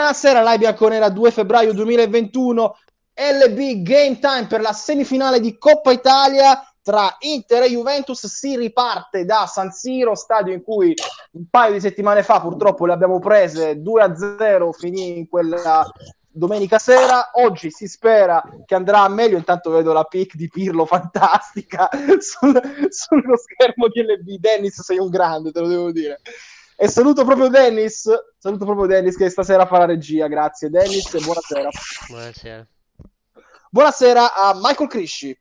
Buonasera, live bianconera 2 febbraio 2021, LB Game Time per la semifinale di Coppa Italia tra Inter e Juventus. Si riparte da San Siro, stadio in cui un paio di settimane fa purtroppo le abbiamo prese 2-0, finì in quella domenica sera. Oggi si spera che andrà meglio. Intanto vedo la pic di Pirlo fantastica sullo schermo di LB. Dennis, sei un grande, te lo devo dire. E saluto proprio Dennis che stasera fa la regia. Grazie Dennis e buonasera. Buonasera. Buonasera a Michael Crisci.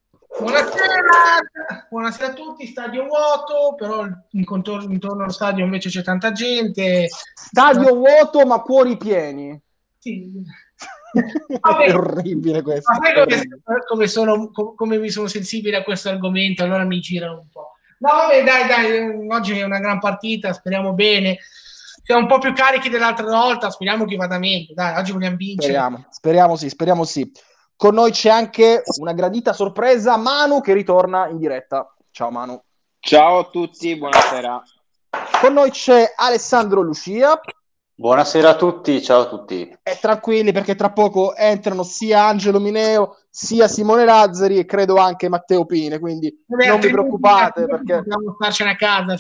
Buonasera a tutti, stadio vuoto, però intorno allo stadio invece c'è tanta gente. Stadio vuoto ma cuori pieni. Sì. È orribile questo. Come mi sono sensibile a questo argomento, allora mi girano un po'. No, vabbè, dai, oggi è una gran partita, speriamo bene. Siamo un po' più carichi dell'altra volta, speriamo che vada meglio. Dai, oggi vogliamo vincere. Speriamo sì. Con noi c'è anche una gradita sorpresa, Manu, che ritorna in diretta. Ciao Manu. Ciao a tutti, buonasera. Con noi c'è Alessandro Lucia. Buonasera a tutti, ciao a tutti. E tranquilli perché tra poco entrano sia Angelo Mineo sia Simone Lazzari e credo anche Matteo Pine, quindi non vi preoccupate perché dobbiamo starcene a casa.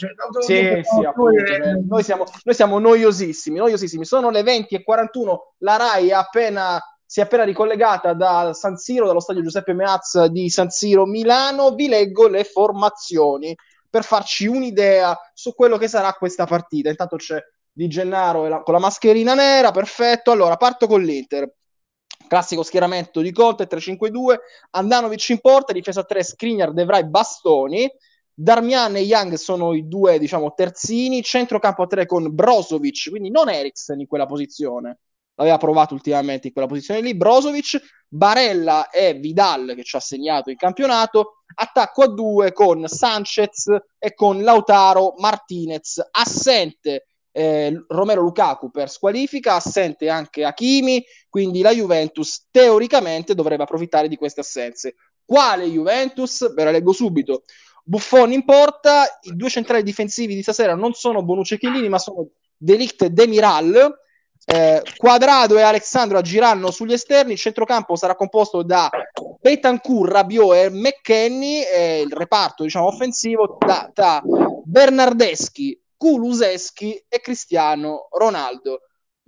Noi siamo noiosissimi. Sono le 20:41, la Rai si è appena ricollegata da San Siro, dallo stadio Giuseppe Meazza di San Siro Milano. Vi leggo le formazioni per farci un'idea su quello che sarà questa partita. Intanto c'è Di Gennaro con la mascherina nera, perfetto. Allora parto con l'Inter, classico schieramento di Conte, 3-5-2, Andanovic in porta, difesa 3, Skriniar, De Vrij, Bastoni, Darmian e Young sono i due, diciamo, terzini, centrocampo a 3 con Brozovic, quindi non Eriksen in quella posizione, l'aveva provato ultimamente in quella posizione lì, Brozovic, Barella e Vidal che ci ha segnato in campionato, attacco a 2 con Sanchez e con Lautaro Martinez, assente Romelu Lukaku per squalifica, assente anche Hakimi, quindi la Juventus teoricamente dovrebbe approfittare di queste assenze. Quale Juventus? Ve la leggo subito. Buffon in porta, i due centrali difensivi di stasera non sono Bonucci e Chiellini, ma sono De Ligt e Demiral. Quadrado e Alexandro agiranno sugli esterni, il centrocampo sarà composto da Bentancur, Rabiot e McKennie, e il reparto, diciamo, offensivo da Bernardeschi, Kuluseschi e Cristiano Ronaldo.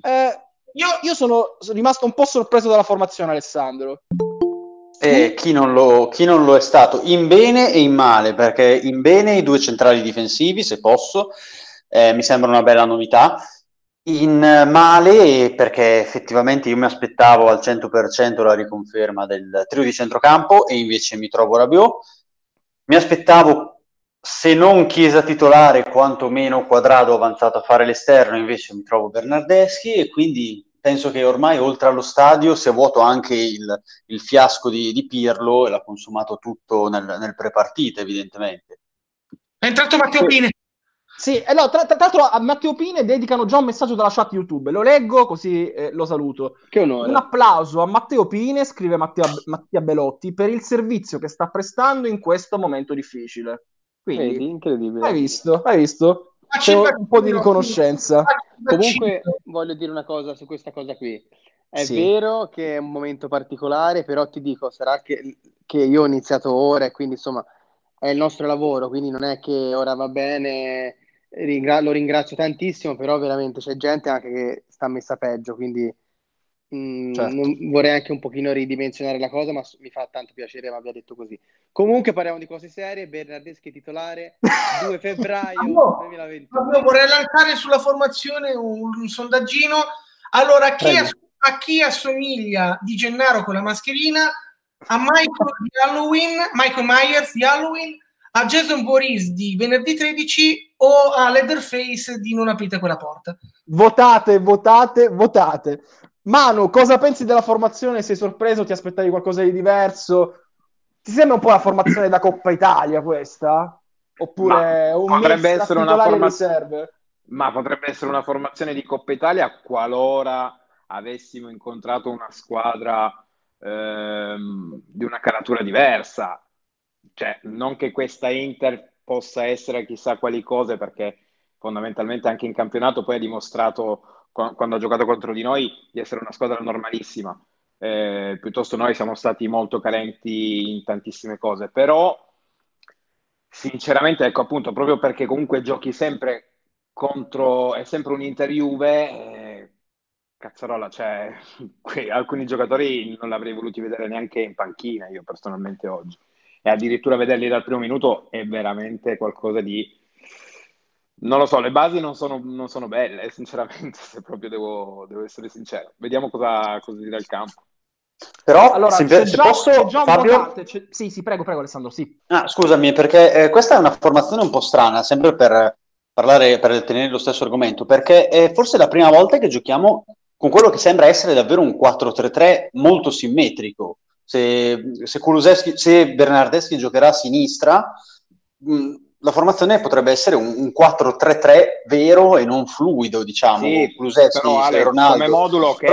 Io sono rimasto un po' sorpreso dalla formazione, Alessandro. Chi non lo è stato, in bene e in male, perché in bene i due centrali difensivi, se posso, mi sembra una bella novità. In male perché effettivamente io mi aspettavo al 100% la riconferma del trio di centrocampo e invece mi trovo Rabiot. Mi aspettavo, se non Chiesa titolare, quantomeno Quadrado avanzato a fare l'esterno, invece mi trovo Bernardeschi e quindi penso che ormai oltre allo stadio sia vuoto anche il fiasco di Pirlo e l'ha consumato tutto nel prepartita, evidentemente. È entrato Matteo Pine. Sì, no, tra l'altro a Matteo Pine dedicano già un messaggio dalla chat YouTube, lo leggo così lo saluto. Che onore. Un applauso a Matteo Pine, scrive Mattia Belotti, per il servizio che sta prestando in questo momento difficile. Quindi, vedi, incredibile. Hai visto? C'è un po' di riconoscenza. Comunque voglio dire una cosa su questa cosa qui. È vero che è un momento particolare, però ti dico, sarà che io ho iniziato ora e quindi insomma è il nostro lavoro, quindi non è che ora va bene, lo ringrazio tantissimo, però veramente c'è gente anche che sta messa peggio, quindi vorrei anche un pochino ridimensionare la cosa, ma mi fa tanto piacere che mi abbia detto così. Comunque parliamo di cose serie. Bernardeschi titolare 2 febbraio 2021. Vorrei lanciare sulla formazione un sondaggino. Allora, a chi assomiglia Di Gennaro con la mascherina? A Michael Myers di Halloween, a Jason Voorhees di Venerdì 13 o a Leatherface di Non aprite quella porta? Votate. Manu, cosa pensi della formazione? Sei sorpreso? Ti aspettavi qualcosa di diverso? Ti sembra un po' la formazione da Coppa Italia questa? Oppure potrebbe essere una riserve? Ma potrebbe essere una formazione di Coppa Italia qualora avessimo incontrato una squadra di una caratura diversa. Cioè, non che questa Inter possa essere chissà quali cose, perché fondamentalmente anche in campionato poi ha dimostrato quando ha giocato contro di noi, di essere una squadra normalissima. Piuttosto noi siamo stati molto carenti in tantissime cose, però sinceramente, ecco, appunto, proprio perché comunque giochi sempre contro, è sempre un Inter-Juve, cazzarola, cioè, alcuni giocatori non l'avrei voluti vedere neanche in panchina, io personalmente oggi. E addirittura vederli dal primo minuto è veramente qualcosa di... Non lo so, le basi non sono belle, sinceramente, se proprio devo essere sincero. Vediamo cosa dirà il campo. Però, allora, se c'è posso, già un Fabio... votante. Sì, prego, Alessandro, sì. Scusami, perché questa è una formazione un po' strana, sempre per parlare, per tenere lo stesso argomento, perché è forse la prima volta che giochiamo con quello che sembra essere davvero un 4-3-3 molto simmetrico. Se Bernardeschi giocherà a sinistra, la formazione potrebbe essere un 4-3-3 vero e non fluido, diciamo. Sì, Kulusevski, però Ale, Ronaldo. come modulo ok.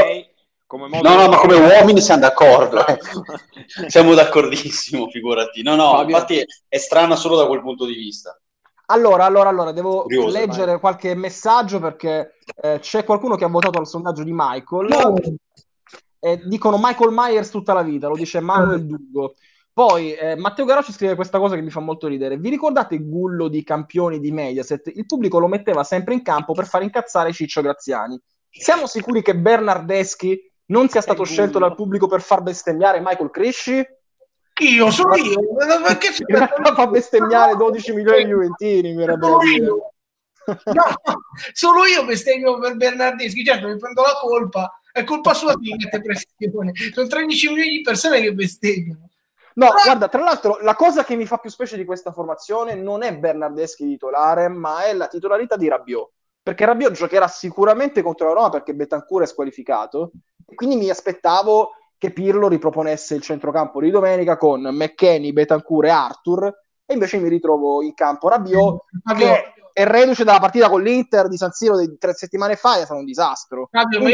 No, ma come uomini siamo d'accordo. Siamo d'accordissimo, figurati. No, Fabio. Infatti è strana solo da quel punto di vista. Allora, devo leggere qualche messaggio perché c'è qualcuno che ha votato al sondaggio di Michael. Dicono Michael Myers tutta la vita, lo dice Manuel Dugo. Poi Matteo Garocci scrive questa cosa che mi fa molto ridere. Vi ricordate il Gullo di Campioni di Mediaset? Il pubblico lo metteva sempre in campo per far incazzare Ciccio Graziani. Siamo sicuri che Bernardeschi non sia stato scelto dal pubblico per far bestemmiare Michael Crisci? Sono io. Perché in realtà fa bestemmiare 12 milioni di juventini, mi verrebbe da dire. No, solo io bestemmio per Bernardeschi, certo mi prendo la colpa, è colpa sua che mette pressione, sono 13 milioni di persone che bestemmiano. No, guarda, tra l'altro la cosa che mi fa più specie di questa formazione non è Bernardeschi titolare, ma è la titolarità di Rabiot, perché Rabiot giocherà sicuramente contro la Roma perché Bentancur è squalificato, e quindi mi aspettavo che Pirlo riproponesse il centrocampo di domenica con McKennie, Bentancur e Arthur, e invece mi ritrovo in campo Rabiot, che è reduce dalla partita con l'Inter di San Siro di 3 settimane fa, è stato un disastro.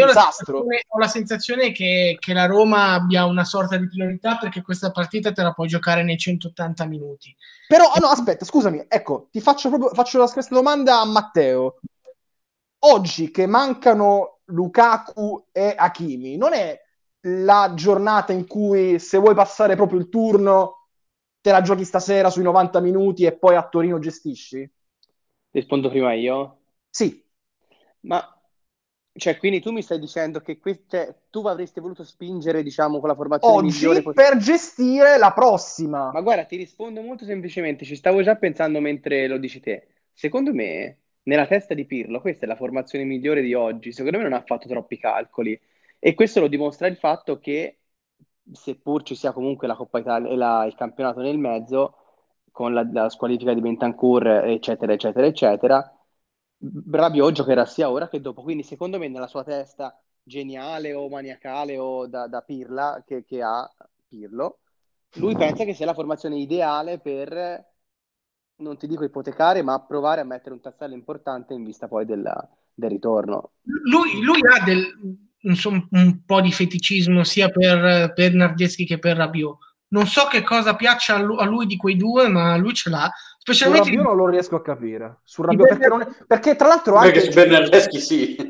Ho la sensazione che la Roma abbia una sorta di priorità perché questa partita te la puoi giocare nei 180 minuti. Però, no, aspetta, scusami, ecco, faccio questa domanda a Matteo. Oggi che mancano Lukaku e Hakimi, non è la giornata in cui se vuoi passare proprio il turno te la giochi stasera sui 90 minuti e poi a Torino gestisci? Rispondo prima io? Sì. Ma, cioè, quindi tu mi stai dicendo che tu avresti voluto spingere, diciamo, con la formazione migliore per gestire la prossima. Ma guarda, ti rispondo molto semplicemente, ci stavo già pensando mentre lo dici te. Secondo me, nella testa di Pirlo, questa è la formazione migliore di oggi. Secondo me non ha fatto troppi calcoli. E questo lo dimostra il fatto che, seppur ci sia comunque la Coppa Italia e il campionato nel mezzo, con la squalifica di Bentancur, eccetera, eccetera, eccetera, Rabiot giocherà sia ora che dopo. Quindi, secondo me, nella sua testa geniale o maniacale o da pirla che ha Pirlo, lui pensa che sia la formazione ideale per, non ti dico ipotecare, ma provare a mettere un tassello importante in vista poi del ritorno. Lui ha un po' di feticismo sia per Bernardeschi che per Rabiot. Non so che cosa piaccia a lui di quei due, ma lui ce l'ha. Specialmente Rabiot non lo riesco a capire. Su Rabiot perché tra l'altro anche su Bernardeschi sì.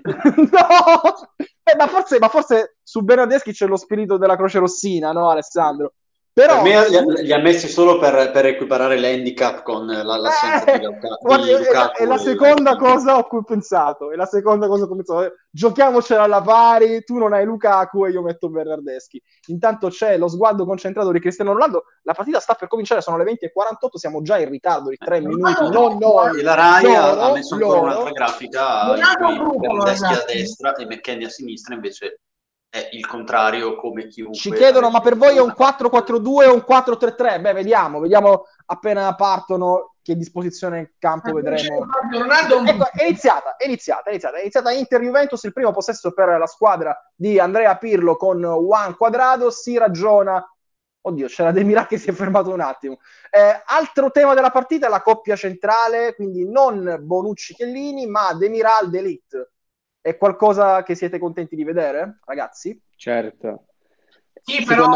No! Ma forse su Bernardeschi c'è lo spirito della Croce Rossina, no, Alessandro? Però, per me li ha messi solo per equiparare l'handicap con l'assenza di Lukaku. È la seconda cosa a cui ho pensato. Giochiamocela alla pari, tu non hai Lukaku e io metto Bernardeschi. Intanto c'è lo sguardo concentrato di Cristiano Ronaldo. La partita sta per cominciare, sono le 20:48, siamo già in ritardo di 3 minuti. Non noi. E la Rai ha messo ancora un'altra grafica in cui Bernardeschi a destra e McKennie a sinistra invece è il contrario, come chiunque. Ci chiedono, ma per voi è un 4-4-2 o un 4-3-3? Beh, vediamo appena partono che disposizione in campo vedremo. Ecco, è iniziata Inter-Juventus, il primo possesso per la squadra di Andrea Pirlo con Juan Cuadrado, si ragiona. Oddio, c'era Demiral che si è fermato un attimo. Altro tema della partita è la coppia centrale, quindi non Bonucci-Chiellini, ma Demiral De Ligt. È qualcosa che siete contenti di vedere, ragazzi? Certo. Sì, però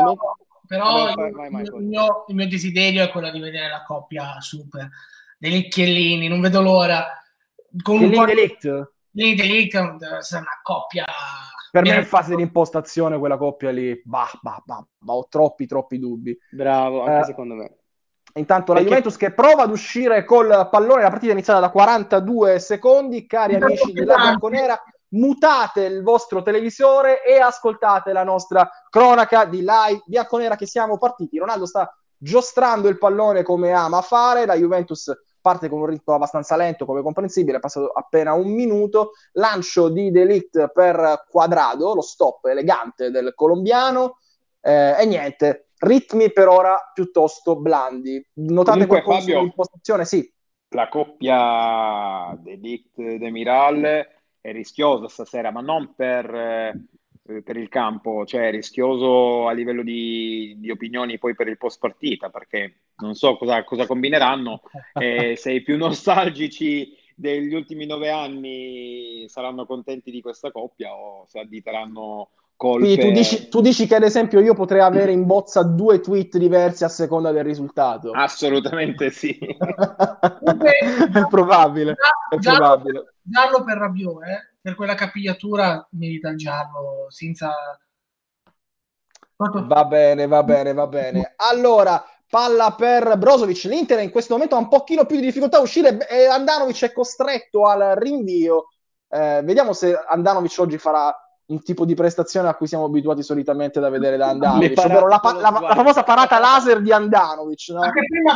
il mio desiderio è quello di vedere la coppia super dei Chiellini, non vedo l'ora. Con un po' Lì sarà una coppia. Per me in fase di impostazione quella coppia lì, ho troppi dubbi. Bravo, anche secondo me. Intanto la Juventus che prova ad uscire col pallone, la partita è iniziata da 42 secondi, cari amici della Bianconera, mutate il vostro televisore e ascoltate la nostra cronaca di live Bianconera che siamo partiti. Ronaldo sta giostrando il pallone come ama fare, la Juventus parte con un ritmo abbastanza lento come comprensibile, è passato appena un minuto, lancio di De Ligt per Cuadrado, lo stop elegante del colombiano, e niente, ritmi per ora piuttosto blandi. Notate qualcosa sull'impostazione? Sì. La coppia De Ligt-Demiral è rischiosa stasera, ma non per il campo, cioè è rischioso a livello di opinioni poi per il post partita, perché non so cosa combineranno, se i più nostalgici degli ultimi 9 anni saranno contenti di questa coppia o se additeranno colpe. Quindi tu dici che ad esempio io potrei avere in bozza 2 tweet diversi a seconda del risultato? Assolutamente sì. È probabile. Giallo per Rabiot, per quella capigliatura merita il giallo senza... Va bene. Allora, palla per Brozovic. L'Inter in questo momento ha un pochino più di difficoltà a uscire e Andanovic è costretto al rinvio. Vediamo se Andanovic oggi farà un tipo di prestazione a cui siamo abituati solitamente da vedere da Andanovic, ovvero la famosa parata laser di Andanovic, no? Anche prima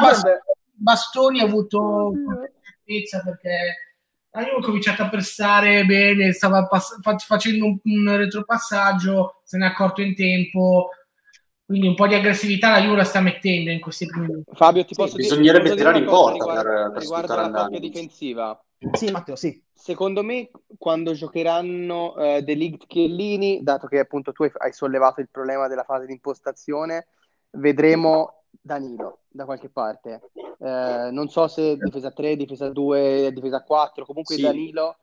Bastoni ha avuto certezza perché avevo cominciato a prestare bene, stava facendo un retropassaggio, se ne è accorto in tempo, quindi un po' di aggressività la Juve la sta mettendo in questi primi minuti. Fabio, ti posso bisognerebbe tirare in porta per riguardo alla coppia difensiva. Sì, Matteo, sì. Secondo me, quando giocheranno De Ligt Chiellini, dato che appunto tu hai sollevato il problema della fase di impostazione, vedremo Danilo da qualche parte. Non so se difesa 3, difesa 2, difesa 4, comunque sì. Danilo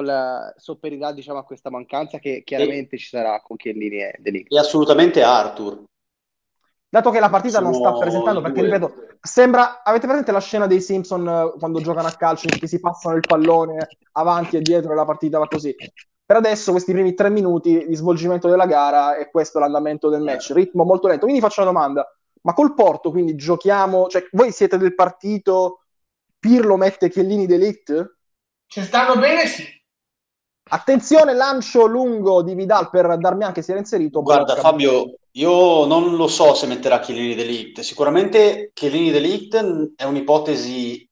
sopperirà, diciamo, a questa mancanza che chiaramente ci sarà con Chiellini e De Ligt. E assolutamente Arthur. Dato che la partita non sta presentando, perché ripeto, sembra, avete presente la scena dei Simpson quando giocano a calcio in cui si passano il pallone avanti e dietro e la partita va così? Per adesso questi primi 3 minuti di svolgimento della gara e questo è l'andamento del match, ritmo molto lento. Quindi faccio una domanda, ma col Porto quindi giochiamo, cioè voi siete del partito Pirlo mette Chiellini De Ligt? Se stanno bene sì. Attenzione, lancio lungo di Vidal per Darmian che si era inserito. Guarda Fabio, io non lo so se metterà Chiellini De Ligt. Sicuramente Chiellini De Ligt è un'ipotesi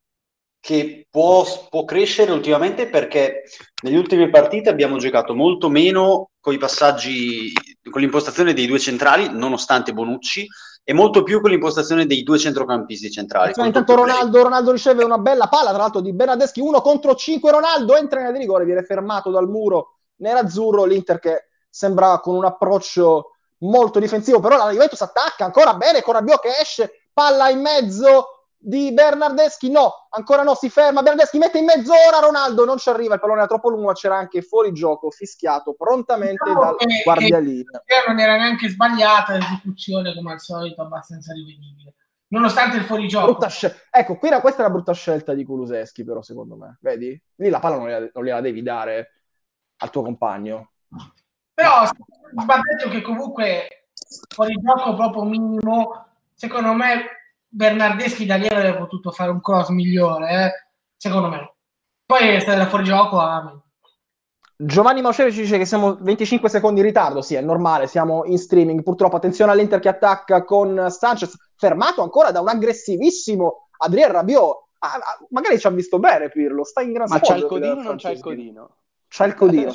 che può crescere ultimamente perché negli ultimi partite abbiamo giocato molto meno con i passaggi, con l'impostazione dei 2 centrali, nonostante Bonucci, e molto più con l'impostazione dei 2 centrocampisti centrali. Intanto Ronaldo riceve una bella palla, tra l'altro di Bernardeschi, 1 contro 5, Ronaldo entra in area di rigore, viene fermato dal muro nerazzurro, l'Inter che sembra con un approccio molto difensivo, però la Juventus attacca ancora bene con Rabiot che esce, palla in mezzo di Bernardeschi, no, ancora no, si ferma, Bernardeschi mette in mezz'ora, Ronaldo non ci arriva, il pallone era troppo lungo, ma c'era anche fuori gioco, fischiato prontamente dal guardialino. Non era neanche sbagliata l'esecuzione, come al solito, abbastanza rivedibile, nonostante il fuorigioco. Ecco, questa è la brutta scelta di Kulusevski, però secondo me, vedi? Lì la palla non gliela devi dare al tuo compagno. Però va detto che comunque fuorigioco proprio minimo, secondo me Bernardeschi da lì avrebbe potuto fare un cross migliore, secondo me. Poi è stata fuori gioco. Giovanni Maucevi ci dice che siamo 25 secondi in ritardo. Sì, è normale, siamo in streaming. Purtroppo, attenzione all'Inter che attacca con Sanchez, fermato ancora da un aggressivissimo Adrien Rabiot. Magari ci ha visto bene Pirlo, sta in gran Ma c'ha il codino o non c'ha il codino? C'ha il codino.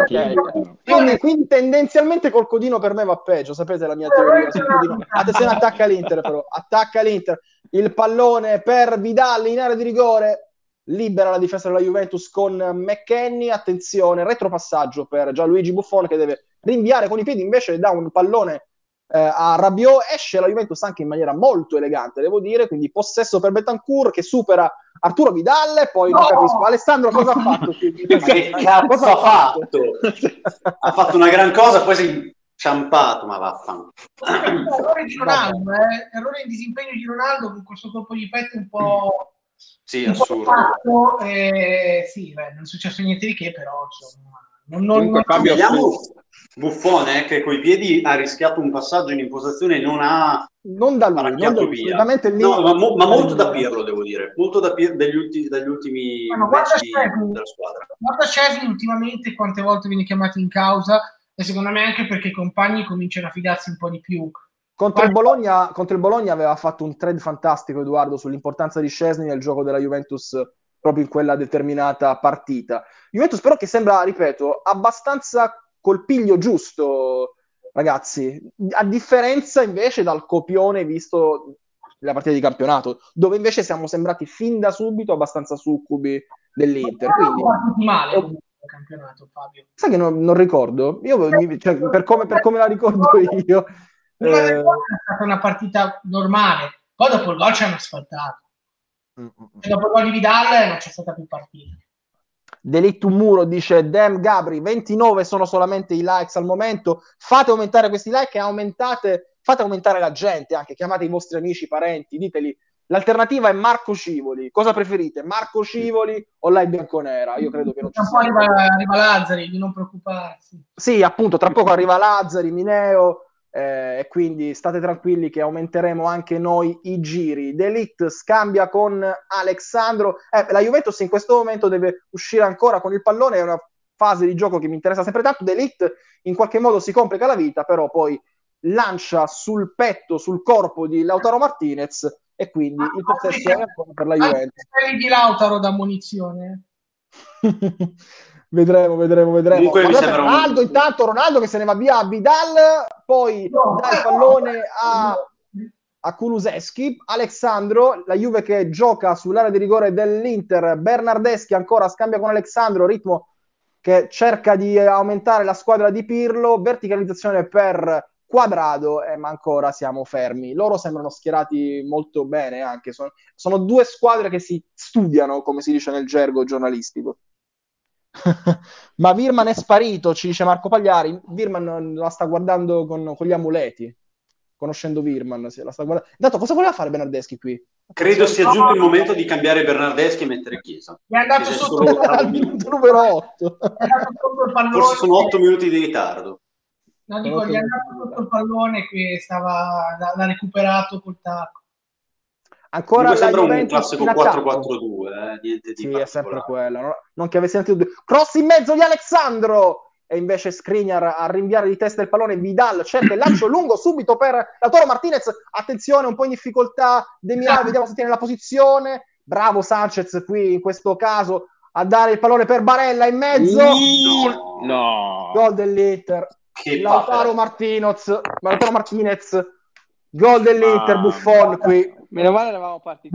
Quindi tendenzialmente col codino per me va peggio, sapete la mia teoria sul codino. Attenzione, attacca l'Inter però, attacca l'Inter, il pallone per Vidal in area di rigore, libera la difesa della Juventus con McKennie, attenzione, retropassaggio per Gianluigi Buffon che deve rinviare con i piedi, invece dà un pallone a Rabiot, esce la Juventus anche in maniera molto elegante, devo dire, quindi possesso per Betancourt che supera Arturo Vidal e poi non capisco, Alessandro cosa ha fatto? Che cazzo ha fatto? Ha fatto una gran cosa, poi si è inciampato, ma vaffanculo. Errore di Ronaldo, errore di disimpegno di Ronaldo con questo colpo di petto un po' Sì, assurdo. Sì, non è successo niente di che, però insomma, Comunque, Fabio, vediamo Buffone che coi piedi ha rischiato un passaggio in impostazione, non da lui, via. solitamente lì, no, ma molto da Pirlo, devo dire, molto dagli ultimi match della squadra. Guarda Szczesny ultimamente quante volte viene chiamato in causa, e secondo me anche perché i compagni cominciano a fidarsi un po' di più. Contro il Bologna aveva fatto un thread fantastico, Edoardo, sull'importanza di Szczesny nel gioco della Juventus proprio in quella determinata partita. Juventus però che sembra, ripeto, abbastanza col piglio giusto, ragazzi, a differenza invece dal copione visto nella partita di campionato, dove invece siamo sembrati fin da subito abbastanza succubi dell'Inter. Quindi male il campionato, Fabio. Sai che non ricordo? Io, cioè, per come la ricordo io. È stata una partita normale, poi dopo il gol ci hanno asfaltato. E dopo il gol di Vidal non c'è stata più partita. Delitto un muro dice Dem Gabri 29 sono solamente i likes al momento, fate aumentare questi like e fate aumentare la gente, anche chiamate i vostri amici, parenti, diteli l'alternativa è Marco Civoli, cosa preferite? Marco Civoli o Lai Bianconera? Io credo che non ci sia. Poi arriva Lazzari, di non preoccuparsi. Sì, appunto, tra poco arriva Lazzari, Mineo, e quindi state tranquilli che aumenteremo anche noi i giri. De Ligt scambia con Alexandro, la Juventus in questo momento deve uscire ancora con il pallone, è una fase di gioco che mi interessa sempre tanto. De Ligt in qualche modo si complica la vita, però poi lancia sul petto, sul corpo di Lautaro Martinez e quindi il possesso è ancora per la Juventus. Anche di Lautaro da munizione. Vedremo. Comunque Ronaldo, intanto Ronaldo che se ne va via a Vidal, poi dà il pallone a Kulusevski, Alexandro, la Juve che gioca sull'area di rigore dell'Inter, Bernardeschi ancora scambia con Alexandro, ritmo che cerca di aumentare la squadra di Pirlo, verticalizzazione per Quadrado, ma ancora siamo fermi. Loro sembrano schierati molto bene anche, sono due squadre che si studiano, come si dice nel gergo giornalistico. Ma Wirman è sparito, ci dice Marco Pagliari. Wirman la sta guardando con gli amuleti, conoscendo Wirman, la sta guardando. Intanto cosa voleva fare Bernardeschi qui? Credo sia giunto il momento di cambiare Bernardeschi e mettere Chiesa. È andato sotto al minuto numero 8. Forse sono 8 minuti di ritardo. No, dico, gli è andato sotto il pallone che l'ha recuperato col tacco. Ancora mi sembra un classico 4-4-2, niente di sì, è sempre quella. Non che avessi sentito cross in mezzo di Alexandro e invece Skriniar a rinviare di testa il pallone. Vidal cerca il lancio lungo subito per Lautaro Martinez. Attenzione, un po' in difficoltà Demiral, vediamo se tiene la posizione. Bravo Sanchez qui in questo caso a dare il pallone per Barella in mezzo. No. Gol dell'Inter. Lautaro Martinez, gol dell'Inter. Buffon qui. Meno male eravamo partiti.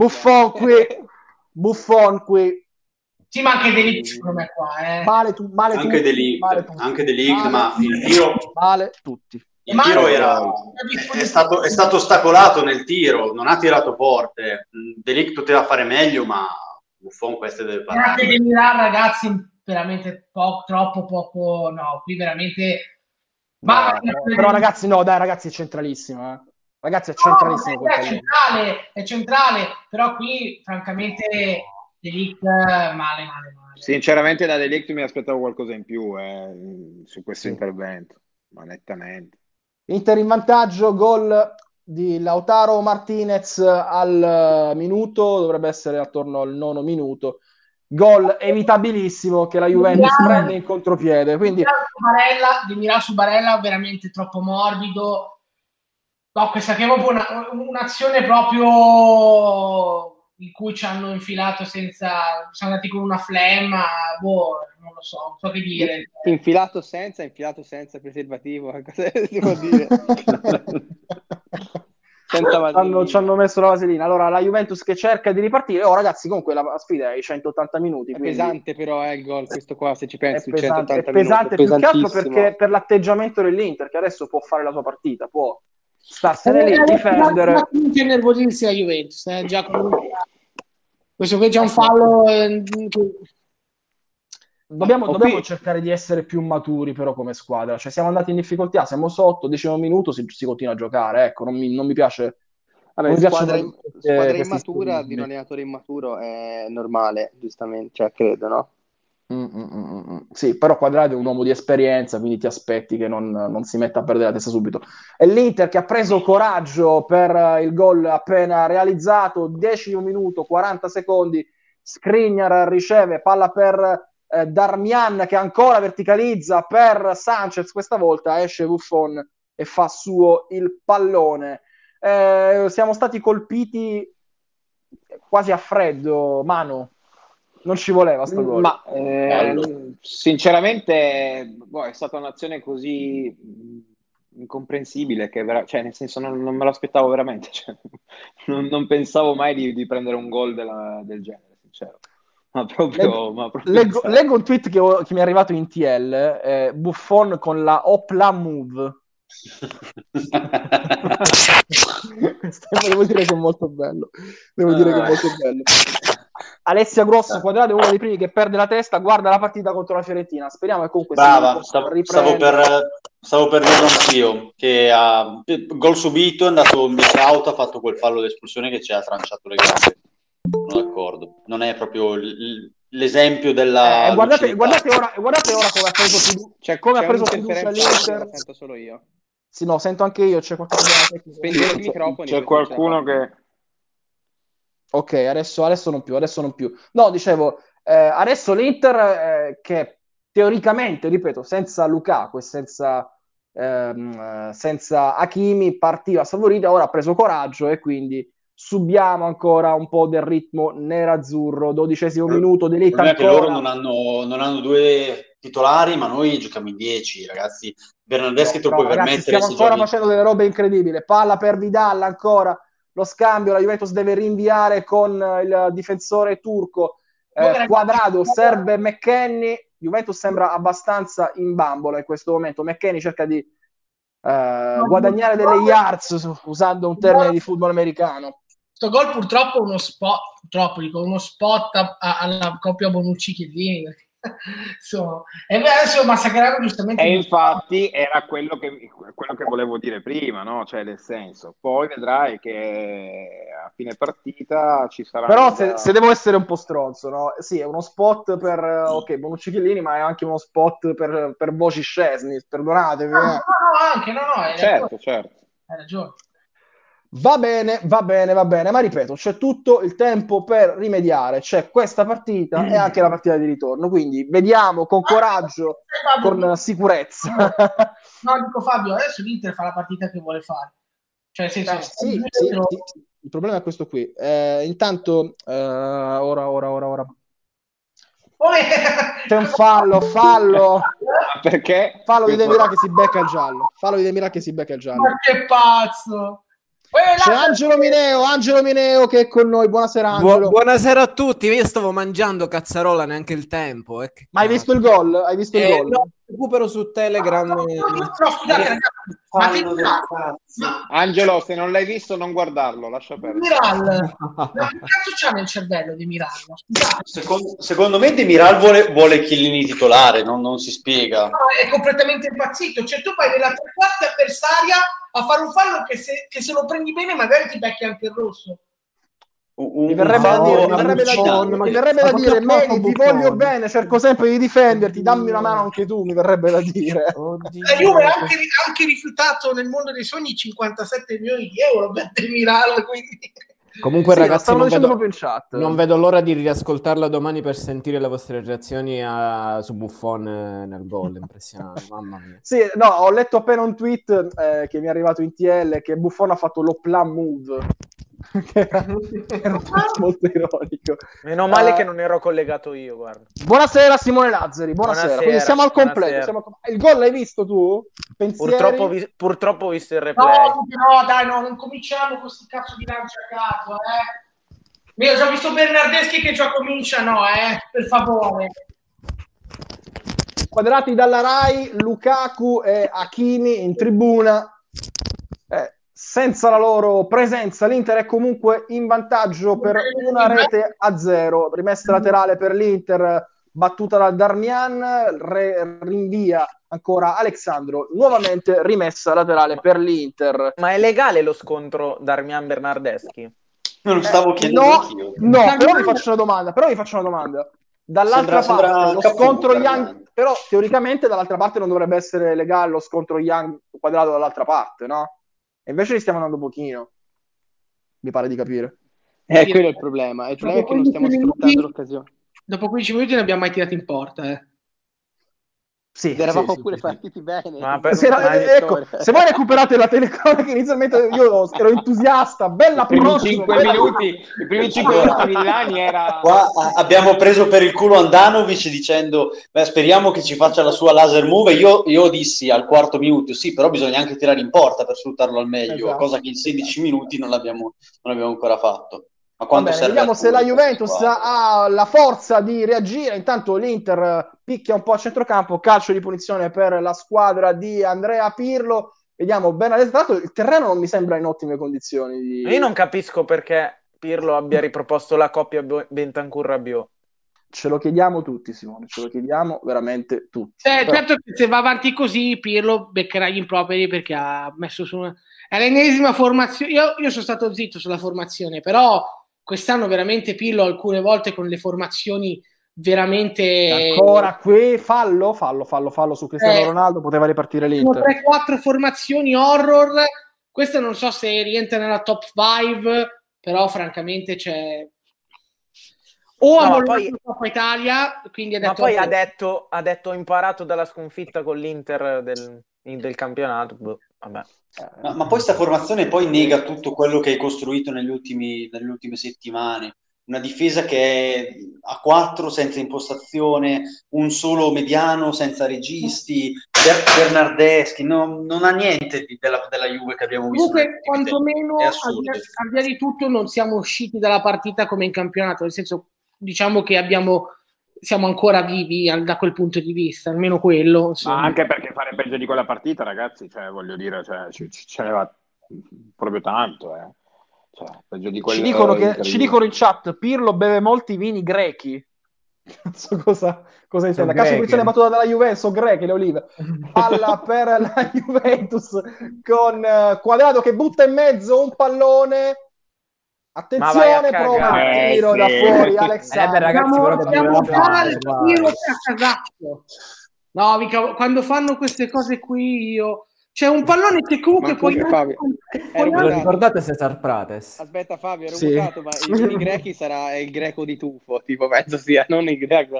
Buffon qui. Sì, ma anche De Ligt secondo me qua. Male anche De Ligt, ma il tiro male tutti. Il tiro è stato ostacolato nel tiro, non ha tirato forte. De Ligt poteva fare meglio, ma Buffon queste deve fare. Anche De Milan, ragazzi, veramente troppo poco. No, qui veramente. Però ragazzi, no, dai, ragazzi, è centralissimo. Ragazzi, è centralissimo. È centrale, però qui francamente De Ligt male. Sinceramente da De Ligt mi aspettavo qualcosa in più su questo intervento, ma nettamente. Inter in vantaggio, gol di Lautaro Martinez al minuto, dovrebbe essere attorno al 9° minuto. Gol evitabilissimo che la Juventus prende in contropiede. Quindi di Miral su Barella veramente troppo morbido. No, questa che è proprio un'azione proprio in cui ci hanno infilato sono andati con una flemma, non lo so, non so che dire. Infilato senza preservativo, cosa si può dire? Ci hanno messo la vaselina. Allora la Juventus che cerca di ripartire. Ragazzi, comunque la sfida è ai 180 minuti. È pesante però il gol, questo qua, se ci pensi, è pesante più che altro perché per l'atteggiamento dell'Inter, che adesso può fare la sua partita, può starsene lì, difendere. Non c'è nervosirsi la Juventus, già questo qui è già un fallo. Dobbiamo cercare di essere più maturi però come squadra, cioè siamo andati in difficoltà, siamo sotto, 10° minuto, si continua a giocare, ecco, non mi piace Vabbè, squadra questi immatura stili. di un allenatore immaturo è normale, giustamente, cioè credo, no? Sì, però Quadrado è un uomo di esperienza, quindi ti aspetti che non si metta a perdere la testa subito. E l'Inter che ha preso coraggio per il gol appena realizzato, 10 minuto, 40 secondi, Skriniar riceve palla per Darmian che ancora verticalizza per Sanchez, questa volta esce Buffon e fa suo il pallone. Siamo stati colpiti quasi a freddo, Manu. Non ci voleva sto gol. Ma sinceramente è stata un'azione così incomprensibile che cioè, nel senso non me lo aspettavo veramente, cioè, non pensavo mai di prendere un gol del genere, sincero. Ma proprio leggo un tweet che mi è arrivato in TL, Buffon con la Opla Move. Devo dire che è molto bello. Alessia Grosso Quadrado è uno dei primi che perde la testa, guarda la partita contro la Fiorentina. Speriamo che comunque brava, stavo per dirlo anch'io, che ha gol subito, è andato invece out, ha fatto quel fallo d'espulsione che ci ha tranciato le gambe. Sono d'accordo, non è proprio l'esempio della guardate ora come ha preso fiducia, fiducia l'Inter. Sento solo io. Sì, no, sento anche io, c'è qualcosa Spengete i microfoni. C'è qualcuno che... Ok, adesso non più. No, dicevo, adesso l'Inter che teoricamente, ripeto, senza Lukaku e senza Hakimi partiva favorita, ora ha preso coraggio e quindi subiamo ancora un po' del ritmo nerazzurro, 12° minuto dell'Inter. Il problema è che loro non hanno due titolari, ma noi giochiamo in 10, ragazzi. Bernardeschi te lo puoi permettere. Stiamo ancora facendo delle robe incredibili. Palla per Vidal ancora. Lo scambio, la Juventus deve rinviare con il difensore turco. Quadrado serve McKennie. Juventus sembra abbastanza in bambola in questo momento. McKennie cerca di guadagnare delle yards, usando un termine di football americano. Questo gol purtroppo è uno spot alla coppia Bonucci-Chiellini. Insomma, adesso massacrarono giustamente. E infatti era quello che volevo dire prima, no? Cioè, nel senso, poi vedrai che a fine partita ci sarà. Però se devo essere un po' stronzo, no? Sì, è uno spot per Bonucci Chiellini, ma è anche uno spot per voci Szczesny, perdonatemi. Certo. Hai ragione. Va bene, ma ripeto, c'è tutto il tempo per rimediare, c'è questa partita e anche la partita di ritorno, quindi vediamo con coraggio, con sicurezza. No, dico Fabio, adesso l'Inter fa la partita che vuole fare. Cioè, nel senso, sì. Il problema è questo qui. Intanto, ora. C'è un fallo. Perché? Fallo di Demirà che si becca il giallo. Ma che pazzo! C'è Angelo Mineo che è con noi. Buonasera Angelo. Buonasera a tutti. Io stavo mangiando cazzarola, neanche il tempo. Ma hai visto il gol? No, recupero su Telegram. Angelo, se non l'hai visto non guardarlo, lascia perdere. Miral, che cazzo c'ha nel cervello di Miral? Secondo me Demiral vuole Chiellini titolare, non si spiega. No, è completamente impazzito. Cioè tu vai nella tre quarti avversaria a fare un fallo che se lo prendi bene magari ti becchi anche il rosso. Mi verrebbe da dire Meni, ti voglio bene, cerco sempre di difenderti, dammi una mano anche tu, mi verrebbe da dire. La Juve ha anche rifiutato nel mondo dei sogni 57 milioni di euro per Demiral, quindi... Comunque ragazzi, non vedo l'ora di riascoltarla domani per sentire le vostre reazioni su Buffon nel gol, impressionante, mamma mia. Sì, no, ho letto appena un tweet che mi è arrivato in TL che Buffon ha fatto lo plan move. Era molto ironico. Meno male che non ero collegato io, guarda. Buonasera Simone Lazzari, buonasera. Quindi siamo al completo. Il gol l'hai visto tu? Pensieri? Purtroppo ho visto il replay. No, dai, non cominciamo con questi cazzo di lanci a caso, Io ho già visto Bernardeschi che già comincia, per favore. Quadrati dalla Rai, Lukaku e Hakimi in tribuna. Senza la loro presenza l'Inter è comunque in vantaggio per una rete a 0, rimessa laterale per l'Inter, battuta da Darmian, rinvia ancora Alexandro, nuovamente rimessa laterale per l'Inter. Ma è legale lo scontro Darmian-Bernardeschi? Me lo stavo chiedendo anch'io. No, però vi faccio una domanda. Dall'altra parte, lo scontro Young, però teoricamente dall'altra parte non dovrebbe essere legale lo scontro Young quadrato dall'altra parte, no? E invece li stiamo andando pochino. Mi pare di capire. Quello è il problema. Il problema è che non stiamo sfruttando l'occasione. Dopo 15 minuti non abbiamo mai tirato in porta. Sì, eravamo pure partiti bene. Ecco, se voi recuperate la telecronaca, inizialmente io ero entusiasta, bella I primi 5 minuti Villani era... Qua abbiamo preso per il culo Andanovic dicendo speriamo che ci faccia la sua laser move. Io dissi al quarto minuto sì, però bisogna anche tirare in porta per sfruttarlo al meglio, esatto. Cosa che in 16 minuti non abbiamo ancora fatto. Ma quanto serve? Vediamo se la Juventus ha la forza di reagire. Intanto l'Inter picchia un po' a centrocampo, calcio di punizione per la squadra di Andrea Pirlo. Vediamo Bernardeschi. Tra l'altro il terreno non mi sembra in ottime condizioni. Io non capisco perché Pirlo abbia riproposto la coppia Bentancur-Rabiot. Ce lo chiediamo tutti, Simone, ce lo chiediamo veramente tutti. Certo che se va avanti così Pirlo beccherà gli improperi perché ha messo su è l'ennesima formazione. Io sono stato zitto sulla formazione, però quest'anno veramente Pirlo alcune volte con le formazioni veramente... Ancora qui fallo su Cristiano Ronaldo, poteva ripartire l'Inter. 3-4 formazioni horror, questa non so se rientra nella top 5, però francamente c'è... poi Coppa Italia, quindi ma poi ha detto ho imparato dalla sconfitta con l'Inter del campionato. Vabbè. Ma poi sta formazione poi nega tutto quello che hai costruito nelle ultime settimane. Una difesa che è a 4 senza impostazione, un solo mediano senza registi, Bernardeschi, non ha niente della Juve che abbiamo visto. Comunque, quantomeno al via di tutto non siamo usciti dalla partita come in campionato, nel senso, diciamo che siamo ancora vivi da quel punto di vista, almeno quello. Insomma. Ma anche perché fare peggio di quella partita, ragazzi, voglio dire, ce ne va proprio tanto, peggio di ci dicono in chat, Pirlo beve molti vini grechi. Non so cosa intende. A caso posizione battuta dalla Juventus, sono greche le olive. Palla per la Juventus con Quadrado che butta in mezzo un pallone. Attenzione, prova il tiro da fuori, Alexandro. Ragazzi, no, mica, quando fanno queste cose qui c'è un pallone che comunque poi lo ricordate Cesar Prates? Aspetta Fabio, ero mutato, ma i grechi sarà il greco di Tufo, tipo penso sia, non il greco.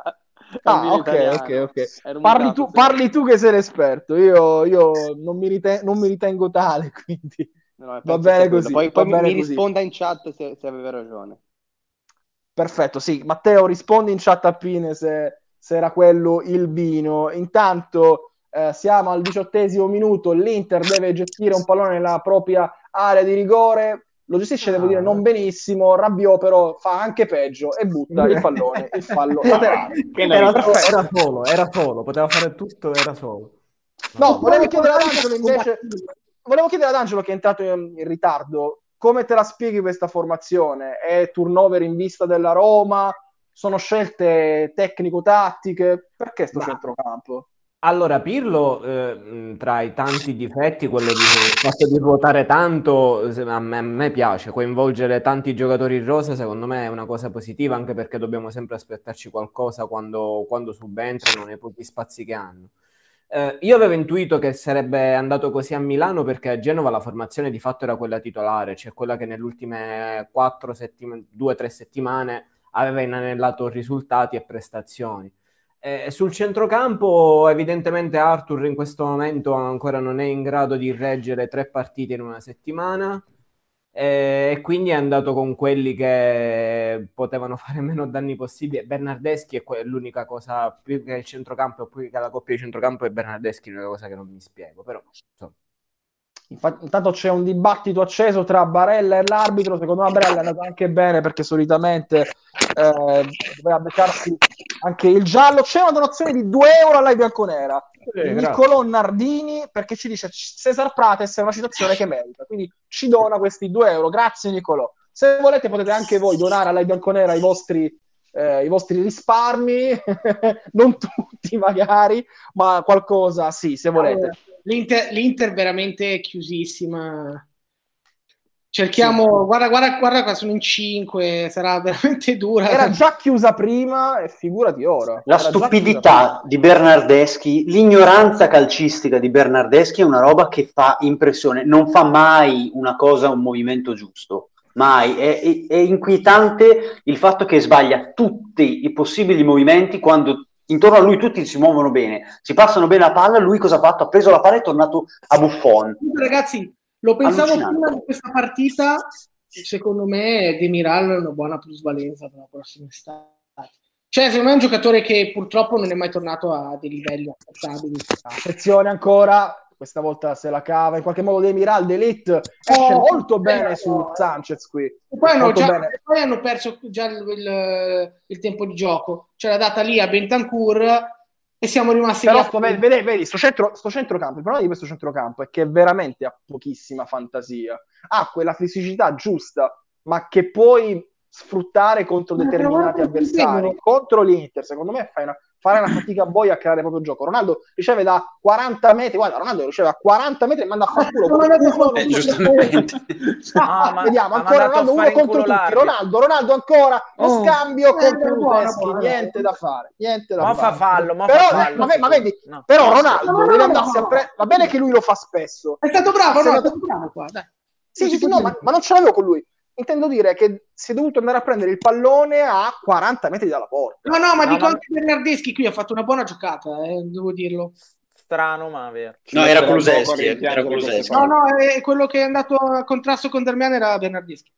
Ok. Parli tu che sei l'esperto, io non mi ritengo tale, quindi va bene così. Poi mi risponda in chat se aveva ragione. Perfetto, sì. Matteo, rispondi in chat a Pine se era quello il vino. Intanto siamo al 18° minuto, l'Inter deve gestire un pallone nella propria area di rigore, lo gestisce, devo dire, non benissimo. Rabiot però fa anche peggio e butta il pallone, il fallo laterale. Era solo, poteva fare tutto, era solo. No, volevo chiedere ad Angelo che è entrato in ritardo, come te la spieghi questa formazione? È turnover in vista della Roma? Sono scelte tecnico-tattiche? Perché sto centrocampo? Allora, Pirlo, tra i tanti difetti, quello di fatto di ruotare tanto, a me piace. Coinvolgere tanti giocatori in rosa, secondo me, è una cosa positiva, anche perché dobbiamo sempre aspettarci qualcosa quando subentrano nei pochi spazi che hanno. Io avevo intuito che sarebbe andato così a Milano perché a Genova la formazione di fatto era quella titolare, cioè quella che nelle ultime 2-3 settimane aveva inanellato risultati e prestazioni. Sul centrocampo evidentemente Arthur in questo momento ancora non è in grado di reggere 3 partite in una settimana e quindi è andato con quelli che potevano fare meno danni possibili. Bernardeschi è l'unica cosa, più che il centrocampo, più che la coppia di centrocampo, è Bernardeschi l'unica cosa che non mi spiego, però insomma. Intanto c'è un dibattito acceso tra Barella e l'arbitro. Secondo me Barella è andato anche bene perché solitamente doveva beccarsi anche il giallo. C'è una donazione di 2 euro alla Bianconera Niccolò Nardini, perché ci dice Cesar Prates è una citazione che merita, quindi ci dona questi 2 euro. Grazie Niccolò. Se volete potete anche voi donare alla Bianconera i vostri i vostri risparmi, non tutti magari, ma qualcosa sì, se volete. L'Inter veramente chiusissima. Cerchiamo, guarda qua, sono in 5, sarà veramente dura. Era già chiusa prima e figurati ora. La stupidità di Bernardeschi, l'ignoranza calcistica di Bernardeschi è una roba che fa impressione, non fa mai una cosa, un movimento giusto, mai. È inquietante il fatto che sbaglia tutti i possibili movimenti quando intorno a lui tutti si muovono bene, si passano bene la palla, lui cosa ha fatto? Ha preso la palla e è tornato a Buffon. Ragazzi, lo pensavo prima di questa partita, secondo me Demiral è una buona plusvalenza per la prossima estate. Cioè, secondo me è un giocatore che purtroppo non è mai tornato a dei livelli accettabili. Attenzione ancora, questa volta se la cava, in qualche modo Demiral, De Ligt esce molto bene su Sanchez qui. E poi hanno perso già il tempo di gioco, ce l'ha data lì a Bentancur e siamo rimasti però vedi sto centrocampo, il problema di questo centrocampo è che veramente ha pochissima fantasia, ha quella fisicità giusta ma che puoi sfruttare contro determinati avversari. Contro l'Inter secondo me fare una fatica boia a creare proprio gioco. Ronaldo riceve da 40 metri, guarda, Ronaldo riceve a 40 metri e manda a far culo. Giustamente. Vediamo, ancora Ronaldo uno contro tutti. Ronaldo ancora, lo scambio contro Luteschi, niente da fare. Ma fa fallo, ma vedi, no. Però Ronaldo deve andarsi a prendere, va bene che lui lo fa spesso. È stato bravo, è stato bravo qua, dai. Sì, no, ma non ce l'avevo con lui. Intendo dire che si è dovuto andare a prendere il pallone a 40 metri dalla porta. No, ma dico anche Bernardeschi qui ha fatto una buona giocata, devo dirlo. Strano, ma vero. No, era Kulusevski. No, quello che è andato a contrasto con Darmian era Bernardeschi.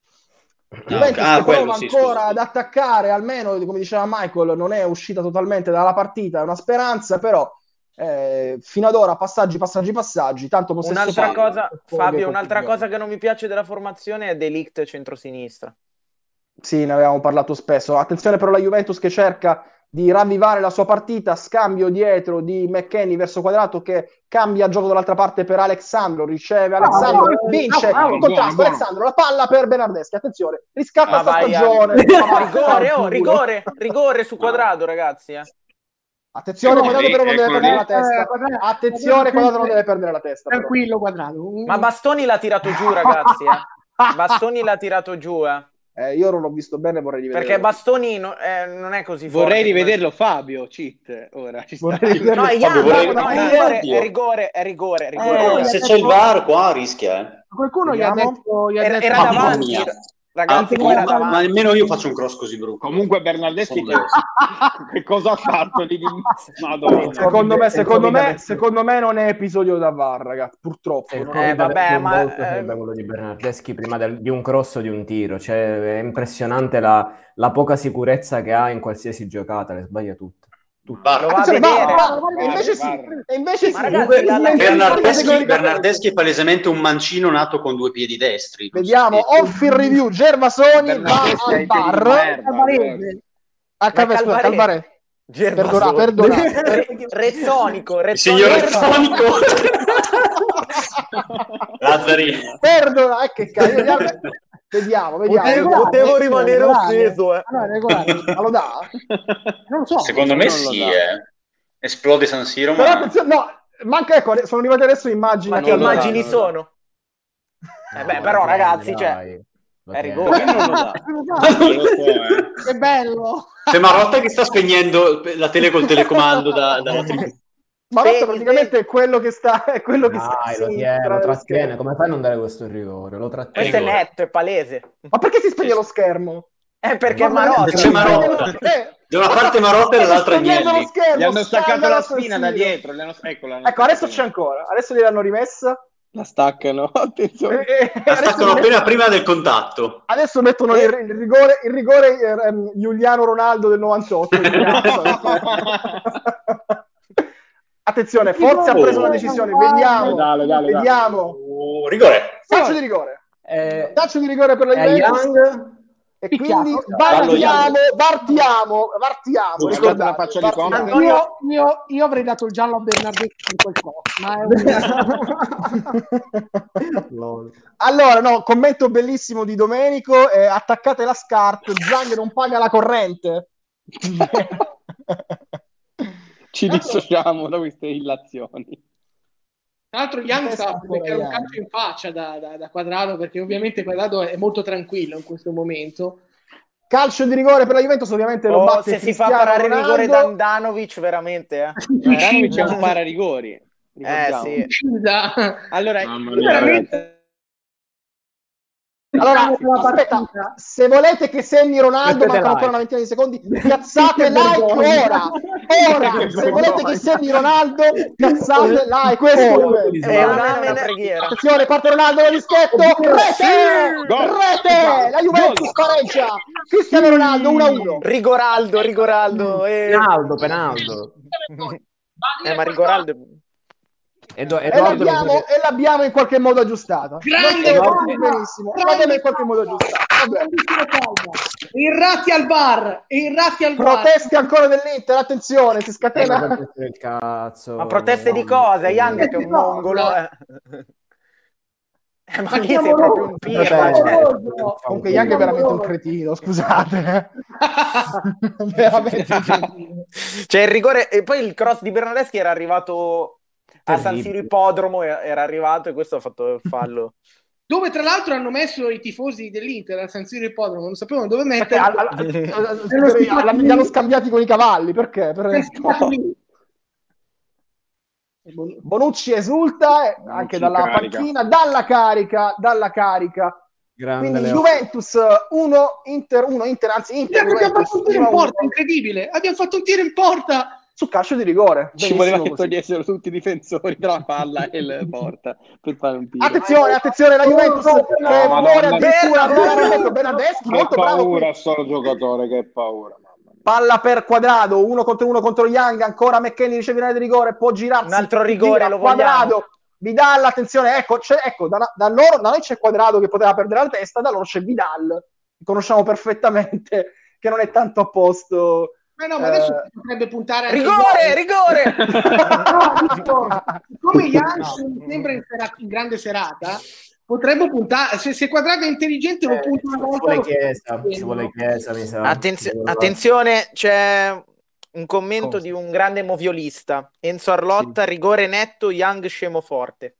Juventus prova ancora ad attaccare, almeno come diceva Michael, non è uscita totalmente dalla partita, è una speranza, però fino ad ora passaggi, tanto un'altra cosa, Fabio, un'altra cosa che non mi piace della formazione è De Ligt centrosinistra. Sì, ne avevamo parlato spesso. Attenzione però la Juventus che cerca di ravvivare la sua partita, scambio dietro di McKennie verso Quadrato che cambia gioco dall'altra parte per Alexandro, riceve Alexandro, vince in contrasto buono. Alexandro, la palla per Bernardeschi, attenzione, riscatta sta stagione. Rigore su Quadrato, ragazzi. Attenzione, Quadrato però non deve perdere la testa. Attenzione, Quadrato non deve perdere la testa. Tranquillo, Quadrato. Ma Bastoni l'ha tirato giù, ragazzi. Bastoni l'ha tirato giù, io non l'ho visto bene, vorrei rivederlo. Perché Bastoni non è così forte. Vorrei rivederlo, Fabio. Cheat. Ora ci sta. È rigore. Se c'è il VAR qua rischia. Qualcuno gli ha detto. Era davanti. Ragazzi, ma nemmeno io faccio un cross così brutto. Comunque Bernardeschi che cosa ha fatto lì? Madonna. Secondo me non è episodio da VAR, ragazzi, purtroppo. Quello di Bernardeschi prima di un cross o di un tiro, cioè è impressionante la poca sicurezza che ha in qualsiasi giocata, le sbaglia tutte. Invece sì. Bernardeschi è palesemente un mancino nato con due piedi destri. Vediamo, off in review, Gervasoni va al bar. Calvare. Perdona. Rezzonico. Signor Rezzonico. Lazzari. Perdona, che cazzo. Vediamo. Potevo rimanere offeso. Ma lo dà? Non lo so. Secondo me sì, esplode San Siro. Però attenzione, no, manca, ecco, sono arrivate adesso immagini. Ma che immagini sono? Però ragazzi, cioè è rigore. Che bello. C'è Marotta che sta spegnendo la tele col telecomando dalla tribuna. Marotta praticamente è quello che sta lo trattiene. Come fai a non dare questo rigore? Questo è netto, è palese. Ma perché si spegne lo schermo? Perché Marotta. C'è Marotta. Da una parte Marotta e dall'altra Agnelli. Gli hanno staccato la spina da dietro. Ecco, adesso c'è ancora. Adesso gliel'hanno rimessa. La staccano, attenzione. La staccano appena prima del contatto. Adesso mettono il rigore Giuliano Ronaldo del 98. Attenzione, Forza ha preso una decisione. Vediamo. Rigore. Calcio di rigore. Calcio di rigore per la Juventus. E Picchiato. quindi vartiamo. Guardate la faccia di Conte. Io avrei dato il giallo a Bernardeschi in quel posto, ma è Allora, no, commento bellissimo di Domenico, attaccate la scarpa, Zhang non paga la corrente. Ci dissociamo da queste illazioni. Tra l'altro Young sta per beccare un calcio in faccia da Quadrado, perché ovviamente Quadrado è molto tranquillo in questo momento. Calcio di rigore per la Juventus, ovviamente lo batte se si fa Cristiano parare il Ronaldo. rigore da Andanovic, veramente. Andanovic è un pararigori. Sì. Allora, veramente... Allora, aspetta, se volete che segni Ronaldo, mancano ancora una ventina di secondi, piazzate like ora, se volete che segni Ronaldo, piazzate like, questo è una preghiera. Attenzione, parte Ronaldo nel dischetto, rete, la Juventus pareggia, Cristiano Ronaldo 1-1. Rigoraldo, Penaldo. Ma Rigoraldo... E l'abbiamo in qualche modo aggiustata. Grande, benissimo. L'abbiamo in qualche modo aggiustata. Irrati al bar. Proteste ancora dell'Inter, attenzione, si scatena. Il cazzo. Ma proteste di cosa? Young che è un mongolo. Ma lì sei proprio un pirla. Comunque Young è veramente un cretino, scusate. Veramente. Cioè il rigore, e poi il cross di Bernardeschi era arrivato a San Siro Ippodromo, era arrivato e questo ha fatto il fallo. Dove tra l'altro hanno messo i tifosi dell'Inter al San Siro Ippodromo, non sapevano dove mettere. Li hanno scambiati con i cavalli, perché? Bonucci esulta anche dalla panchina, dalla carica. Grande Quindi Leo. Juventus 1, Inter 1, anzi Inter abbiamo fatto un tiro in porta, incredibile. Abbiamo fatto un tiro in porta su calcio di rigore. Ci voleva che togliessero tutti i difensori dalla palla e il porta per fare un tiro. Attenzione, la Juventus che muore addirittura Bernardeschi, molto bravo. Che paura sto giocatore, che paura. Palla per Quadrado, 1 contro 1 contro Young, ancora McKennie riceve in area di rigore, può girarsi. Un altro rigore, lo Quadrado, Vidal, attenzione, ecco, da noi c'è Quadrado che poteva perdere la testa, da loro c'è Vidal, conosciamo perfettamente che non è tanto a posto. Ma adesso potrebbe puntare a rigore! Come Young sembra in grande serata, potrebbe puntare, se Quadrado è intelligente lo punta una volta. Ci vuole Chiesa, mi sa. Attenzione, c'è un commento di un grande moviolista. Enzo Arlotta, rigore netto, Young scemo forte.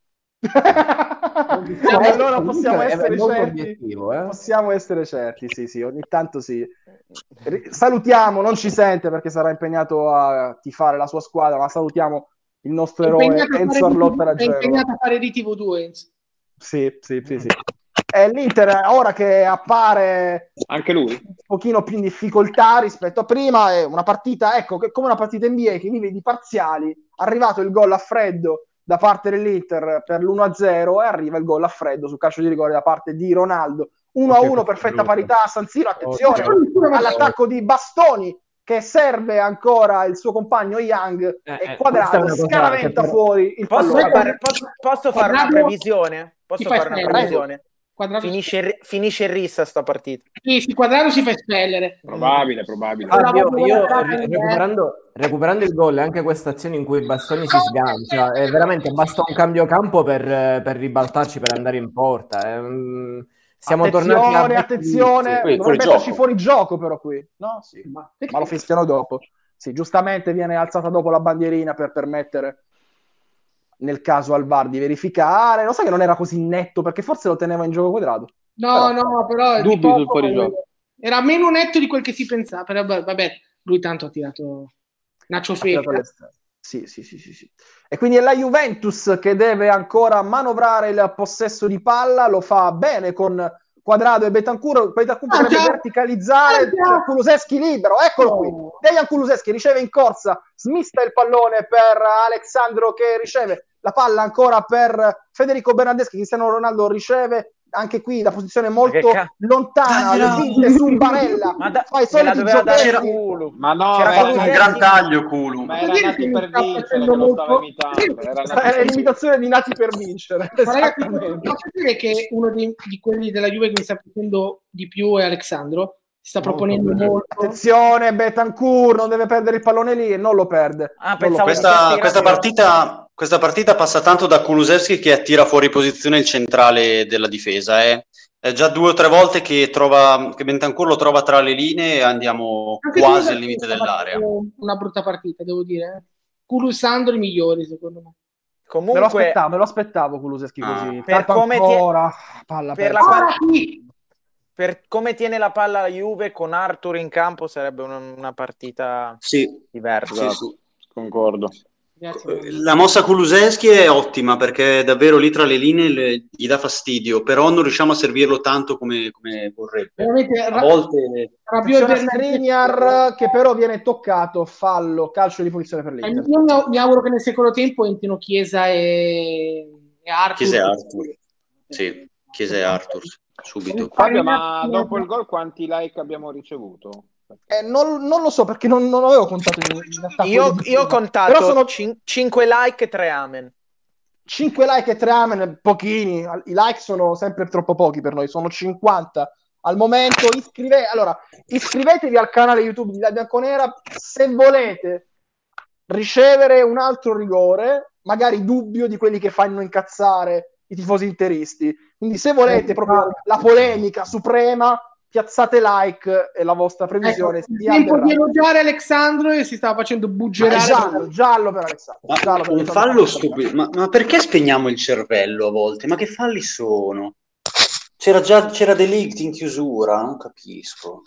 Allora possiamo essere certi. Possiamo essere certi, sì, ogni tanto sì. Salutiamo, non ci sente perché sarà impegnato a tifare la sua squadra, ma salutiamo il nostro eroe Enzo Arlotta Raggiero. È impegnato a fare di TV2 Enzo. Sì. È l'Inter ora che appare anche lui un pochino più in difficoltà rispetto a prima, è una partita, ecco, come una partita NBA che vive di parziali, arrivato il gol a freddo da parte dell'Inter per l'1-0 e arriva il gol a freddo sul calcio di rigore da parte di Ronaldo. 1-1, perfetta parità a San Siro, attenzione all'attacco di Bastoni che serve ancora il suo compagno Young e Quadrado scaraventa fuori il pallone. Posso fare una previsione? Finisce in rissa sta partita. Sì, Quadrado si fa espellere. Probabile. Io recuperando il gol e anche questa azione in cui Bastoni si sgancia, veramente basta un cambio campo per ribaltarci, per andare in porta. Siamo tornati attenzione, dovrebbe esserci fuori gioco però qui. No, sì, ma lo fischiano dopo. Sì, giustamente viene alzata dopo la bandierina per permettere nel caso al VAR di verificare. Lo sai che non era così netto perché forse lo teneva in gioco Quadrado. No, però dubbi sul fuorigioco. Era meno netto di quel che si pensava, però vabbè, lui tanto ha tirato Nacho Fecca. Sì. E quindi è la Juventus che deve ancora manovrare il possesso di palla, lo fa bene con Quadrado e Bentancur potrebbe verticalizzare, Kulusevski libero, eccolo qui, Dejan Kulusevski riceve in corsa, smista il pallone per Alexandro che riceve la palla ancora per Federico Bernardeschi, Cristiano Ronaldo riceve anche qui da posizione molto lontana, le finte su Barella, fai soliti giochetti. Ma no, era un gran taglio Kulu. Ma era nati per vincere, che lo stava imitando. Era l'imitazione di nati per vincere. Posso dire che uno di quelli della Juve che mi sta piacendo di più è Alexandro. Si sta proponendo molto. Attenzione, Bentancur non deve perdere il pallone lì e non lo perde. Questa partita passa tanto da Kulusevski che attira fuori posizione il centrale della difesa. È già 2 o 3 volte che Bentancur lo trova tra le linee e andiamo anche quasi al limite dell'area. Una brutta partita, devo dire. Kulusandro i migliori, secondo me. Comunque me lo aspettavo Kulusevski così. Per come palla per come tiene la palla la Juve con Arthur in campo sarebbe una partita diversa. Sì, concordo. La mossa Kulusevski è ottima perché davvero lì tra le linee gli dà fastidio, però non riusciamo a servirlo tanto come vorrebbe. A volte Skriniar che però viene toccato, fallo, calcio di punizione per l'Inter. Io mi auguro che nel secondo tempo entrino Chiesa e Arthur. Chiesa e Arthur. Sì, Chiesa e Arthur. Subito. Fabio, ma dopo il gol quanti like abbiamo ricevuto? Non lo so perché non avevo contato in attacco. Io ho contato sono 5 like e 3 amen. 5 like e 3 amen, pochini. I like sono sempre troppo pochi per noi, sono 50 al momento. Iscrivetevi al canale YouTube di La Bianconera se volete ricevere un altro rigore, magari dubbio di quelli che fanno incazzare i tifosi interisti. Quindi se volete proprio la polemica suprema, piazzate like e la vostra previsione sia tempo di elogiare Alexandro e si stava facendo buggerare. Giallo per Alexandro. Un fallo stupido. Ma perché spegniamo il cervello a volte? Ma che falli sono? C'era De Ligt in chiusura, non capisco.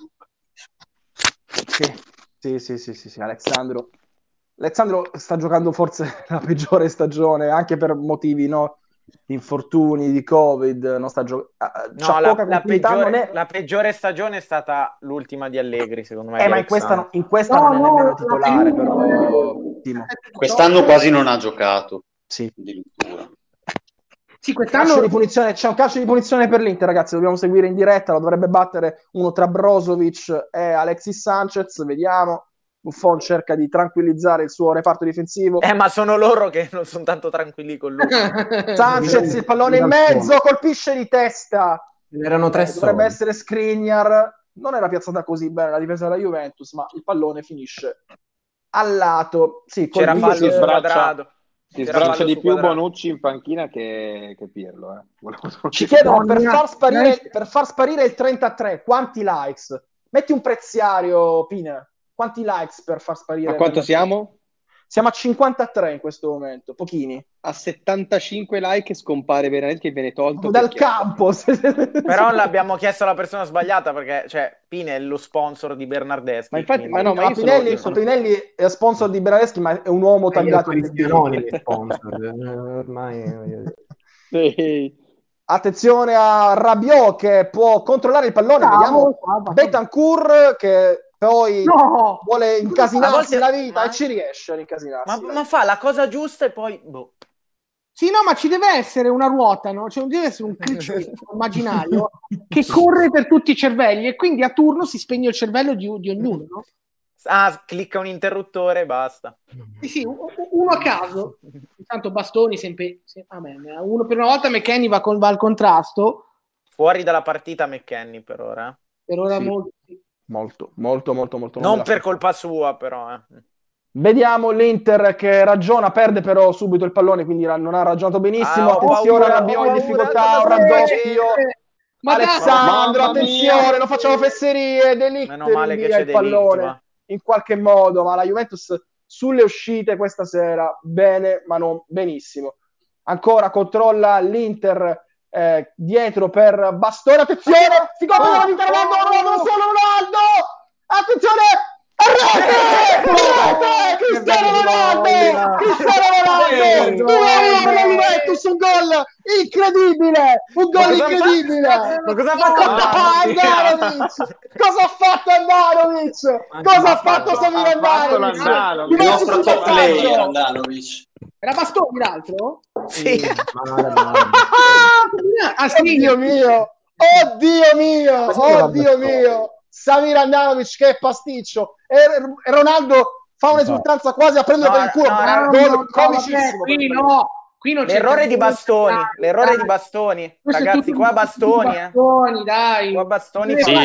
Sì, Alexandro sta giocando forse la peggiore stagione, anche per motivi di infortuni, di Covid, non sta giocando. La peggiore stagione è stata l'ultima di Allegri, secondo me. Ma in questa non è nemmeno titolare, però. Quest'anno quasi non ha giocato. Sì. Addirittura. Sì, quest'anno c'è un calcio di punizione per l'Inter, ragazzi, dobbiamo seguire in diretta, lo dovrebbe battere uno tra Brozovic e Alexis Sanchez, vediamo. Buffon cerca di tranquillizzare il suo reparto difensivo. Ma sono loro che non sono tanto tranquilli con lui. Sanchez, il pallone in mezzo, colpisce di testa. Erano 3 dovrebbe essere Skriniar. Non era piazzata così bene la difesa della Juventus, ma il pallone finisce al lato. Sì, c'era fallo squadrato. Si sbraccia di più Bonucci in panchina che Pirlo. Ci chiedono per far sparire il 33 quanti likes? Metti un preziario, Pina. Quanti likes per far sparire? A quanto siamo? Siamo a 53 in questo momento, pochini. A 75 like scompare Benedetti e viene tolto dal campo. Però l'abbiamo chiesto alla persona sbagliata perché Pina è lo sponsor di Bernardeschi. Ma infatti, Pinelli è sponsor di Bernardeschi, ma è un uomo tagliato in sponsor. Ormai attenzione a Rabiot che può controllare il pallone. Vediamo Bentancur che poi vuole incasinarsi la vita e ci riesce ad incasinarsi. Ma fa la cosa giusta e poi Sì, ma ci deve essere una ruota, no? Cioè, deve essere un cliché immaginario che corre per tutti i cervelli e quindi a turno si spegne il cervello di ognuno, no? Clicca un interruttore e basta. Sì, uno a caso. Intanto Bastoni sempre uno per una volta McKennie va al contrasto. Fuori dalla partita McKennie per ora. Per ora sì. Molto. Non per colpa sua, però. Vediamo l'Inter che ragiona, perde però subito il pallone, quindi non ha ragionato benissimo. Attenzione, Rabiot in difficoltà, un raddoppio. Alessandro, attenzione, non facciamo fesserie. De Ligt rinvia il pallone in qualche modo, ma la Juventus sulle uscite questa sera bene, ma non benissimo. Ancora controlla l'Inter dietro per Bastoni, attenzione, si copre la vita Ronaldo, Attenzione! Cristiano Ronaldo! 2-1 per la Juventus, un gol incredibile, un gol incredibile. Ma cosa ha fatto Cosa ha fatto Andanovic? Cosa ha fatto Samir Andanovic? Il nostro top player Andanovic. Era Bastoni l'altro? Sì. Oddio mio, Samir Andanovic, che pasticcio. E Ronaldo fa un'esultanza quasi a prendere per il culo. Gol comicissimo. Qui non c'è L'errore di Bastoni, ragazzi, qua Bastoni, dai. Qua Bastoni Sì,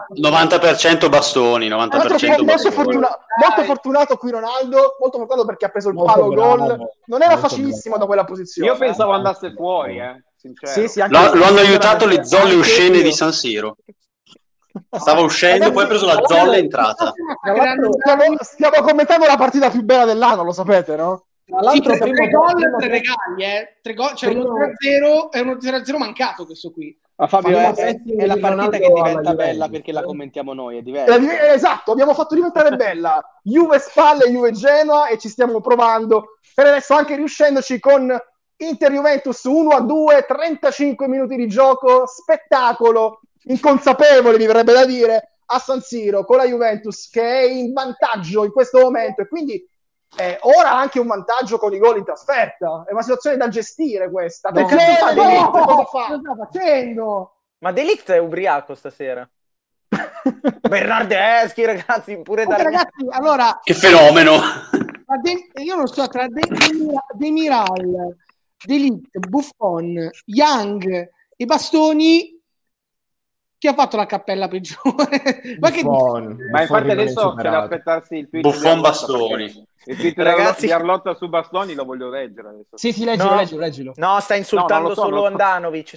90% Bastoni, 90% molto fortunato qui Ronaldo, molto fortunato perché ha preso il palo gol. Non era facilissimo da quella posizione. Io pensavo andasse fuori, sincero. Sì, lo hanno aiutato le zolle uscene di San Siro. Stava uscendo, poi ha preso la zolla e è entrata. Stiamo commentando la partita più bella dell'anno, lo sapete, no? Tra l'altro, sì, 3 gol, 3 regali, 3 gol, c'è uno 0-0 e uno 0-0 mancato questo qui. Ma Fabio, è la partita che diventa bella perché la commentiamo noi, è diverso. Esatto, abbiamo fatto diventare bella Juve Spalle, Juve Genoa e ci stiamo provando per adesso anche riuscendoci con Inter Juventus 1-2, 35 minuti di gioco, spettacolo inconsapevole mi verrebbe da dire a San Siro con la Juventus che è in vantaggio in questo momento e quindi ora anche un vantaggio con i gol in trasferta. È una situazione da gestire questa. Cosa sta facendo? Ma De Ligt è ubriaco stasera. Bernardeschi, ragazzi, pure da ragazzi, allora che fenomeno. Io non so tra Demiral, De Ligt, Buffon, Young e Bastoni chi ha fatto la cappella peggiore? Ma infatti adesso c'è da aspettarsi il tweet Buffon Bastoni. Il tweet ragazzi di Arlotta su Bastoni lo voglio leggere adesso. Sì, leggilo. No, sta insultando solo Andanovic,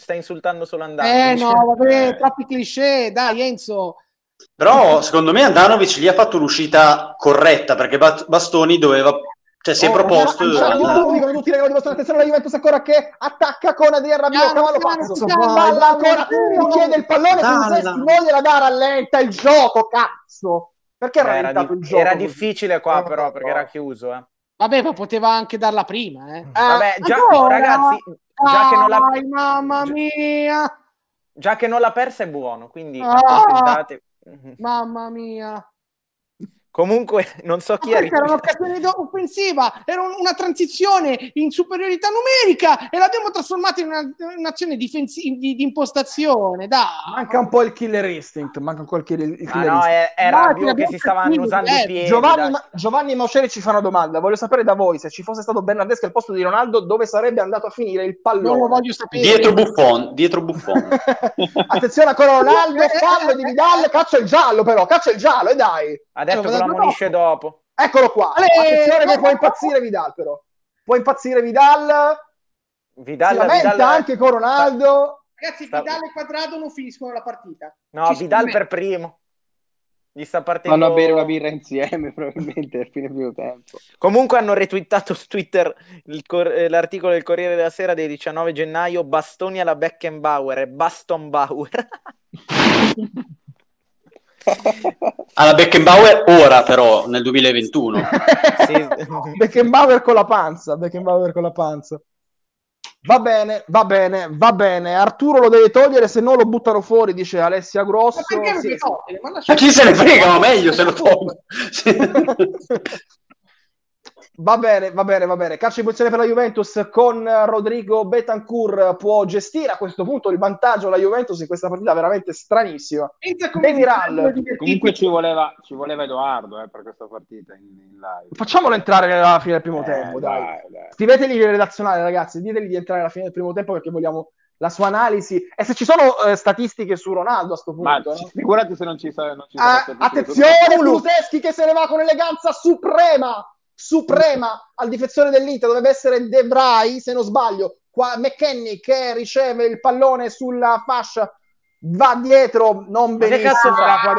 no, vabbè, troppi cliché, dai Enzo. Però secondo me Andanovic lì ha fatto l'uscita corretta perché Bastoni doveva, cioè si è proposto dicono tutti ragazzi, attenzione alla Juventus ancora che attacca con Adrian Rabiot, cavallo pazzo, palla ancora, chiede il pallone, non gliela dà, rallenta il gioco, cazzo, perché ha rallentato il gioco? Era difficile qua però perché era chiuso vabbè, ma poteva anche darla prima vabbè, ragazzi, già che non l'ha mamma mia, già che non l'ha persa è buono, quindi accontentate. Mamma mia. Comunque non so chi era un'occasione offensiva, era una transizione in superiorità numerica e l'abbiamo trasformata in un'azione difensiva di impostazione. Dai. Manca un po' il killer instinct, era più che si stavano usando i piedi. Giovanni e Mauceri ci fa una domanda, voglio sapere da voi se ci fosse stato Bernardeschi al posto di Ronaldo dove sarebbe andato a finire il pallone. Non lo voglio sapere. Dietro Buffon. Attenzione ancora Ronaldo, fallo di Vidal, caccia il giallo e dai. Ha detto che lo ammonisce dopo. Eccolo qua. Attenzione che può impazzire Vidal però. Può impazzire Vidal anche con Ronaldo. Ragazzi, Vidal e Quadrado non finiscono la partita. No, Vidal per primo. Gli sta partendo. Vanno a bere una birra insieme probabilmente a fine primo tempo. Comunque hanno retweetato su Twitter l'articolo del Corriere della Sera del 19 gennaio Bastoni alla Beckenbauer e Bastonbauer. Alla Beckenbauer ora però nel 2021 sì. Beckenbauer con la panza. Va bene, Arturo lo deve togliere, se no lo buttano fuori, dice Alessia Grosso. Ma chi se ne frega, ma meglio se lo tolgo. Va bene. Calcio in posizione per la Juventus con Rodrigo Bentancur, può gestire a questo punto il vantaggio la Juventus in questa partita veramente stranissima. Demiral. Comunque ci voleva Edoardo per questa partita in live. Facciamolo entrare alla fine del primo tempo, dai. Scrivetegli in redazionale, ragazzi, ditegli di entrare alla fine del primo tempo perché vogliamo la sua analisi e se ci sono statistiche su Ronaldo a sto punto. Ma figurati se non ci sono attenzione, Kulusevski che se ne va con eleganza suprema al difensore dell'Inter, dovrebbe essere De Vrij se non sbaglio, qua McKennie che riceve il pallone sulla fascia, va dietro, non benissimo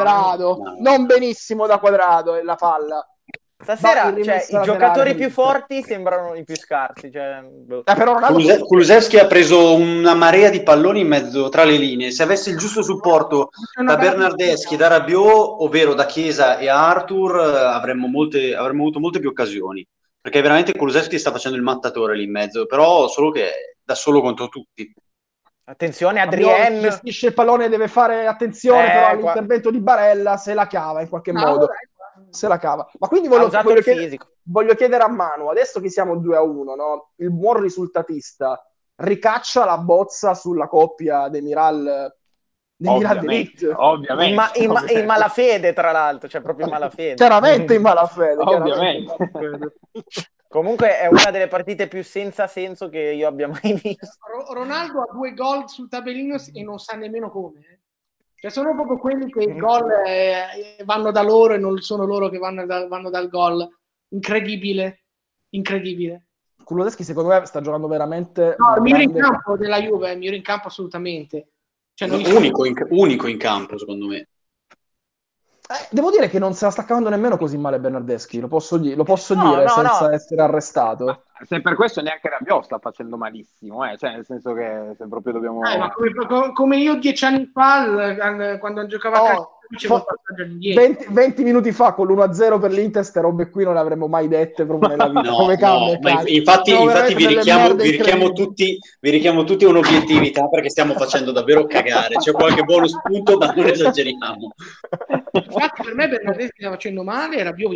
da Quadrado e la palla. Stasera i giocatori più forti sembrano i più scarsi. Però Kulusevski ha preso una marea di palloni in mezzo tra le linee. Se avesse il giusto supporto da Bernardeschi e da Rabiot, ovvero da Chiesa e Arthur, avremmo avuto molte più occasioni. perché veramente Kulusevski sta facendo il mattatore lì in mezzo, però solo che da solo contro tutti. Attenzione, Adrien Adrien. gestisce il pallone, deve fare attenzione però all'intervento di Barella, se la cava in qualche modo. Se la cava. Ma quindi voglio chiedere a Manu, adesso che siamo 2-1, no? Il buon risultatista ricaccia la bozza sulla coppia Demiral Ovviamente. In malafede, tra l'altro, cioè proprio in malafede. Chiaramente in malafede. Ovviamente. Comunque è una delle partite più senza senso che io abbia mai visto. Ronaldo ha 2 gol sul tabellino e non sa nemmeno come. Cioè sono proprio quelli che i gol vanno da loro e non sono loro che vanno dal gol. Incredibile. Kulusevski secondo me sta giocando veramente... No, il migliore in campo della Juve, il migliore in campo assolutamente. Cioè, Unico in campo, secondo me. Devo dire che non se la sta cavando nemmeno così male Bernardeschi, lo posso dire senza essere arrestato. Ma se per questo neanche Rabiot sta facendo malissimo, cioè nel senso che se proprio dobbiamo... ma come io 10 anni fa, quando giocavo a calcio, facevo il passaggio di 20 minuti fa con l'1-0 per l'Inter, ste robe qui non le avremmo mai dette proprio nella vita. Come cambia? Infatti vi richiamo tutti a un'obiettività, perché stiamo facendo davvero cagare. C'è qualche buono spunto, ma non esageriamo. Infatti per me Bernardeschi sta facendo male, era più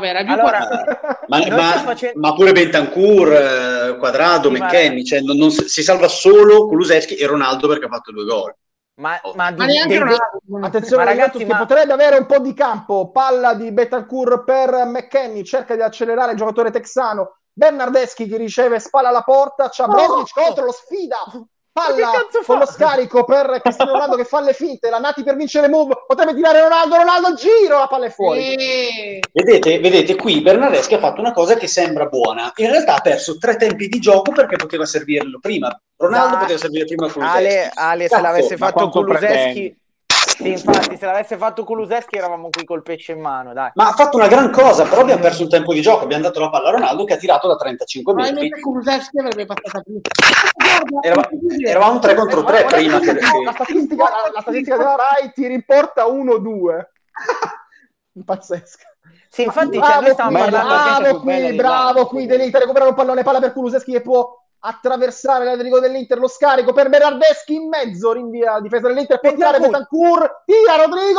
ma pure Bentancur, Quadrado, McKennie, cioè non si salva solo Kulusevski e Ronaldo perché ha fatto 2 gol. Attenzione ragazzi, che potrebbe avere un po' di campo. Palla di Bentancur per McKennie, cerca di accelerare il giocatore texano. Bernardeschi che riceve, spalla alla porta, c'ha Brozovic contro, lo sfida. Palla con lo scarico per Cristiano Ronaldo che fa le finte, la Nati per vincere move, potrebbe tirare Ronaldo, giro, la palla è fuori. Vedete, qui Bernardeschi ha fatto una cosa che sembra buona, in realtà ha perso 3 tempi di gioco perché poteva servirlo prima. Ronaldo poteva servire prima Kulusevski. Ale, se l'avesse fatto Kulusevski... Sì, infatti, se l'avesse fatto Kulusevski eravamo qui col pesce in mano, dai. Ma ha fatto una gran cosa, però abbiamo perso un tempo di gioco, abbiamo dato la palla a Ronaldo che ha tirato da 35 metri. Kulusevski avrebbe passato prima. Eravamo 3 contro 3 prima. La statistica della Rai ti riporta 1-2. Pazzesca. Sì, infatti, noi stavamo parlando... Bravo qui dell'Inter, recuperare un pallone, palla per Kulusevski che può attraversare l'Adrigo dell'Inter, lo scarico per Bernardeschi in mezzo, rinvia la difesa dell'Inter, può tirare Bentancur, tira Rodrigo,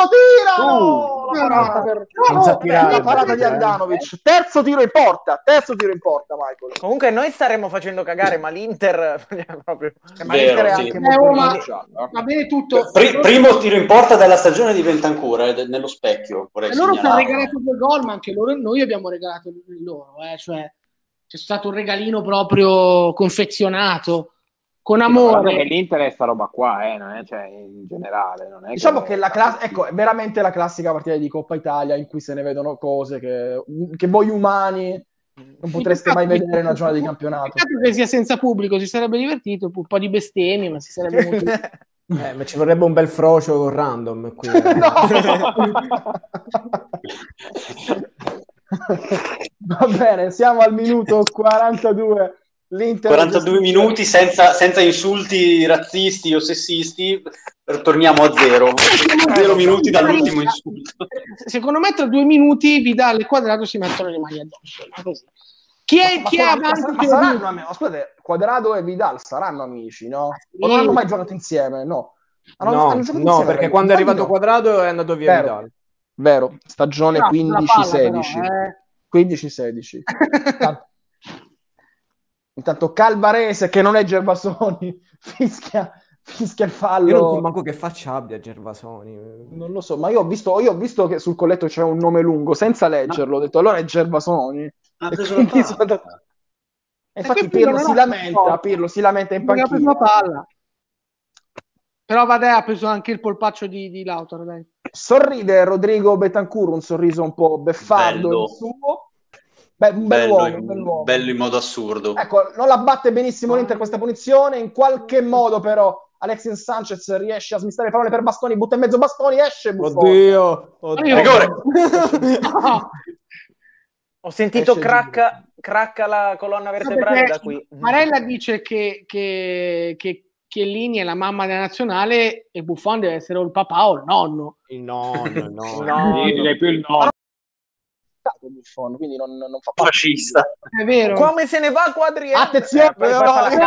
la parata di Andanovic, terzo tiro in porta, Michael. Comunque noi staremmo facendo cagare, ma l'Inter proprio... l'Inter è anche molto va bene tutto. Primo tiro in porta della stagione di Bentancur, nello specchio. Loro ci hanno regalato 2 gol, ma anche noi abbiamo regalato loro, cioè c'è stato un regalino proprio confezionato con amore. Che l'Inter è sta roba qua, non è, cioè, in generale. Non è diciamo che è veramente la classica partita di Coppa Italia in cui se ne vedono cose che voi umani non potreste mai vedere in una giornata di campionato. Peccato che sia senza pubblico, si sarebbe divertito, un po' di bestemmie, ma si sarebbe molto... ma ci vorrebbe un bel frocio con random qui. Va bene, siamo al minuto 42. L'Inter 42 minuti senza insulti razzisti o sessisti, torniamo a 0 minuti dall'ultimo insulto. Secondo me tra 2 minuti Vidal e Quadrado si mettono le mani addosso, così. Chi è avanti? Scusate, Quadrado e Vidal saranno amici, no? O non hanno mai giocato insieme, no? No, perché quando è arrivato Quadrado è andato via Vidal. Vero, stagione 15-16. 15-16. Intanto Calvarese, che non è Gervasoni, fischia il fallo. Io non so manco che faccia abbia Gervasoni. Non lo so, ma io ho visto che sul colletto c'è un nome lungo, senza leggerlo, ho detto allora è Gervasoni. Infatti Pirlo si lamenta in panchina. Però ha preso anche il polpaccio di Lautaro, dai. Sorride Rodrigo Bentancur, un sorriso un po' beffardo il suo. Bell'uomo. Bello in modo assurdo. Ecco, non la batte benissimo l'Inter questa punizione, in qualche modo però Alexis Sanchez riesce a smistare il pallone per Bastoni, butta in mezzo Bastoni, esce Buffon. Oddio. Rigore. No. Ho sentito cracca la colonna vertebrale da qui. Marella dice che Chiellini è la mamma della nazionale e Buffon deve essere o il papà o il nonno. Il nonno. Direi più il nonno. attaccato Buffon, quindi non fa parte. Fascista. È vero. Come se ne va Quadrienne? Attenzione, Bello.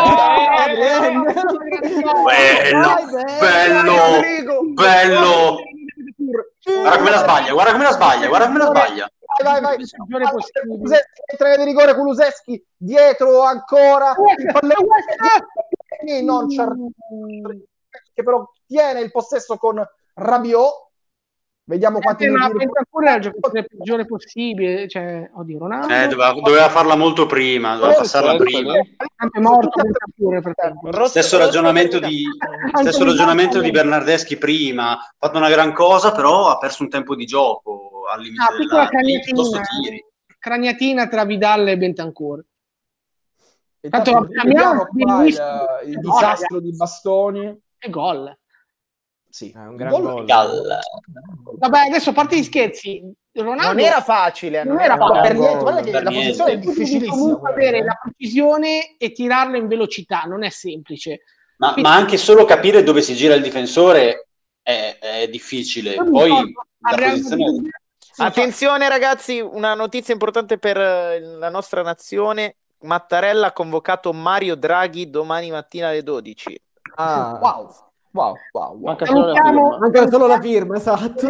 Guarda come la sbaglia. Vai. Entra di rigore Kulusevski, dietro ancora il pallone. Non c'è che però tiene il possesso con Rabiot. Vediamo quanti minuti. Bentancur è il giocatore peggiore possibile, cioè, Ronaldo. Doveva farla molto prima, doveva passarla prima. È morto Bentancur. Stesso ragionamento di Bernardeschi prima, ha fatto una gran cosa, però ha perso un tempo di gioco al limite piccola cragnatina tra Vidal e Bentancur. Tanto vediamo qua il disastro di Bastoni e gol. Sì, è un gran gol. Vabbè, adesso a parte gli scherzi, Ronaldo non era facile, non era per niente. Guarda che la posizione è difficilissima. Comunque avere la precisione e tirarla in velocità non è semplice. Ma anche solo capire dove si gira il difensore è difficile. Poi la posizione... Attenzione ragazzi, una notizia importante per la nostra nazione. Mattarella ha convocato Mario Draghi domani mattina alle 12. Wow. Manca solo la firma, esatto.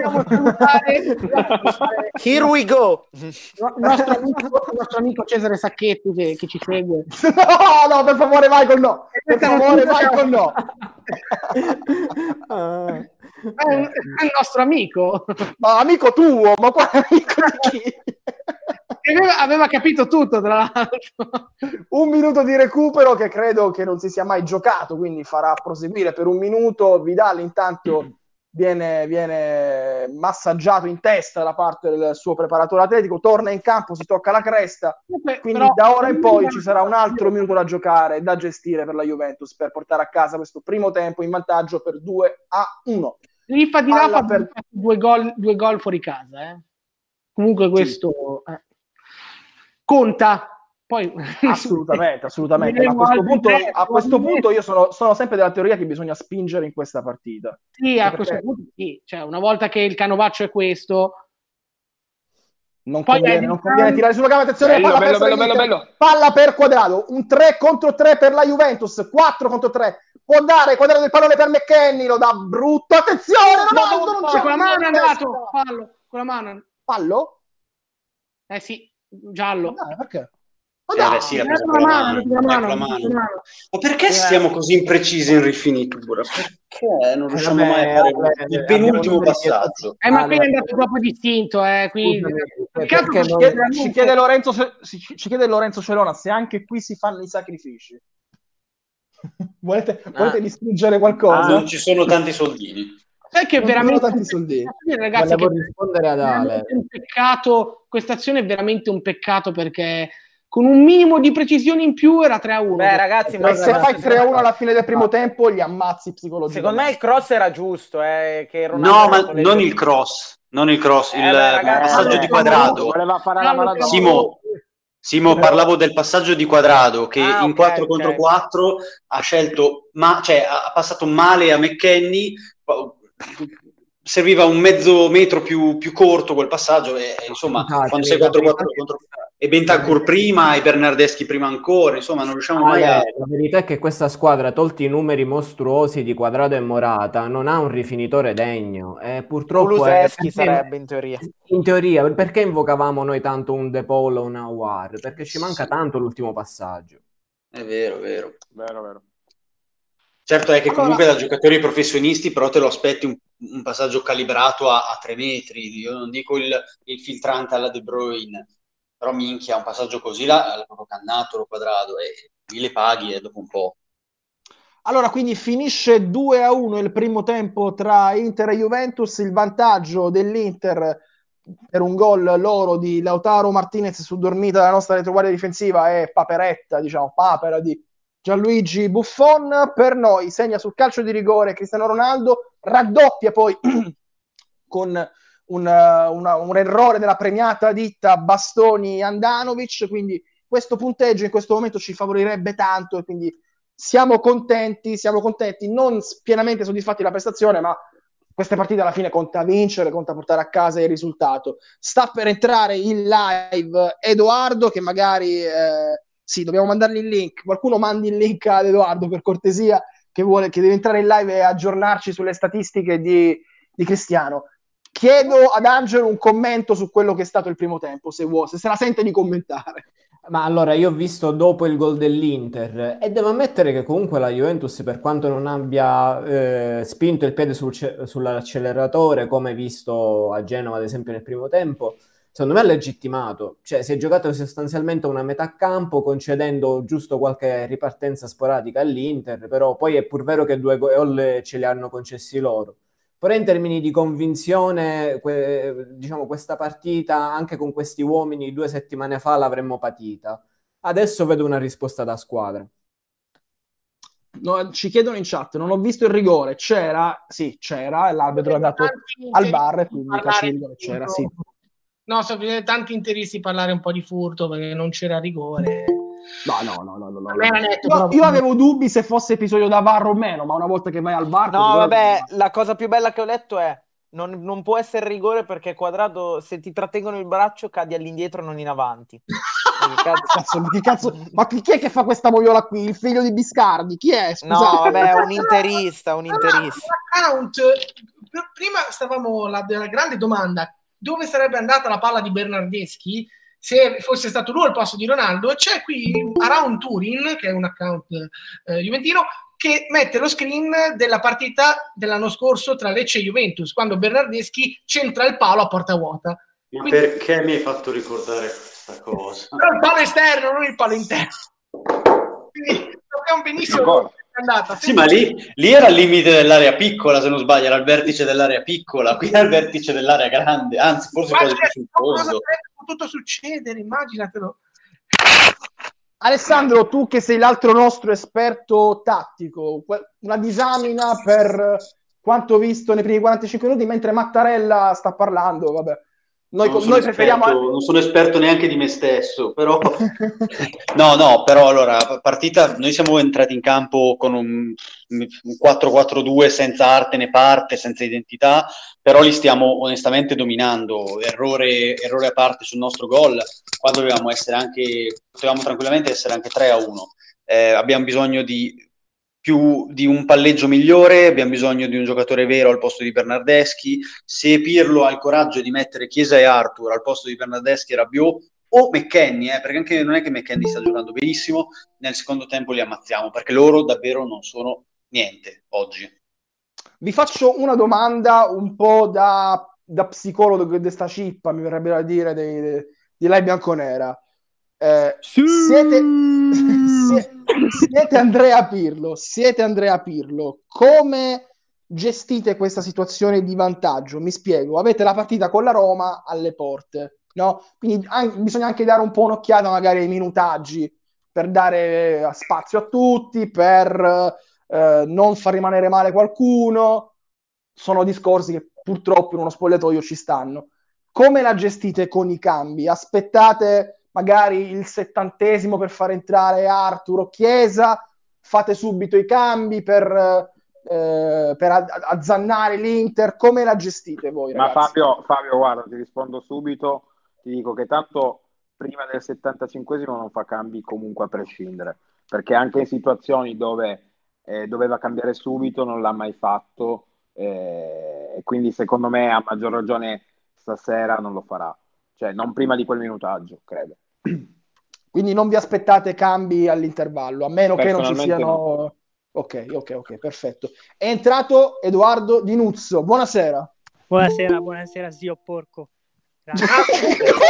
Here we go. Il nostro amico Cesare Sacchetti che ci segue. No, per favore, Michael, no. È il nostro amico. Ma amico tuo, ma poi amico di chi? Aveva capito tutto, tra l'altro. Un minuto di recupero che credo che non si sia mai giocato, quindi farà proseguire per un minuto. Vidal intanto viene massaggiato in testa da parte del suo preparatore atletico, torna in campo, si tocca la cresta, quindi però, da ora in poi ci sarà un altro minuto da giocare, da gestire per la Juventus per portare a casa questo primo tempo in vantaggio per 2-1. Riffa di Rafa per due gol fuori casa. Comunque questo... Sì. Conta, poi assolutamente. A questo punto io sono sempre della teoria che bisogna spingere in questa partita. Sì, a questo punto sì, cioè una volta che il canovaccio è questo, non conviene tirare sulla gamba. Attenzione, bello. Palla per Quadrado, un 3 contro 3 per la Juventus, 4 contro 3. Può dare Quadrado il pallone per McKennie, lo dà brutto. Attenzione, Ronaldo non c'è, con la mano è andato, fallo, con la mano. Fallo? Sì. Giallo. Perché? Sì, la mano. Ma perché siamo così imprecisi in rifinitura? Perché non riusciamo mai a fare il penultimo passaggio? Ma qui è andato troppo distinto, qui. Ci chiede Lorenzo Celona se anche qui si fanno i sacrifici. Volete distruggere qualcosa? Non ci sono tanti soldini. Sai che veramente tanti soldini. Ragazzi, volevo rispondere ad Ale. Un peccato, questa azione è veramente un peccato perché con un minimo di precisione in più era 3-1. Beh, ragazzi, ma se fai 3-1 alla fine del primo tempo li ammazzi psicologicamente. Secondo me il cross era giusto, che no, ma non il cross, il passaggio di Quadrado. Voleva fare la Maradona. Simo, parlavo del passaggio di Quadrado che in 4 contro 4 ha scelto, ha passato male a McKennie. Serviva un mezzo metro più corto quel passaggio e insomma quando sei 4-4 e Bentancur prima e Bernardeschi prima ancora, insomma non riusciamo mai a... La verità è che questa squadra, tolti i numeri mostruosi di Quadrado e Morata, non ha un rifinitore degno e purtroppo Kulusevski sarebbe in teoria, perché invocavamo noi tanto un De Paul o un Aouar? Perché ci manca tanto l'ultimo passaggio. È vero. Certo è che comunque da giocatori professionisti però te lo aspetti un passaggio calibrato a 3 metri, io non dico il filtrante alla De Bruyne, però minchia, un passaggio così l'ha proprio cannato lo Quadrado e lì le paghi dopo un po'. Allora, quindi finisce 2-1 il primo tempo tra Inter e Juventus, il vantaggio dell'Inter per un gol loro di Lautaro Martinez su dormita della nostra retroguardia difensiva è papera di Gianluigi Buffon. Per noi segna sul calcio di rigore Cristiano Ronaldo, raddoppia poi con un errore della premiata ditta Bastoni Andanovic, quindi questo punteggio in questo momento ci favorirebbe tanto e quindi siamo contenti, non pienamente soddisfatti della prestazione, ma queste partite alla fine conta vincere, conta portare a casa il risultato. Sta per entrare in live Edoardo, che magari sì, dobbiamo mandargli il link. Qualcuno mandi il link ad Edoardo per cortesia, che deve entrare in live e aggiornarci sulle statistiche di Cristiano. Chiedo ad Angelo un commento su quello che è stato il primo tempo, se se la sente di commentare. Ma allora, io ho visto dopo il gol dell'Inter e devo ammettere che comunque la Juventus, per quanto non abbia spinto il piede sull'acceleratore, come visto a Genova, ad esempio, nel primo tempo, secondo me ha legittimato. Cioè, si è giocato sostanzialmente una metà campo, concedendo giusto qualche ripartenza sporadica all'Inter, però poi è pur vero che 2 gol ce li hanno concessi loro. Però in termini di convinzione, diciamo, questa partita, anche con questi uomini 2 settimane fa l'avremmo patita. Adesso vedo una risposta da squadra. No, ci chiedono in chat, non ho visto il rigore. C'era, sì, c'era, e l'arbitro l'ha dato al bar, quindi calcio di rigore c'era, sì. No, so vedere tanti interisti parlare un po' di furto perché non c'era rigore. No. Io avevo dubbi se fosse episodio da VAR o meno, ma una volta che vai al bar... No, vabbè, la cosa più bella che ho letto è non può essere rigore perché Quadrato, se ti trattengono il braccio, cadi all'indietro, non in avanti. Che cazzo? Ma chi è che fa questa moviola qui? Il figlio di Biscardi? Chi è? Scusate. No, vabbè, un interista. Prima stavamo della grande domanda: dove sarebbe andata la palla di Bernardeschi se fosse stato lui al posto di Ronaldo? E c'è qui Around Turin, che è un account juventino, che mette lo screen della partita dell'anno scorso tra Lecce e Juventus, quando Bernardeschi centra il palo a porta vuota. Ma quindi, perché mi hai fatto ricordare questa cosa? Però il palo esterno, non il palo interno. Quindi sappiamo benissimo dove è andata. Sì, ma lì era il limite dell'area piccola, se non sbaglio, era il vertice dell'area piccola, qui era il vertice dell'area grande, anzi forse quasi più sul fondo. Cosa sarebbe potuto succedere? Immaginatelo. Alessandro, tu che sei l'altro nostro esperto tattico, una disamina per quanto visto nei primi 45 minuti mentre Mattarella sta parlando, vabbè. Noi preferiamo... Non sono esperto neanche di me stesso, però... No, però allora, partita, noi siamo entrati in campo con un 4-4-2 senza arte né parte, senza identità, però li stiamo onestamente dominando, errore a parte sul nostro gol, qua potevamo tranquillamente essere anche 3-1. Abbiamo bisogno di un palleggio migliore, abbiamo bisogno di un giocatore vero al posto di Bernardeschi. Se Pirlo ha il coraggio di mettere Chiesa e Arthur al posto di Bernardeschi e Rabiot, o McKennie, perché anche non è che McKennie sta giocando benissimo, nel secondo tempo li ammazziamo, perché loro davvero non sono niente oggi. Vi faccio una domanda un po' da psicologo di sta cippa, mi verrebbe da dire, di Lai Bianconera. Siete Andrea Pirlo, come gestite questa situazione di vantaggio? Mi spiego, avete la partita con la Roma alle porte, no? Quindi bisogna anche dare un po' un'occhiata magari ai minutaggi per dare spazio a tutti, per non far rimanere male qualcuno. Sono discorsi che purtroppo in uno spogliatoio ci stanno. Come la gestite con i cambi? Aspettate magari il 70° per far entrare Arthur o Chiesa, fate subito i cambi per azzannare l'Inter? Come la gestite voi, ragazzi? Ma Fabio, guarda, ti rispondo subito, ti dico che tanto prima del 75° non fa cambi comunque a prescindere, perché anche in situazioni dove doveva cambiare subito non l'ha mai fatto, e quindi secondo me a maggior ragione stasera non lo farà. Cioè, non prima di quel minutaggio, credo. Quindi non vi aspettate cambi all'intervallo, a meno che non ci siano... No. Ok, perfetto. È entrato Edoardo Di Nuzzo. Buonasera. Buonasera, zio porco. Ragazzi,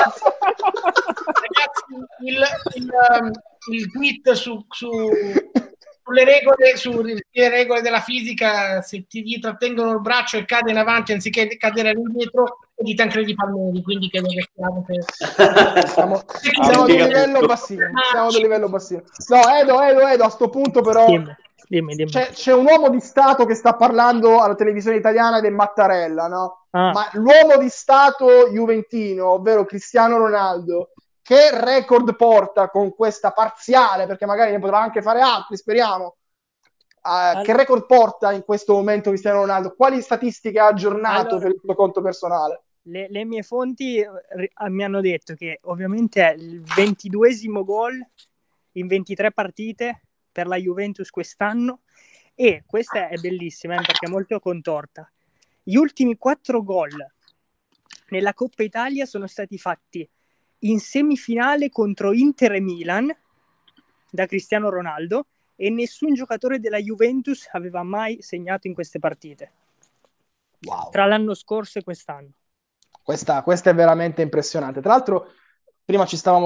il tweet sulle regole della fisica: se ti trattengono il braccio e cade in avanti anziché cadere all'indietro, dite anche di Palmeri, quindi credo che siamo a livello bassino. No, Edo, a sto punto però dimmi. C'è un uomo di Stato che sta parlando alla televisione italiana ed è Mattarella, no? Ma l'uomo di Stato juventino, ovvero Cristiano Ronaldo, che record porta con questa parziale, perché magari ne potrà anche fare altri, speriamo, Che record porta in questo momento Cristiano Ronaldo? Quali statistiche ha aggiornato per il suo conto personale? Le mie fonti mi hanno detto che ovviamente è il 22esimo gol in 23 partite per la Juventus quest'anno, e questa è bellissima perché è molto contorta. Gli ultimi 4 gol nella Coppa Italia sono stati fatti in semifinale contro Inter e Milan da Cristiano Ronaldo, e nessun giocatore della Juventus aveva mai segnato in queste partite. Wow. Tra l'anno scorso e quest'anno. Questa è veramente impressionante. Tra l'altro, prima ci stavamo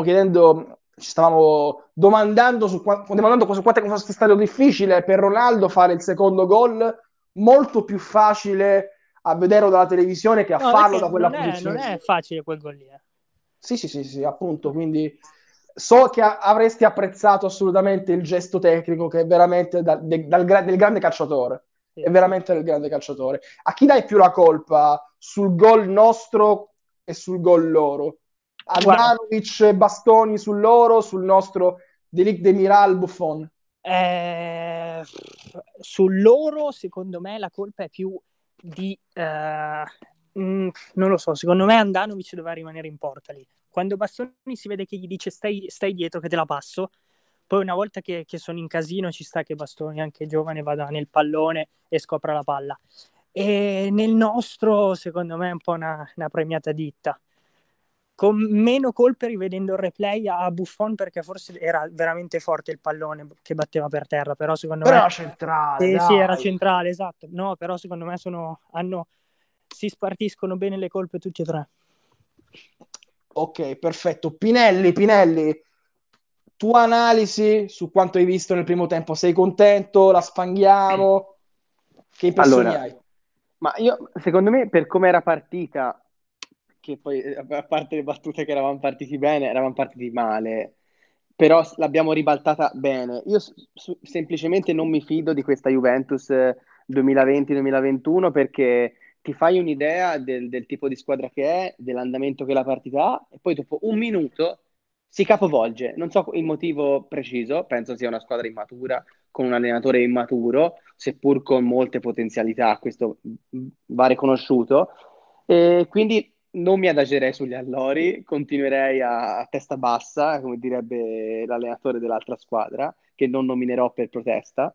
domandando su quanto fosse stato difficile per Ronaldo fare il secondo gol, molto più facile a vederlo dalla televisione che a farlo da quella posizione. Non è facile quel gol lì. Sì, appunto, quindi so che avresti apprezzato assolutamente il gesto tecnico, che è veramente del grande calciatore. Sì, è veramente del grande calciatore. A chi dai più la colpa sul gol nostro e sul gol loro? Andanovic e Bastoni sul loro, sul nostro Delic, Demiral, Buffon? Sul loro, secondo me, la colpa è più di... non lo so, secondo me Andanovic doveva rimanere in porta lì. Quando Bastoni si vede che gli dice stai dietro che te la passo, poi una volta che sono in casino ci sta che Bastoni, anche giovane, vada nel pallone e scopra la palla. E nel nostro, secondo me, è un po' una premiata ditta. Con meno colpe, rivedendo il replay, a Buffon, perché forse era veramente forte il pallone che batteva per terra, però secondo me... Era centrale, sì, era centrale, esatto. No, però secondo me si spartiscono bene le colpe tutti e tre. Ok, perfetto. Pinelli, tua analisi su quanto hai visto nel primo tempo? Sei contento? La sfanghiamo? Che impressioni hai? Ma io, secondo me, per come era partita, che poi, a parte le battute che eravamo partiti bene, eravamo partiti male, però l'abbiamo ribaltata bene. Io semplicemente non mi fido di questa Juventus 2020-2021, perché ti fai un'idea del tipo di squadra che è, dell'andamento che la partita ha, e poi dopo un minuto si capovolge. Non so il motivo preciso, penso sia una squadra immatura, con un allenatore immaturo, seppur con molte potenzialità, questo va riconosciuto, e quindi non mi adagerei sugli allori, continuerei a testa bassa, come direbbe l'allenatore dell'altra squadra, che non nominerò per protesta.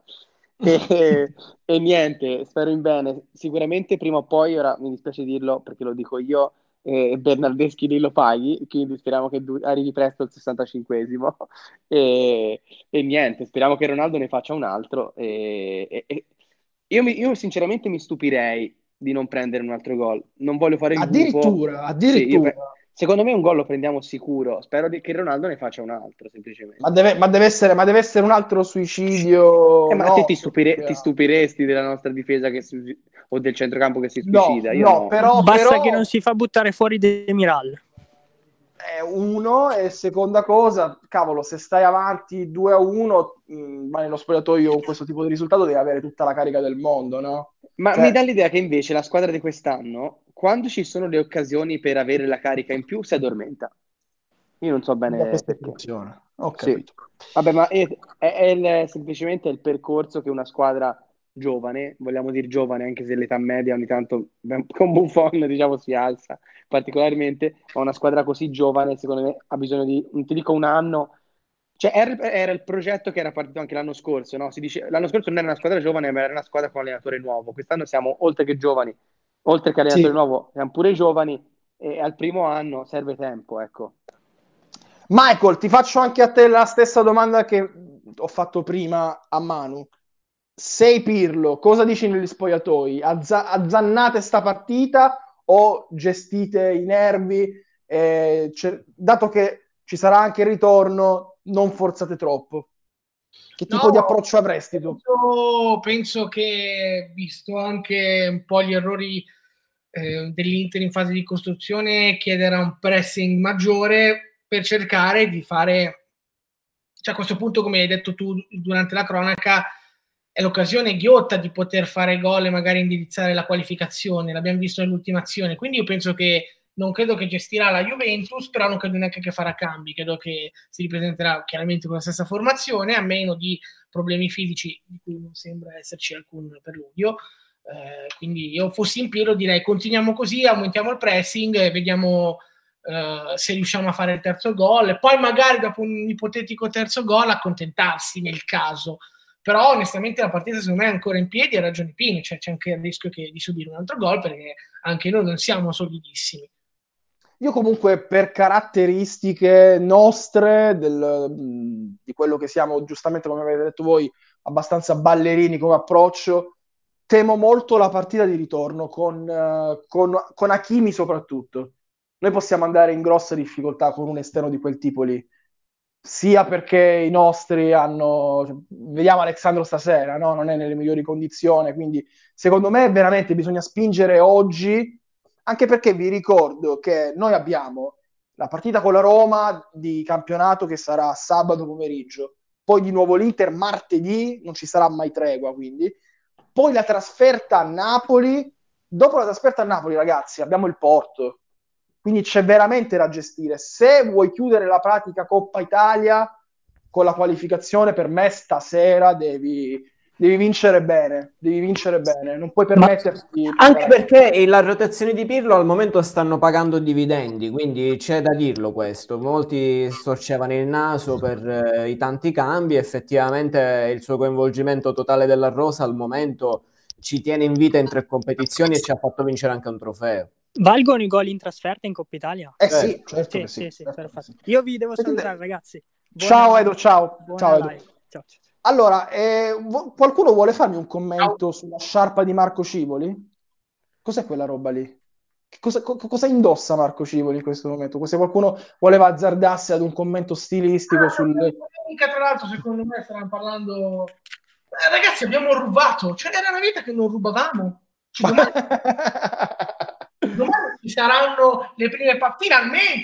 E niente, spero in bene. Sicuramente prima o poi, ora mi dispiace dirlo perché lo dico io, Bernardeschi lì lo paghi, quindi speriamo che arrivi presto il 65esimo. E niente, speriamo che Ronaldo ne faccia un altro. Io sinceramente mi stupirei di non prendere un altro gol. Non voglio fare il gufo. Addirittura. Sì, secondo me un gol lo prendiamo sicuro. Spero che Ronaldo ne faccia un altro, semplicemente. Ma deve essere un altro suicidio. Ma no, te ti stupiresti della nostra difesa o del centrocampo che si suicida? Io no. Però Basta che non si fa buttare fuori Demiral. Uno, e seconda cosa, cavolo, se stai avanti 2-1, ma nello spogliatoio con questo tipo di risultato devi avere tutta la carica del mondo, no? Ma mi dà l'idea che invece la squadra di quest'anno, quando ci sono le occasioni per avere la carica in più, si addormenta. Io non so bene perché. Ho capito. Sì. Vabbè, ma semplicemente il percorso che una squadra giovane, vogliamo dire giovane, anche se l'età media ogni tanto con Buffon, diciamo, si alza particolarmente, ma una squadra così giovane, secondo me, ha bisogno di, non ti dico un anno, cioè era il progetto che era partito anche l'anno scorso, no? Si dice, l'anno scorso non era una squadra giovane, ma era una squadra con allenatore nuovo. Quest'anno siamo, oltre che giovani, oltre che allenatore nuovo, siamo pure giovani, e al primo anno serve tempo, ecco. Michael, ti faccio anche a te la stessa domanda che ho fatto prima a Manu. Sei Pirlo, cosa dici negli spogliatoi? Azzannate sta partita o gestite i nervi? Dato che ci sarà anche il ritorno, non forzate troppo. Che tipo di approccio avresti tu? Penso che, visto anche un po' gli errori dell'Inter in fase di costruzione, chiederà un pressing maggiore per cercare di fare, cioè a questo punto, come hai detto tu durante la cronaca, è l'occasione ghiotta di poter fare gol e magari indirizzare la qualificazione, l'abbiamo visto nell'ultima azione, quindi io penso che non credo che gestirà la Juventus, però non credo neanche che farà cambi, credo che si ripresenterà chiaramente con la stessa formazione, a meno di problemi fisici di cui non sembra esserci alcun preludio. Quindi io fossi in Piero direi continuiamo così, aumentiamo il pressing e vediamo se riusciamo a fare il terzo gol e poi magari dopo un ipotetico terzo gol accontentarsi nel caso. Però onestamente la partita secondo me è ancora in piedi, ha ragione Pini, cioè c'è anche il rischio di subire un altro gol perché anche noi non siamo solidissimi. Io comunque per caratteristiche nostre di quello che siamo, giustamente come avete detto voi, abbastanza ballerini come approccio, temo molto la partita di ritorno con Hakimi soprattutto. Noi possiamo andare in grossa difficoltà con un esterno di quel tipo lì, sia perché i nostri vediamo Alexandro stasera, no? Non è nelle migliori condizioni, quindi secondo me veramente bisogna spingere oggi, anche perché vi ricordo che noi abbiamo la partita con la Roma di campionato che sarà sabato pomeriggio, poi di nuovo l'Inter martedì, non ci sarà mai tregua, quindi poi la trasferta a Napoli. Dopo la trasferta a Napoli, ragazzi, abbiamo il Porto, quindi c'è veramente da gestire. Se vuoi chiudere la pratica Coppa Italia con la qualificazione, per me stasera devi vincere bene, non puoi permetterti. Anche perché la rotazione di Pirlo al momento stanno pagando dividendi, quindi c'è da dirlo questo. Molti storcevano il naso per i tanti cambi, effettivamente il suo coinvolgimento totale della rosa al momento ci tiene in vita in 3 competizioni e ci ha fatto vincere anche un trofeo. Valgono i gol in trasferta in Coppa Italia? Sì, certo sì, certo perfetto. sì. Io vi devo salutare, ragazzi. Ciao Edo, ciao Edo. Ciao. Allora, qualcuno vuole farmi un commento sulla sciarpa di Marco Civoli? Cos'è quella roba lì? Cosa indossa Marco Civoli in questo momento? Se qualcuno voleva azzardarsi ad un commento stilistico Tra l'altro, secondo me staranno parlando... ragazzi, abbiamo rubato. Cioè, era una vita che non rubavamo. Domani ci saranno le prime partite, finalmente.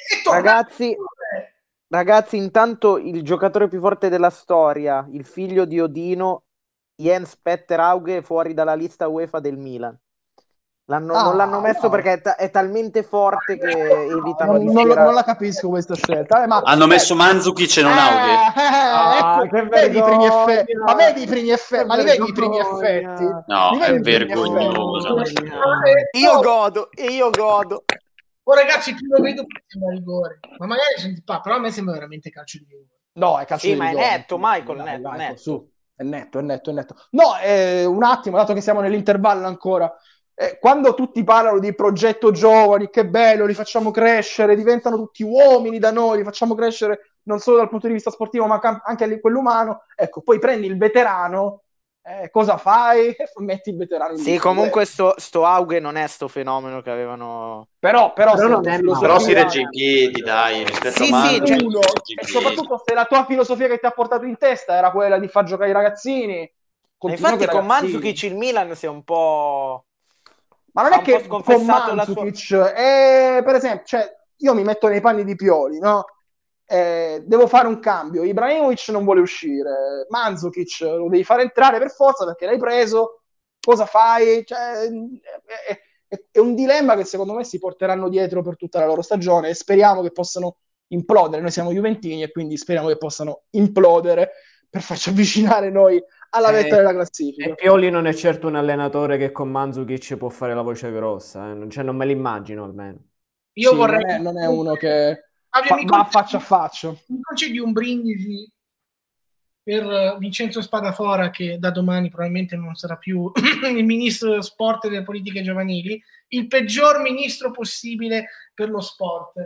Ragazzi, intanto il giocatore più forte della storia, il figlio di Odino, Jens Petter Hauge, è fuori dalla lista UEFA del Milan. Non l'hanno messo perché è talmente forte che evitano di schierare. Non la capisco questa scelta. Ma hanno messo Mandzukic e non Hauge. Vedi i primi effetti? Ma li vedi i primi effetti? No, è vergognoso. Io godo. Oh ragazzi, più lo vedo più sembra rigore. Ma magari senti però a me sembra veramente calcio di rigore. No, è calcio di rigore. Sì, ma è netto, Michael, netto. Su. È netto. No, un attimo, dato che siamo nell'intervallo ancora. Quando tutti parlano di progetto giovani, che bello, li facciamo crescere, diventano tutti uomini da noi, li facciamo crescere non solo dal punto di vista sportivo, ma anche a quello umano. Ecco, poi prendi il veterano. Cosa fai? Metti il veterano. Sì, comunque sto Hauge non è sto fenomeno che avevano. Però si regge in piedi, dai, rispetto a Mandzukic. E soprattutto se la tua filosofia che ti ha portato in testa era quella di far giocare i ragazzini. Infatti con Mandzukic il Milan si è un po'. Ma non è che con Mandzukic per esempio, cioè, io mi metto nei panni di Pioli, no? Devo fare un cambio. Ibrahimovic non vuole uscire, Mandzukic lo devi fare entrare per forza perché l'hai preso. Cosa fai? Cioè, è un dilemma che secondo me si porteranno dietro per tutta la loro stagione e speriamo che possano implodere. Noi siamo juventini e quindi speriamo che possano implodere per farci avvicinare noi alla vetta della classifica. E Pioli non è certo un allenatore che con Mandzukic può fare la voce grossa, non me l'immagino almeno. Io vorrei non è uno che va faccia a faccia. Mi concedi un brindisi per Vincenzo Spadafora, che da domani probabilmente non sarà più il ministro dello sport e delle politiche giovanili, il peggior ministro possibile per lo sport.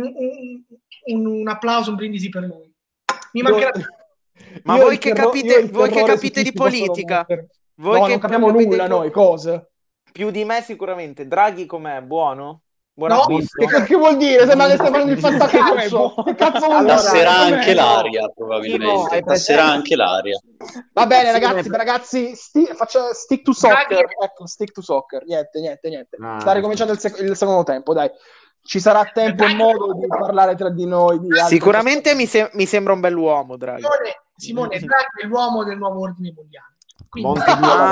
Un applauso, un brindisi per lui. Mi mancherà. Ma voi che capite di politica? Non capiamo nulla noi, cosa? Più di me sicuramente. Draghi com'è? Buono? No, che vuol dire? Sembra che stai parlando di fantacalcio. Che cazzo vuol dire? Passerà anche l'aria, probabilmente. Passerà anche l'aria. Va bene, ragazzi, stick to soccer. Ecco, stick to soccer. Niente. Sta ricominciando il secondo tempo, dai. Ci sarà tempo e modo di parlare tra di noi. Sicuramente mi sembra un bell'uomo, Draghi. Simone, Draghi è l'uomo del nuovo ordine mondiale. Quindi...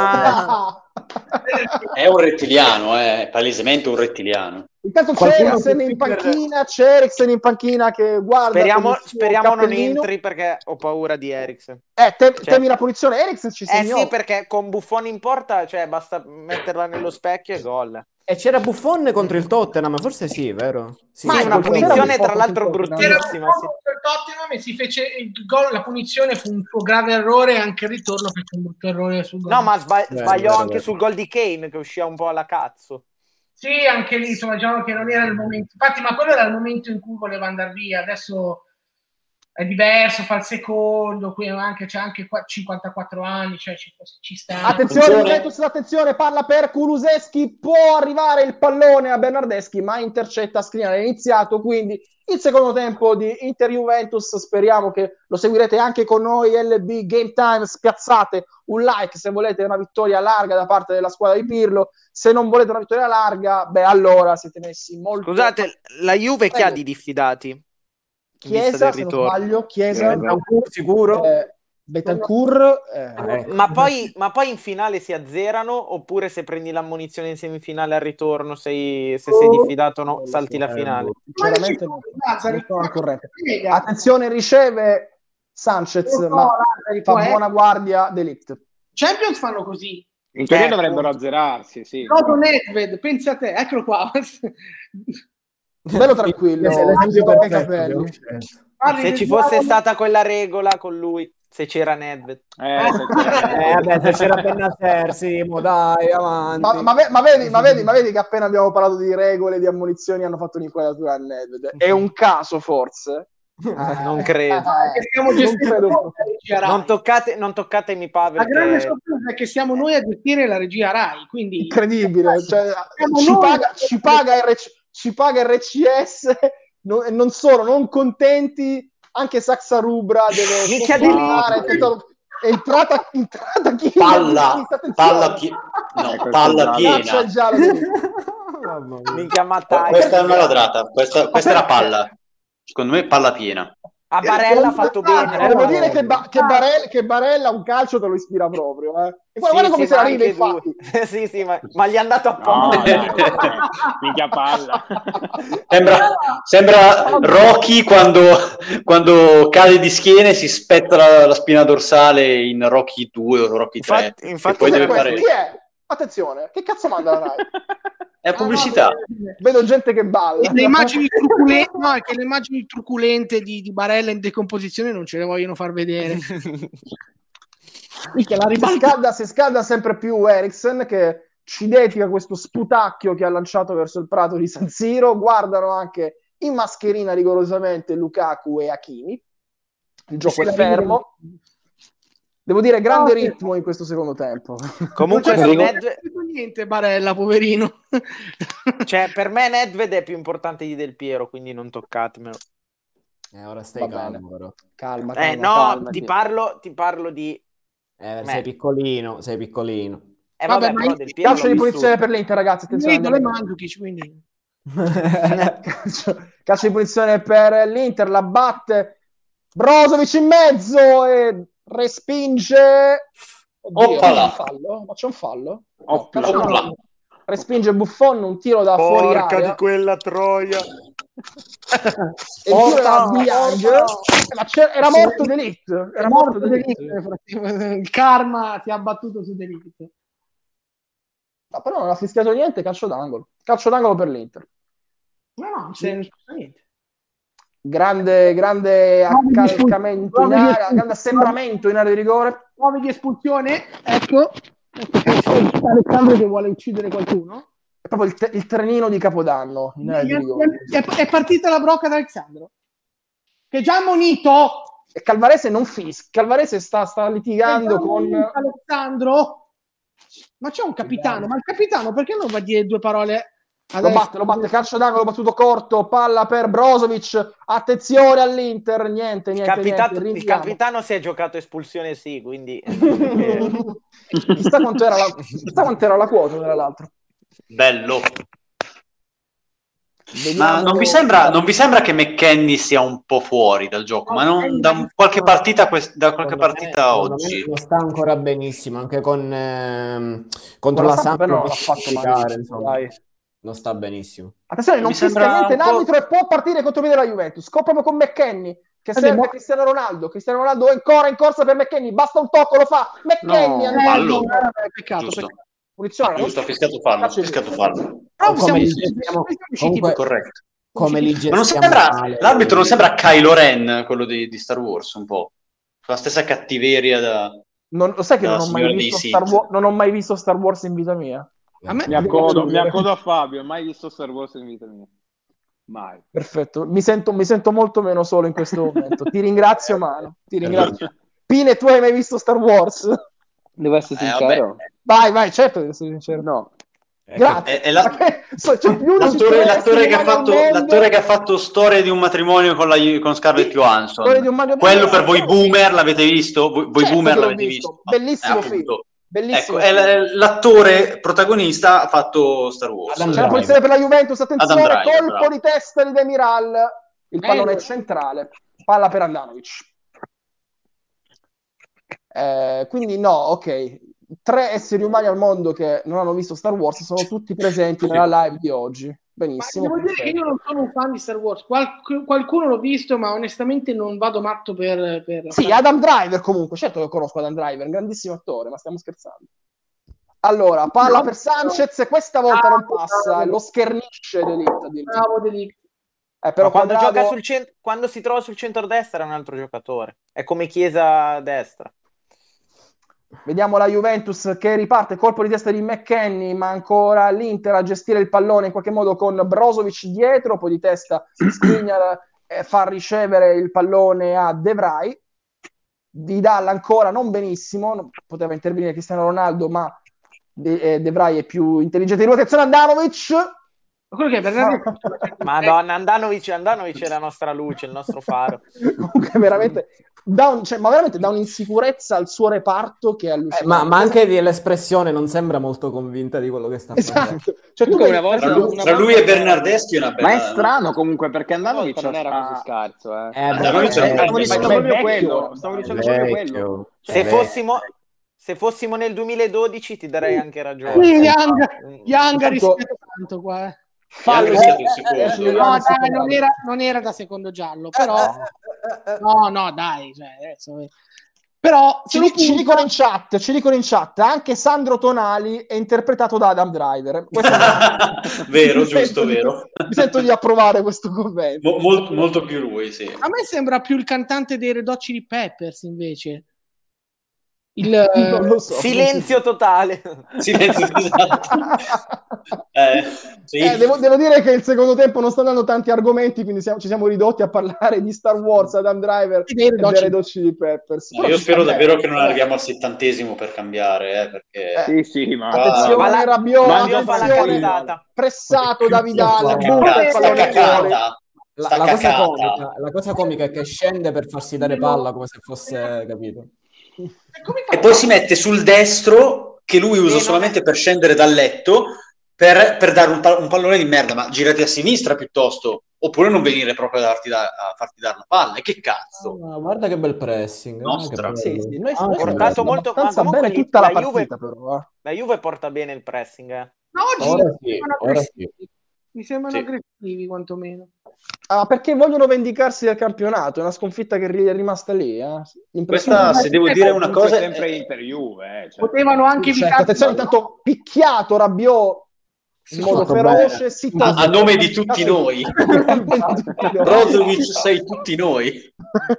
È un rettiliano, è palesemente un rettiliano. Intanto c'è Eriksen in panchina che guarda. Speriamo non entri, perché ho paura di Eriksen. Temi la punizione. Eriksen ci segnò. Sì, perché con Buffon in porta, cioè basta metterla nello specchio e gol. E c'era Buffon contro il Tottenham, forse sì, vero? Sì, ma una punizione tra l'altro bruttissima. Il Tottenham e si fece il gol, la punizione fu un suo grave errore, e anche il ritorno fece un brutto errore sul gol. No, ma sbagliò anche sul gol di Kane, che uscì un po' alla cazzo. Sì, anche lì, insomma, diciamo che non era il momento. Infatti, ma quello era il momento in cui voleva andare via. Adesso è diverso, fa il secondo, qui c'è anche 54 anni, cioè ci sta. Attenzione, palla per Kulusevski, può arrivare il pallone a Bernardeschi, ma intercetta Skriniar, è iniziato quindi il secondo tempo di Inter-Juventus. Speriamo che lo seguirete anche con noi, LB Game Time. Spiazzate un like se volete una vittoria larga da parte della squadra di Pirlo. Se non volete una vittoria larga, allora siete messi molto... Scusate, la Juve chi ha di diffidati? Chiesa, se non sbaglio, Betancourt sicuro. Betancourt, ma poi in finale si azzerano, oppure se prendi l'ammonizione in semifinale al ritorno se sei diffidato no, salti la finale? Sinceramente non sono al corrente. Attenzione, riceve Sanchez, ma fa buona guardia De Ligt. Champions fanno così. In teoria dovrebbero azzerarsi, sì. Noto Nedved, pensa a te, eccolo qua. Bello tranquillo, se ci fosse stata quella regola con lui, se c'era Nedved, se c'era Bennacer, Simo, dai, avanti. Ma vedi che appena abbiamo parlato di regole, di ammonizioni, hanno fatto un'inquadratura a Nedved. È un caso, forse? Non credo. Non toccatemi Pavel. La grande sorpresa è che siamo noi a gestire la regia Rai, quindi incredibile, cioè, ci paga RCS, non sono non contenti, anche Saxa Rubra deve entrata chi? Palla piena. Minchia Mattai. Questa è una ladrata, questa è la palla. Secondo me palla piena. A Barella ha fatto bene. Devo dire che Barella un calcio te lo ispira proprio. E guarda come se la ride, infatti. sì, ma gli è andato apposta. Minchia palla. Sembra Rocky quando cade di schiena e si spetta la spina dorsale in Rocky 2 o Rocky 3. Infatti poi deve fare... Chi è? Attenzione, che cazzo manda la Rai? È pubblicità. Vedo gente che balla. Le immagini truculente di Barella in decomposizione non ce le vogliono far vedere. Si scalda sempre più Eriksen, che ci dedica questo sputacchio che ha lanciato verso il prato di San Siro. Guardano anche in mascherina rigorosamente Lukaku e Hakimi. Il gioco è fermo. Devo dire, grande ritmo in questo secondo tempo. Comunque non c'è niente Barella, poverino. Cioè, per me Nedved è più importante di Del Piero, quindi non toccatemelo. Ora stai calmo, però. Calma, ti parlo di... sei piccolino. Vabbè, però Del Piero calcio di punizione per l'Inter, ragazzi. Attenzione. Quindi... calcio di punizione per l'Inter, la batte Brozovic in mezzo e respinge. C'è un fallo? Respinge Buffon, un tiro da fuori area. Porca di quella troia. E il tiro da Diang. Ma era morto De Ligt. Il karma si è abbattuto su De Ligt. No, però non ha fischiato niente, calcio d'angolo per l'Inter. No, non c'è niente. Grande accalcamento in area, grande assembramento in area di rigore. Nuovi di espulsione, ecco Alessandro che vuole uccidere qualcuno. È proprio il trenino di Capodanno in area di rigore. È partita la brocca da Alessandro, che è già ammonito. E Calvarese non fischia. Calvarese sta litigando con Alessandro. Ma c'è un capitano, ma il capitano perché non va a dire due parole? Lo batte, calcio d'angolo battuto corto, palla per Brozovic, attenzione all'Inter, niente. Il capitano si è giocato espulsione, sì, quindi chissà quanto era la quota tra l'altro. Bello. Ma non vi sembra che McKennie sia un po' fuori dal gioco, ma non da qualche partita oggi. Non sta ancora benissimo, anche contro la Samp non l'ha fatto male, non sta benissimo. Attenzione, non fischia niente l'arbitro e può partire contro la Juventus. Proprio con McKennie che serve Cristiano Ronaldo. Cristiano Ronaldo è ancora in corsa per McKennie, basta un tocco, lo fa. McKennie peccato. Giusto, fischiato fallo. Corretto. Come li ma non sembra, l'arbitro non sembra Kylo Ren, quello di Star Wars, un po'. La stessa cattiveria lo sai che non ho mai visto Star Wars in vita mia. Mi accodo a Fabio, mai visto Star Wars in vita mia. Mai. Perfetto, mi sento molto meno solo in questo momento. Ti ringrazio, Mano. Ti ringrazio. Pine, tu hai mai visto Star Wars? Devo essere sincero. Vai, certo devo essere sincero. No. Grazie. L'attore che ha fatto Storia di un matrimonio con Scarlett Johansson. Quello per voi boomer l'avete visto? Voi boomer l'avete visto? Bellissimo film. Bellissimo. Ecco, l'attore protagonista ha fatto Star Wars. C'è la posizione per la Juventus, attenzione, colpo di testa di Demiral, il pallone centrale, palla per Andanovic. Quindi no, ok, 3 esseri umani al mondo che non hanno visto Star Wars sono tutti presenti nella live di oggi. Benissimo. Ma devo dire che io non sono un fan di Star Wars. Qualcuno l'ho visto, ma onestamente non vado matto per... Sì, Adam Driver comunque. Certo che conosco Adam Driver, un grandissimo attore, ma stiamo scherzando. Allora, palla per Sanchez, questa volta non passa, lo schernisce D'Elite. Bravo D'Elite. Però quando gioca quando si trova sul centro-destra è un altro giocatore. È come Chiesa a destra. Vediamo la Juventus che riparte, colpo di testa di McKennie, ma ancora l'Inter a gestire il pallone in qualche modo con Brozovic dietro, poi di testa Skriniar fa ricevere il pallone a De Vrij. Vidal ancora non benissimo, poteva intervenire Cristiano Ronaldo, ma De Vrij è più intelligente di lui. Attenzione Andanovic! Madonna, Andanovic è la nostra luce, il nostro faro. Comunque veramente veramente dà un'insicurezza al suo reparto che è allucinante. Ma anche l'espressione non sembra molto convinta di quello che sta facendo. Tra lui e Bernardeschi è una bella... Ma è strano comunque perché Andanovic non era così scarso. Stavo dicendo proprio quello. Se fossimo nel 2012 ti darei anche ragione. Young ha rischiato tanto qua. Non era da secondo giallo, però no dai, cioè, adesso... Però ci dicono in chat anche Sandro Tonali è interpretato da Adam Driver. Vero, giusto, vero. Mi sento di approvare questo commento. Molto più lui, sì. A me sembra più il cantante dei Red Hot Chili Peppers invece. Non lo so. Silenzio totale. Silenzio esatto. Sì. Devo dire che il secondo tempo non sta dando tanti argomenti, quindi ci siamo ridotti a parlare di Star Wars, Adam Driver e Red Hot Chili Peppers. Io spero davvero che non arriviamo al 70° per cambiare, perché sì, ma attenzione Rabiot, pressato da Vidal, la cosa comica è che scende per farsi dare palla come se fosse, capito? E poi si mette sul destro che lui usa solamente per scendere dal letto per dare un pallone di merda, ma girati a sinistra piuttosto, oppure non venire proprio a farti dare la palla. E che cazzo? Guarda che bel pressing. Noi portato molto bene tutta la partita, però. La Juve porta bene il pressing. Ora sì. Mi sembrano aggressivi quantomeno. Perché vogliono vendicarsi del campionato, è una sconfitta che è rimasta lì. Questa, se devo dire una cosa, è sempre Inter Juve. Potevano anche evitare. Attenzione, intanto picchiato Rabiot in modo feroce, a nome di tutti noi. Brozovic sei tutti noi.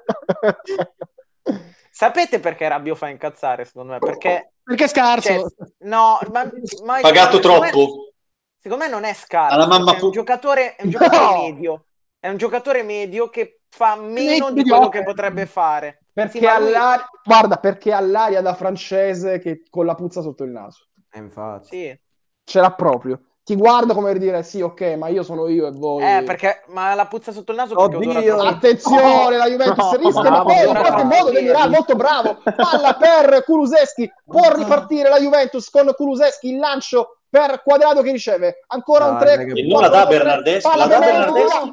Sapete perché Rabiot fa incazzare, secondo me? Perché è scarso. No, ma pagato troppo. Secondo me non è scarso, alla mamma è un giocatore medio. È un giocatore medio che fa meno di quello che potrebbe fare. Perché perché ha l'aria da francese che con la puzza sotto il naso. Infatti. Sì. Ce l'ha proprio. Ti guarda come per dire sì, ok, ma io sono io e voi. Ma la puzza sotto il naso attenzione, la Juventus rischia, ma poi in qualche modo Demiral molto bravo. Palla per Kulusevski, può ripartire la Juventus con Kulusevski, il lancio per Quadrado che riceve ancora un 3. E non la dà Bernardeschi, la dà Bernardeschi.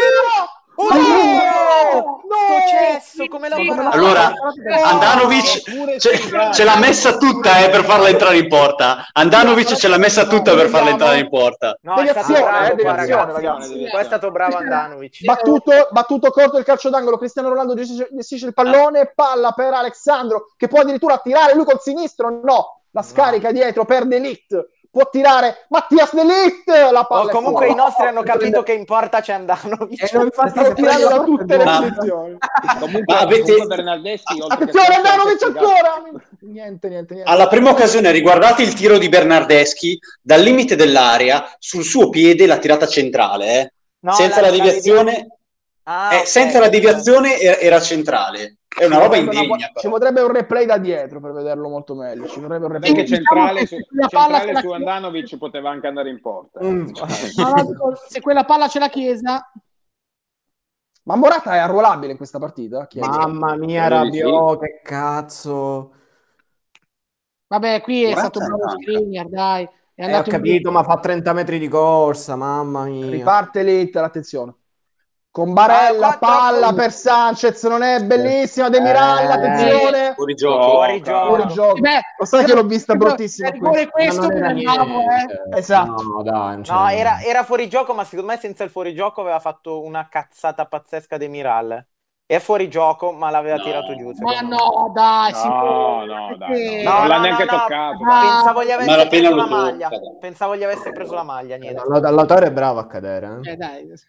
Sto cesso, come la parla? Allora, Andanovic ce l'ha messa tutta per farla entrare in porta. Andanovic ce l'ha messa tutta per farla entrare in porta. No, è stato bravo, deviazione, ragazzi. Poi è stato bravo Andanovic. Battuto corto il calcio d'angolo, Cristiano Ronaldo gestisce il pallone, palla per Alexandro che può addirittura tirare lui col sinistro, no, la scarica dietro per De Ligt. Può tirare Mattias De Ligt, la palla. Comunque i nostri hanno capito che in porta c'è Andanovic. E infatti stanno tirando da tutte le direzioni. Comunque Bernardeschi, attenzione, Andanovic ancora. Niente. Alla prima occasione riguardate il tiro di Bernardeschi dal limite dell'area sul suo piede, la tirata centrale, No, senza la deviazione. Senza la deviazione era centrale. È una roba indegna. Ci vorrebbe un replay da dietro per vederlo molto meglio. Ci vorrebbe un replay. Perché centrale su Andanovic poteva anche andare in porta. Se quella palla c'è la Chiesa. Ma Morata è arruolabile in questa partita? Mamma mia, Rabiot, che cazzo. Vabbè, qui è stato bravo Skriniar, dai. Ho capito, ma fa 30 metri di corsa, mamma mia. Riparte l'Inter, attenzione. Con Barella, palla per Sanchez, non è bellissima, Demiral, attenzione. Fuori gioco. Lo sai che l'ho vista bruttissima. Questo esatto. No, dai, no, era fuori gioco, ma secondo me senza il fuorigioco aveva fatto una cazzata pazzesca Demiral. È fuori gioco, ma l'aveva tirato giù. Ma no, dai, non l'ha neanche toccato. Pensavo gli avesse preso la maglia. Pensavo gli avesse preso la maglia, niente. L'autore è bravo a cadere. Dai.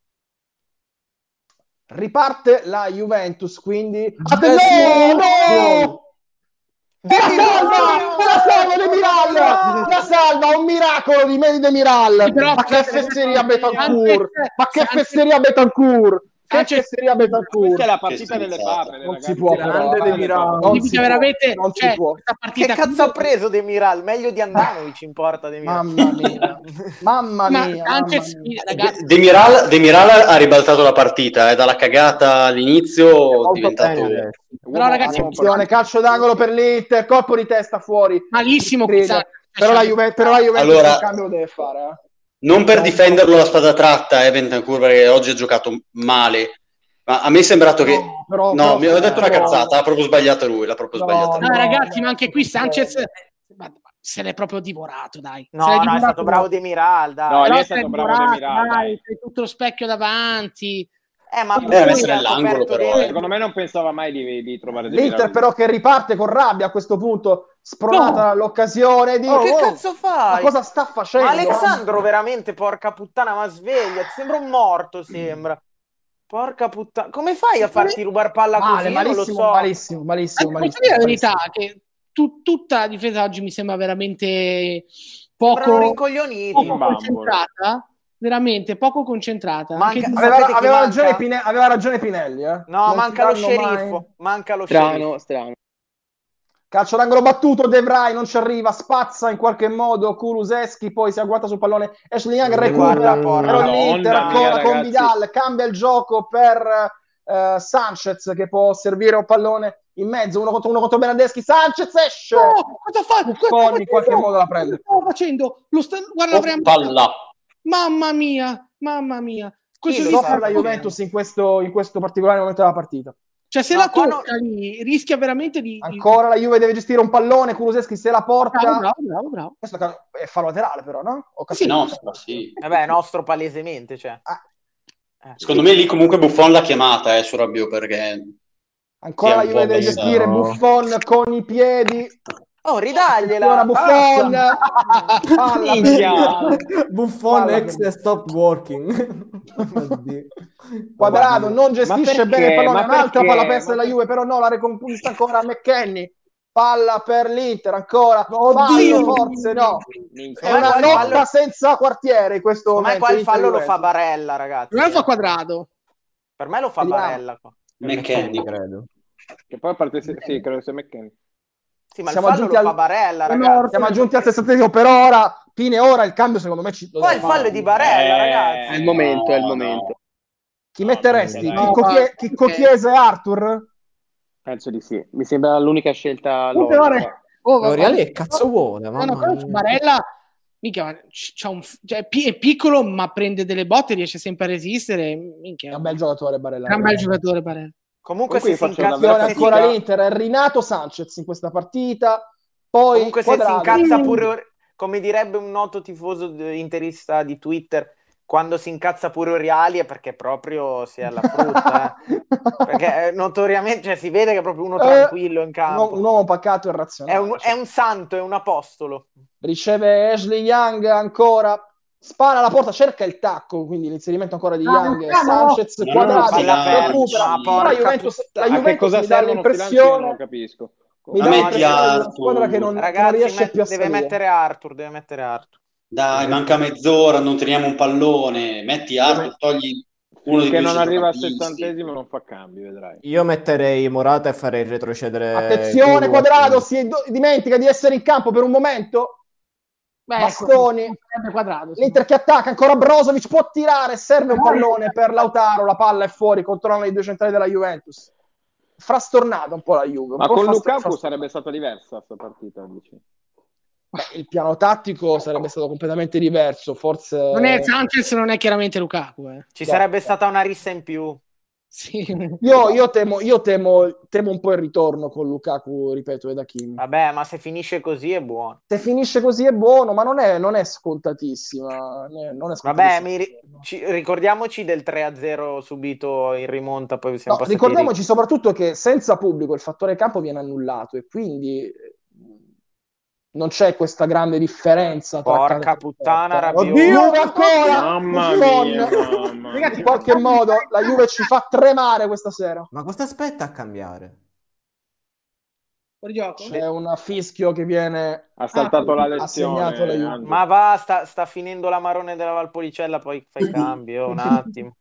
Riparte la Juventus, quindi attenzione! La salva Demiral! La salva, un miracolo di Demiral! Ma che fesseria Betancourt! Questa è la partita delle papere, non si può, veramente. Che cazzo ha preso Demiral? Meglio di Andanovic in porta. Mamma mia. Demiral ha ribaltato la partita, dalla cagata all'inizio è diventato. Però ragazzi, attenzione, calcio d'angolo per l'Inter, colpo di testa fuori. Malissimo. Però la Juventus allora, il cambio lo deve fare. Non per difenderlo la spada tratta, Bentancur, perché oggi ha giocato male. Ma a me è sembrato che... mi aveva detto una cazzata, ha proprio sbagliato lui, l'ha proprio sbagliata lui. Ragazzi, ma anche qui Sanchez se l'è proprio divorato, dai. No, è stato bravo Demiral, dai. No, lì è stato bravo Demiral, dai. C'è tutto lo specchio davanti. Ma messo nell'angolo, però. Secondo me non pensava mai di trovare l'Inter, però, che riparte con rabbia a questo punto, spronata l'occasione di... che cazzo fai? Ma cosa sta facendo? Ma Alexandro, veramente, porca puttana, ma sveglia, sembra un morto, sembra. Porca puttana, come fai a farti rubare palla così? Malissimo. Posso dire la verità che tutta la difesa oggi mi sembra veramente poco concentrata. Veramente poco concentrata. Aveva ragione Pinelli. No, manca lo sceriffo. Manca lo sceriffo. Strano. Calcio d'angolo battuto, De Vrij non ci arriva, spazza in qualche modo Kulusevski, poi si agguanta sul pallone, Ashley Young recupera, però l'Inter ancora con Vidal, cambia il gioco per Sanchez che può servire un pallone in mezzo, uno contro Bernardeschi, Sanchez esce! Cosa fa? In qualche modo la prende. Cosa sta facendo? Guarda, palla. Mamma mia. Questo soffre la Juventus in questo particolare momento della partita. Cioè, se la tocca lì, rischia veramente di... Ancora la Juve deve gestire un pallone, Kulusevski se la porta... Bravo. Questo è fallo laterale, però, no? Sì, nostro, sì. Nostro palesemente, cioè. Secondo me lì comunque Buffon l'ha chiamata, su Rabiot, perché... Ancora la Juve deve gestire Buffon con i piedi... ridagliela! Buffon! Buffon ex stop working. Quadrado non gestisce bene il pallone, un'altra palla persa della Juve, però no, la riconquista ancora McKennie. Palla per l'Inter ancora. Fallo, forse no. È una lotta senza quartiere in questo momento. Ma qua il fallo lo fa Barella, ragazzi. Non lo fa Quadrado. Per me lo fa Barella. McKennie, credo. Che poi a parte credo sia McKennie. Sì, ma siamo il fallo lo fa Barella, ragazzi. Siamo giunti al 60esimo, per ora, il cambio secondo me ci... Poi il fallo è di Barella, ragazzi. È il momento. Chi metteresti? Chicco Chiesa e Arthur? Penso di sì. Mi sembra l'unica scelta. L'Oriale che cazzo vuole? Barella Mica, è piccolo, ma prende delle botte, riesce sempre a resistere. Minchia, È un bel giocatore Barella. È un bel giocatore Barella. Comunque Comunque se io si faccio incazza ancora l'Inter è Renato Sanchez in questa partita. Poi comunque se si Quadrado. incazza pure, come direbbe un noto tifoso interista di Twitter, quando si incazza pure Oriali è perché proprio si è alla frutta. Perché notoriamente, cioè, si vede che è proprio uno tranquillo in campo. Un uomo pacato e razionale. È un santo, è un apostolo. Riceve Ashley Young ancora, spara alla porta, cerca il tacco, quindi l'inserimento ancora di Young e Sanchez. Quadrado recupera. La Juventus mi dà l'impressione, non lo capisco. Mi dà l'impressione di una squadra che non riesce più a deve salire. mettere Arthur. Dai, manca mezz'ora, non teniamo un pallone. Metti Arthur, togli uno di che non arriva al centrocampisti. 60esimo non fa cambi, vedrai. Io metterei Morata e farei retrocedere. Attenzione, Quadrado si dimentica di essere in campo per un momento. Bastoni, l'Inter che attacca, ancora Brozovic può tirare, serve un pallone per Lautaro, la palla è fuori, controllano i due centrali della Juventus. Frastornata un po' la Juve. Ma con Lukaku sarebbe stata diversa questa partita, dici? Il piano tattico sarebbe stato completamente diverso, forse... Non è Sanchez, non è chiaramente Lukaku. Ci sarebbe stata una rissa in più. Sì. Io temo un po' il ritorno con Lukaku, ripeto, ed Hakimi. Vabbè, ma se finisce così è buono. Se finisce così è buono, ma non è scontatissima. Vabbè, ricordiamoci del 3-0 subito in rimonta. Poi siamo passati ricordiamoci soprattutto che senza pubblico il fattore campo viene annullato e quindi non c'è questa grande differenza. Porca puttana, rabbioso. Juve ancora! Mamma mia. Ragazzi, in qualche modo la Juve ci fa tremare questa sera. Ma cosa aspetta a cambiare? C'è un fischio che viene ha saltato la assegnato alla lezione. Juve. Ma va, sta finendo la marrone della Valpolicella, poi fai cambio, un attimo.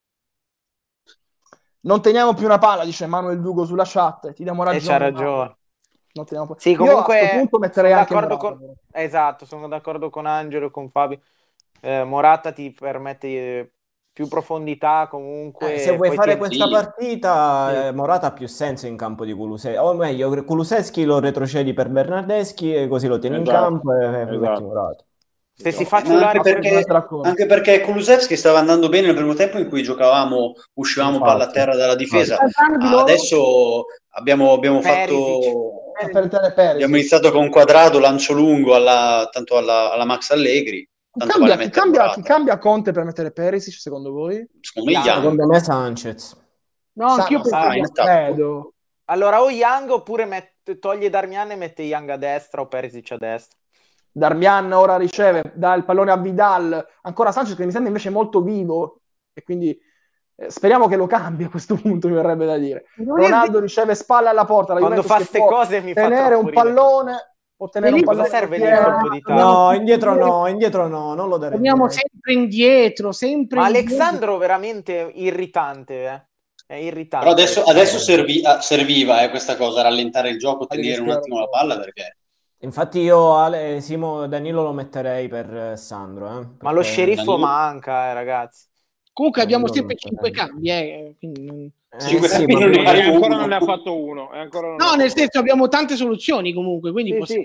Non teniamo più una palla, dice Manuel Dugo sulla chat. Ti diamo ragione. E c'ha ragione. Sì, comunque io a questo punto metterei anche Esatto, sono d'accordo con Angelo e con Fabio. Morata ti permette più profondità comunque. Se vuoi fare questa partita, Morata ha più senso in campo di Kulusevski. O meglio, Kulusevski lo retrocedi per Bernardeschi e così lo tieni in campo e metti Morata. Se si fa ciulare anche perché Kulusevski stava andando bene nel primo tempo in cui uscivamo palla a terra dalla difesa. Adesso abbiamo fatto... Abbiamo iniziato con un quadrato, lancio lungo tanto alla Max Allegri. Chi cambia Conte per mettere Perisic, secondo voi? Secondo me Sanchez. No, anch'io credo. Allora o Young oppure toglie Darmian e mette Young a destra o Perisic a destra. Darmian ora riceve, dà il pallone a Vidal, ancora Sanchez che mi sembra invece molto vivo e quindi speriamo che lo cambi a questo punto, mi verrebbe da dire. Ronaldo riceve spalle alla porta, la quando fa queste cose mi fa tenere un pallone, può tenere un pallone. Serve il colpo di testa? No, indietro no, non lo darei. Andiamo sempre indietro, Ma Alexandro veramente irritante, È irritante. Però adesso serviva questa cosa, rallentare il gioco, tenere un attimo la palla perché... Infatti io Simo Danilo lo metterei per Sandro. Ma lo sceriffo manca, ragazzi. Comunque abbiamo sempre 5 cambi, quindi 5 cambi non ne faremo ancora non ne ha fatto uno. No, nel senso abbiamo tante soluzioni comunque, quindi possiamo...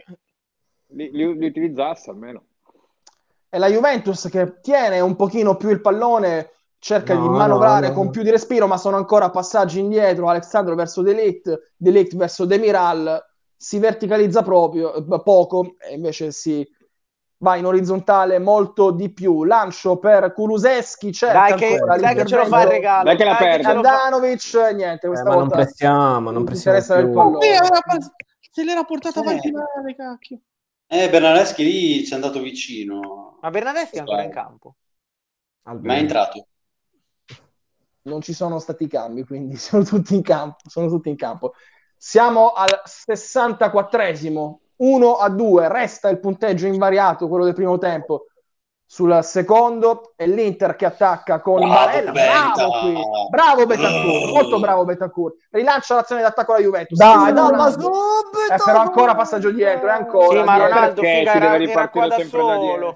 Li utilizzasse almeno. È la Juventus che tiene un pochino più il pallone, cerca di manovrare con più di respiro, ma sono ancora passaggi indietro. Alexandro verso De Ligt verso Demiral, si verticalizza poco e invece si va in orizzontale molto di più. Lancio per Kulusevski, dai che ce lo fa il regalo, dai che la perde Andanovic, niente questa volta non pressiamo interessa più. il pallone. Se l'era portata avanti male, cacchio. Bernardeschi lì ci è andato vicino. Ma Bernardeschi è ancora in campo? Ma è entrato. Non ci sono stati cambi, quindi sono tutti in campo. Siamo al 64esimo, 1-2, resta il punteggio invariato, quello del primo tempo, sul secondo, e l'Inter che attacca con Barella. Bravo Bentancur, molto bravo Bentancur. Rilancia l'azione d'attacco alla Juventus. Dai, dalla subito! Però ancora passaggio dietro, ancora. Sì, ma Ronaldo era qua da solo.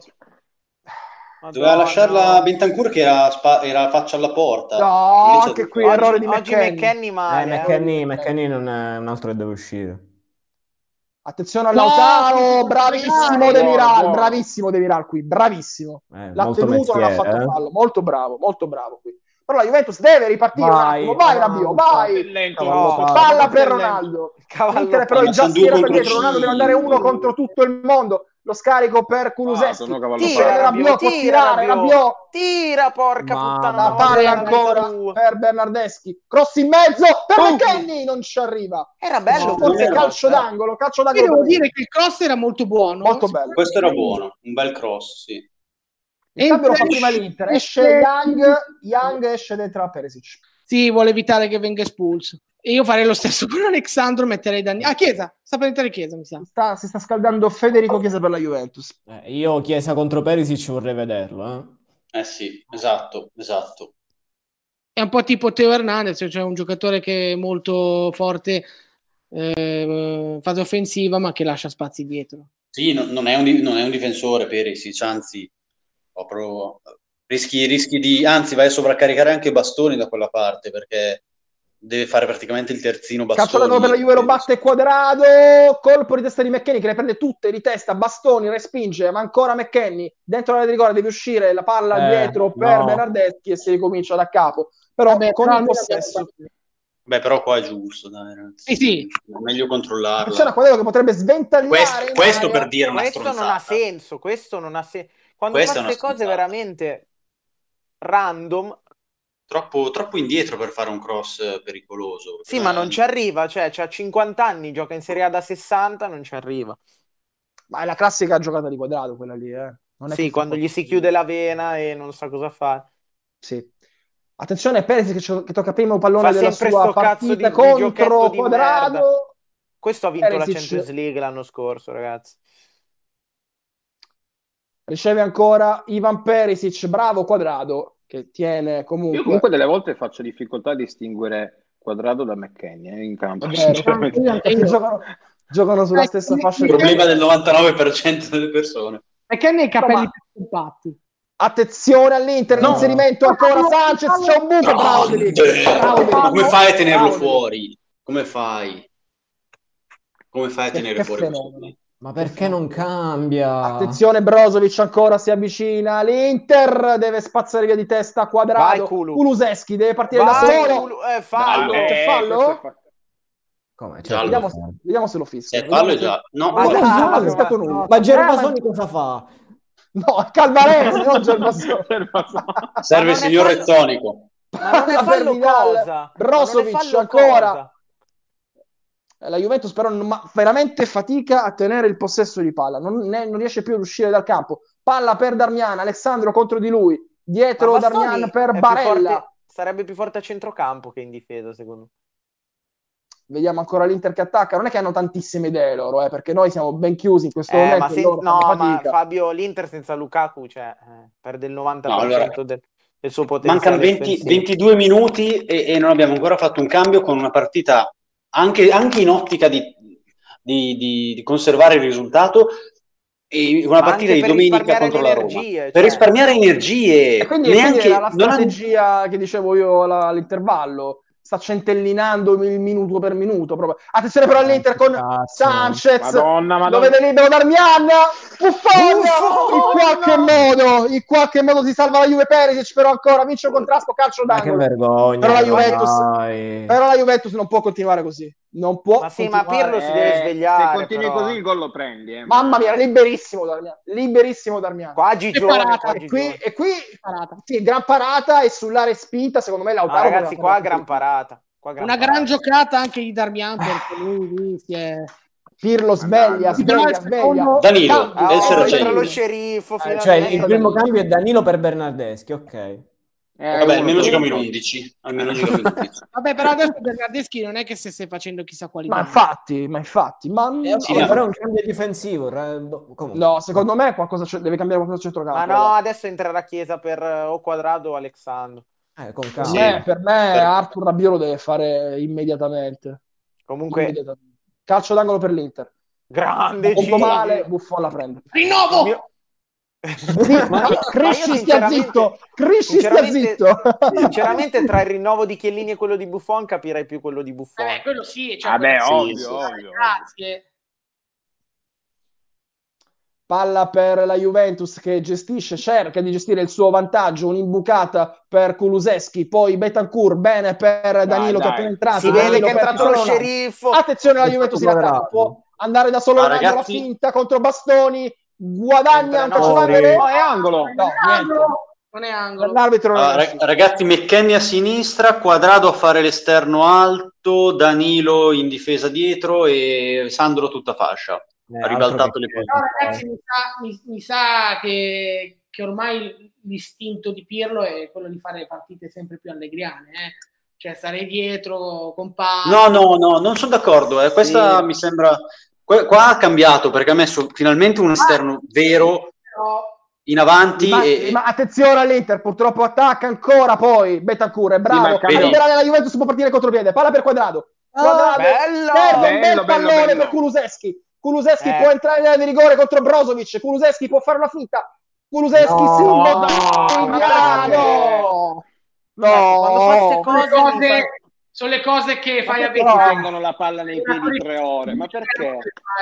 Doveva lasciarla Bentancur che era faccia alla porta. No, anche qui errore di McKennie. McKennie non è un altro che deve uscire. Attenzione a Lautaro, bravissimo buono. bravissimo Demiral qui, bravissimo. L'ha molto tenuto, non ha fatto mestiere, fallo, molto bravo qui. Però la Juventus deve ripartire un attimo, vai Rabiot, vai! Palla per Ronaldo. L'Inter però è già schiera per dietro, Ronaldo deve andare uno contro tutto il mondo. Lo scarico per Kulusevski. Tira Rabiot, può tirare, Rabiot. Tira, porca puttana. La palla ancora per Bernardeschi. Cross in mezzo per McKennie, non ci arriva. Era bello. Forse calcio d'angolo. Io devo dire che il cross era molto buono. Molto bello. Questo era buono, un bel cross, sì. Il cambio lo fa prima l'Inter. Esce Young esce dentro Perisic. Sì, vuole evitare che venga espulso. E io farei lo stesso con Alexandro, metterei Danilo. Chiesa, sta per entrare Chiesa, mi sa. Si sta scaldando Federico Chiesa per la Juventus. Io Chiesa contro Perisic vorrei vederlo. Sì, esatto. È un po' tipo Teo Hernandez, cioè un giocatore che è molto forte fase offensiva, ma che lascia spazi dietro. Sì, non è un difensore Perisic, anzi rischi di, anzi vai a sovraccaricare anche Bastoni da quella parte, perché deve fare praticamente il terzino Bastoni. Calcio d'angolo per la Juve, lo batte Quadrado, colpo di testa di McKennie che le prende tutte di testa, Bastoni respinge, ma ancora McKennie dentro l'area di rigore, deve uscire la palla dietro per Bernardeschi e si ricomincia da capo, però con il possesso. Beh, però qua è giusto, dai, ragazzi. Sì. È meglio controllarla. C'era Quadrado che potrebbe sventagliare. Questo per dire una questo stronzata. non ha senso, questo non ha senso. Quando Questa fa queste cose veramente random, troppo indietro per fare un cross pericoloso. sì, ma non ci arriva, cioè c'ha 50 anni, gioca in Serie A da 60, non ci arriva. Ma è la classica giocata di Quadrado quella lì, Non è sì, quando gli si chiude la vena e non sa cosa fare. Sì. Attenzione, Perisic che tocca primo pallone fa della sua partita di contro di Quadrado. Merda. Questo ha vinto Perisic. la Champions League l'anno scorso, ragazzi. Riceve ancora Ivan Perisic, bravo Quadrado, che tiene comunque... Io comunque delle volte faccio difficoltà a distinguere Quadrado da McKennie in campo. Giocano sulla stessa fascia. Il problema del 99% delle persone. McKennie ha i capelli più compatti. Attenzione all'Inter, l'inserimento ancora Sanchez, c'è un buco, bravo. Come fai a tenerlo fuori? Come fai a tenere fuori? Ma perché non cambia? Attenzione, Brozovic ancora si avvicina. L'Inter deve spazzare via di testa Quadrado. Kulusevski deve partire da solo. Fallo. C'è fallo? Come? Vediamo se lo fischia. Fallo già. No, ma Gervasoni cosa fa? No, Calvarese, non Gervasoni. Serve il signor rettonico. Ma non è fallo cosa? Brozovic ancora. La Juventus però veramente fatica a tenere il possesso di palla, non riesce più ad uscire dal campo. Palla per Darmian, Alessandro contro di lui, dietro Darmian per Barella. Sarebbe più forte a centrocampo che in difesa, secondo me. Vediamo ancora l'Inter che attacca. Non è che hanno tantissime idee loro, perché noi siamo ben chiusi in questo momento. Ma Fabio, l'Inter senza Lukaku perde il 90% del suo potenziale. Mancano 22 minuti e non abbiamo ancora fatto un cambio con una partita anche in ottica di conservare il risultato, e una partita di domenica contro la Roma per risparmiare energie. Quindi era la strategia che dicevo io all'intervallo, sta centellinando il minuto per minuto proprio. Attenzione però all'Inter con Sanchez, Madonna. Lo vede libero Darmian, Buffon! In qualche modo si salva la Juve. Perisic però ancora vince il contrasto, calcio d'angolo. Che vergogna. Però la Juventus non può continuare così. Non può. Ma sì, ma Pirlo si deve svegliare. Se continui così il gol lo prendi. Mamma mia, liberissimo Darmian. Qua Gigione. E qui sì, gran parata, e sull'area spinta secondo me Lautaro. Ragazzi, qua gran parata. Una gran giocata anche di Darmian, perché lui si è... Pirlo sveglia. Danilo entra lo sceriffo. Cioè il primo cambio è Danilo per Bernardeschi, ok. Vabbè, almeno giochiamo in 11. Vabbè, però adesso Bernardeschi non è che se stai facendo chissà quali. Ma infatti. Però è un cambio difensivo. No, secondo me deve cambiare qualcosa a centrocampo. Ma no, adesso entrerà Chiesa per o Quadrado o Alexandro. Con calma. Per me Arthur Rabiot lo deve fare immediatamente. Comunque calcio d'angolo per l'Inter. Grande Gigi. Male, Buffon la prende. Rinnovo! Crisci stia zitto. Sinceramente tra il rinnovo di Chiellini e quello di Buffon capirei più quello di Buffon. Quello sì, ovvio. Grazie. palla per la Juventus che cerca di gestire il suo vantaggio, un'imbucata per Kulusevski, poi Bentancur, bene per Danilo che è appena entrato. Si vede che è entrato lo Ronaldo. sceriffo. Attenzione, la Juventus in attacco, può andare da solo Ronaldo, ragazzi, la finta contro Bastoni, guadagna un calcio d'angolo. No, è angolo. No, niente. Non è angolo. L'arbitro non è riuscito. Ragazzi, McKennie a sinistra, Quadrado a fare l'esterno alto, Danilo in difesa dietro e Sandro tutta fascia. Ha ribaltato le No, ragazzi, mi sa che ormai l'istinto di Pirlo è quello di fare partite sempre più allegriane, cioè stare dietro, compatto. No, non sono d'accordo. Questa mi sembra... Qua ha cambiato perché ha messo finalmente un esterno vero in avanti. Ma attenzione all'Inter, purtroppo attacca ancora poi Bentancur, è bravo. Prenderà nella Juventus, può partire contropiede, palla per Quadrado. Bello, un bel pallone per Kulusevski. Kulusevski può entrare in area di rigore contro Brozovic. Kulusevski può fare una finta. Kulusevski quando fa queste cose sono le cose che fai a vedere. Tengono la palla nei piedi 3 ore, ma perché?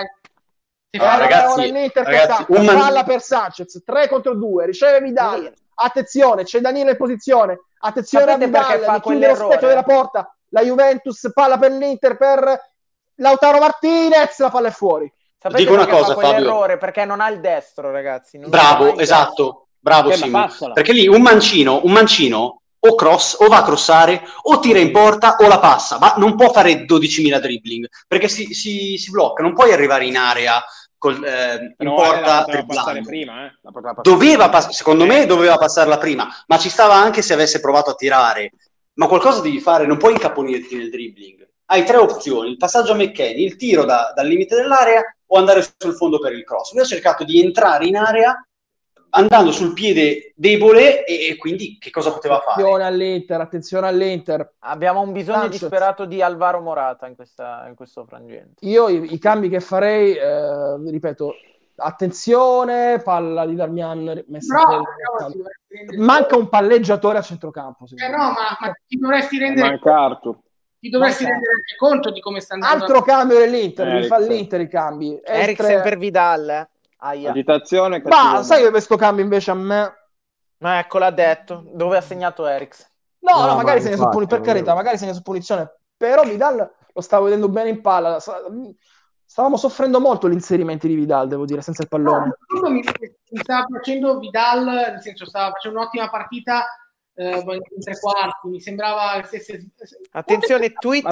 Ragazzi, palla per Sanchez, 3 contro 2, riceve Vidal. Attenzione, c'è Danilo in posizione. Attenzione a Vidal, chiude lo specchio della porta. La Juventus, palla per l'Inter, per Lautaro Martinez, la palla è fuori. Sapete dico una cosa, fa Fabio. perché non ha il destro, ragazzi. Bravo, esatto. Bravo, Simo. Perché lì un mancino o va a crossare o tira in porta o la passa, ma non può fare 12.000 dribbling perché si blocca, non puoi arrivare in area in porta prima, secondo me doveva passarla prima, ma ci stava anche se avesse provato a tirare, ma qualcosa devi fare, non puoi incaponirti nel dribbling. Hai 3 opzioni: il passaggio a McKennie, il tiro dal limite dell'area o andare sul fondo per il cross. Lui ha cercato di entrare in area andando sul piede debole e quindi che cosa poteva fare? Attenzione all'Inter. Abbiamo un bisogno disperato di Alvaro Morata in questo frangente. Io i cambi che farei, ripeto, attenzione, palla di Darmian messa manca un palleggiatore a centrocampo. Ma ti dovresti rendere Ti dovresti rendere anche conto di come sta andando. Altro cambio dell'Inter, mi fa l'Inter i cambi. Eriksen per Vidal. Agitazione. Ma sai che questo cambio invece a me... Ecco, l'ha detto. Dove ha segnato Eriksen? No, magari segna su punizione, per carità, magari segna su punizione. Però Vidal lo stavo vedendo bene in palla. Stavamo soffrendo molto gli inserimenti di Vidal, devo dire, senza il pallone. Mi stava facendo Vidal, nel senso stava facendo un'ottima partita in 3 quarti, mi sembrava stesse... Attenzione, tweet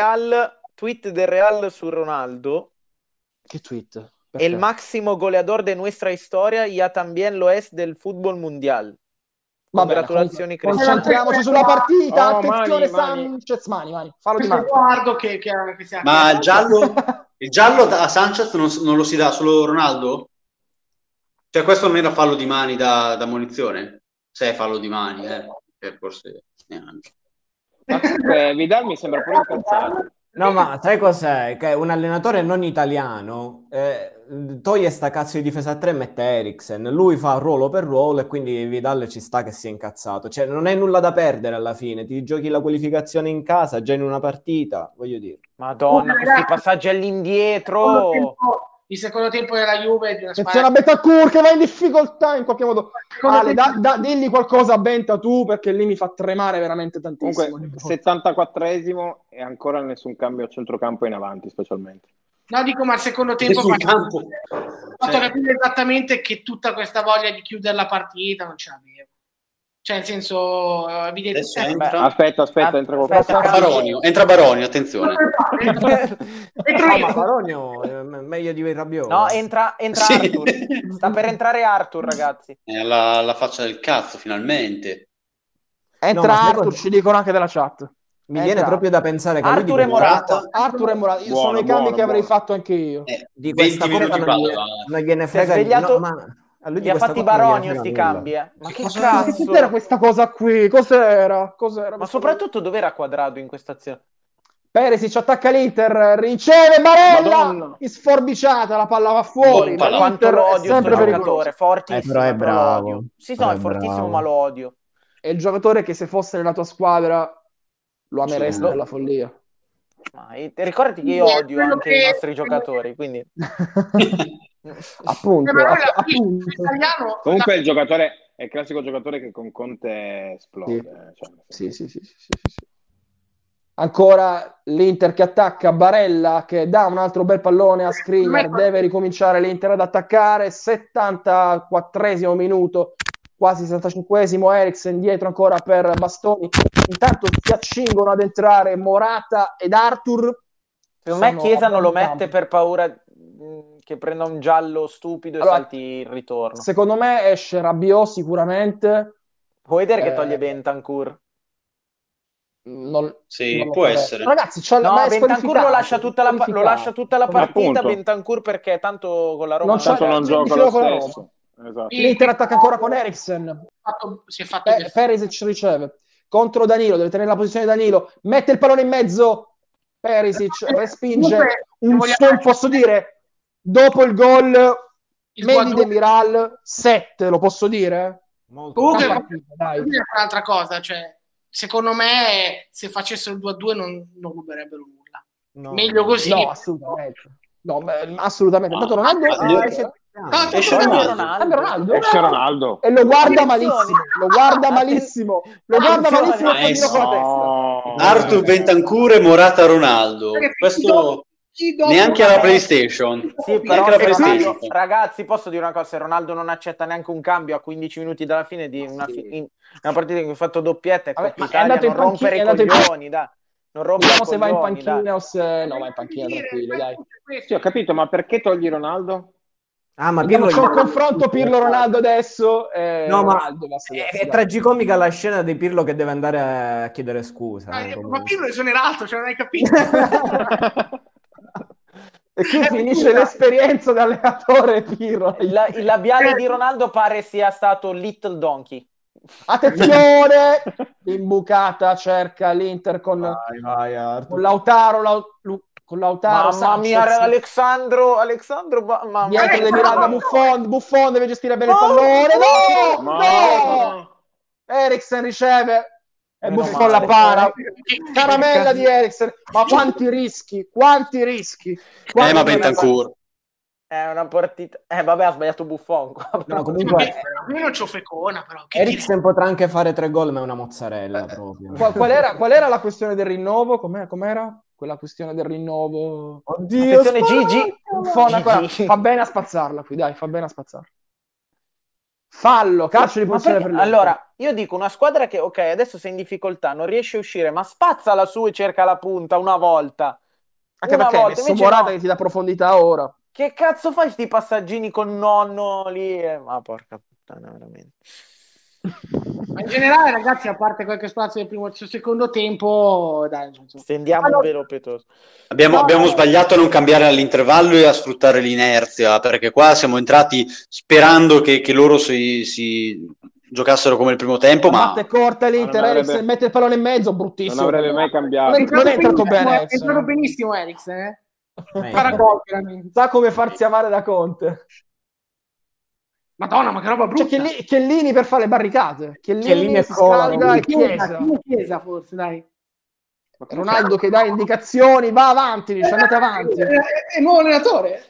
del Real su Ronaldo. Che tweet? Perché? El máximo goleador de nuestra historia ya también lo es del fútbol mundial. Congratulazioni, concentriamoci sulla partita. Attenzione, Sanchez, mani. Fallo di mano. Guardo che ma il giallo a Sanchez non lo si dà solo Ronaldo? Cioè questo non era fallo di mani da munizione? Se è fallo di mani, forse Vidal mi sembra pure incazzato. No, ma sai cos'è? Che un allenatore non italiano toglie sta cazzo di difesa a 3 e mette Eriksen. Lui fa ruolo per ruolo e quindi Vidal ci sta che sia incazzato. Cioè non hai nulla da perdere alla fine. Ti giochi la qualificazione in casa, già in una partita, voglio dire. Madonna, questi passaggi all'indietro. Il secondo tempo della Juve di una attenzione a Bentancur che va in difficoltà in qualche modo. Ale, digli qualcosa a Benta tu, perché lì mi fa tremare veramente tantissimo. Comunque 74esimo e ancora nessun cambio a centrocampo in avanti specialmente. No, dico, ma il secondo tempo ho fatto capire esattamente che tutta questa voglia di chiudere la partita non ce l'avevo. Cioè, nel senso, aspetta, entra Baronio, attenzione. Baronio è meglio di Rabiot. No, entra Arthur. Sta per entrare Arthur, ragazzi. La faccia del cazzo, finalmente. Entra Arthur, ci dicono anche della chat. Mi viene proprio da pensare che Arthur e Morata. Sono i cambi che avrei fatto anche io. Di questa cosa non gliene frega Gli ha fatti Baronio sti cambi, Ma che cazzo? Cos'era questa cosa qui? Cos'era? Ma soprattutto dov'era Quadrado in questa azione? Perisic attacca l'Inter, riceve Barella, sforbiciata, la palla va fuori. Ma quanto lo odio questo giocatore, fortissimo. Però è bravo. Sì, no, è fortissimo, ma lo odio. È il giocatore che se fosse nella tua squadra lo ameresti dalla follia. Ricordati che io odio anche i nostri giocatori, quindi... Appunto. Comunque il giocatore è il classico giocatore che con Conte esplode. Sì. Ancora l'Inter che attacca, Barella che dà un altro bel pallone a Skriniar, deve ricominciare l'Inter ad attaccare, 74esimo minuto, quasi 75esimo, Eriksen dietro ancora per Bastoni, intanto si accingono ad entrare Morata ed Arthur. Secondo me Chiesa non lo mette per paura che prenda un giallo stupido e salti il ritorno. Secondo me esce Rabiot sicuramente. Può vedere che toglie Bentancur? Non può essere. Ragazzi, Bentancur lo lascia tutta la partita. Bentancur perché tanto con la Roma non gioca lo stesso. Esatto. L'Inter attacca ancora con Eriksen. Perisic riceve contro Danilo, deve tenere la posizione Danilo, mette il pallone in mezzo, Perisic respinge posso dire, dopo il gol Mendy Demiral 7, lo posso dire? Comunque un'altra cosa, cioè secondo me se facessero il 2-2 non ruberebbero nulla. Meglio così. No, assolutamente. Tanto Ronaldo esce Ronaldo e lo guarda malissimo. Lo guarda malissimo con la testa. Arthur Bentancur e Morata Ronaldo. Questo neanche alla PlayStation. Sì, però ragazzi, posso dire una cosa: se Ronaldo non accetta neanche un cambio a 15 minuti dalla fine di una partita in cui ha fatto doppietta e Coppa Italia, non rompere i coglioni, dai. Non vediamo se va in panchina o se no, va in panchina, tranquillo, dai. Sì, ho capito, ma perché togli Ronaldo? Ma Pirlo c'è un confronto Pirlo-Ronaldo adesso. No, ma è tragicomica la scena di Pirlo che deve andare a chiedere scusa. Ma Pirlo è esonerato, cioè non hai capito? E qui finisce l'esperienza da allenatore Pirlo. Il labiale di Ronaldo pare sia stato Little Donkey. Attenzione, imbucata cerca l'Inter con Lautaro mamma mia, Alexandro dietro di Miranda, Buffon deve gestire bene il pallone, no! Eriksen riceve e Buffon la para, caramella di Eriksen, ma quanti rischi ma Bentancur è una partita. Vabbè, ha sbagliato Buffon. No, comunque io non c'ho Fecona, però. Eriksen potrà anche fare 3 gol, ma è una mozzarella proprio. Qual era la questione del rinnovo? Com'era? Quella questione del rinnovo. Oddio, Gigi. Fa bene a spazzarla qui, dai, fa bene a spazzarla. Fallo, calcio di punizione per l'Inter. Allora, io dico una squadra che, ok, adesso sei in difficoltà, non riesce a uscire, ma spazzala su e cerca la punta una volta. Anche perché hai messo Morata che ti dà profondità ora. Che cazzo fai sti passaggini con nonno lì? Ma porca puttana, veramente. Ma in generale, ragazzi, a parte qualche spazio del primo e secondo tempo, dai, stendiamo un velo pietoso. Abbiamo sbagliato a non cambiare all'intervallo e a sfruttare l'inerzia, perché qua siamo entrati sperando che loro si giocassero come il primo tempo, ma batte corta l'Inter, Eriksen mette il pallone in mezzo, bruttissimo. Non avrebbe mai cambiato. Non è entrato bene. È entrato benissimo Eriksen, sa come farsi amare da Conte. Madonna, ma che roba brutta. Cioè, Chiellini per fare le barricate. Chiellini si scalda e Chiesa forse, dai. Ronaldo che dà indicazioni, va avanti, dice andate avanti. È nuovo allenatore.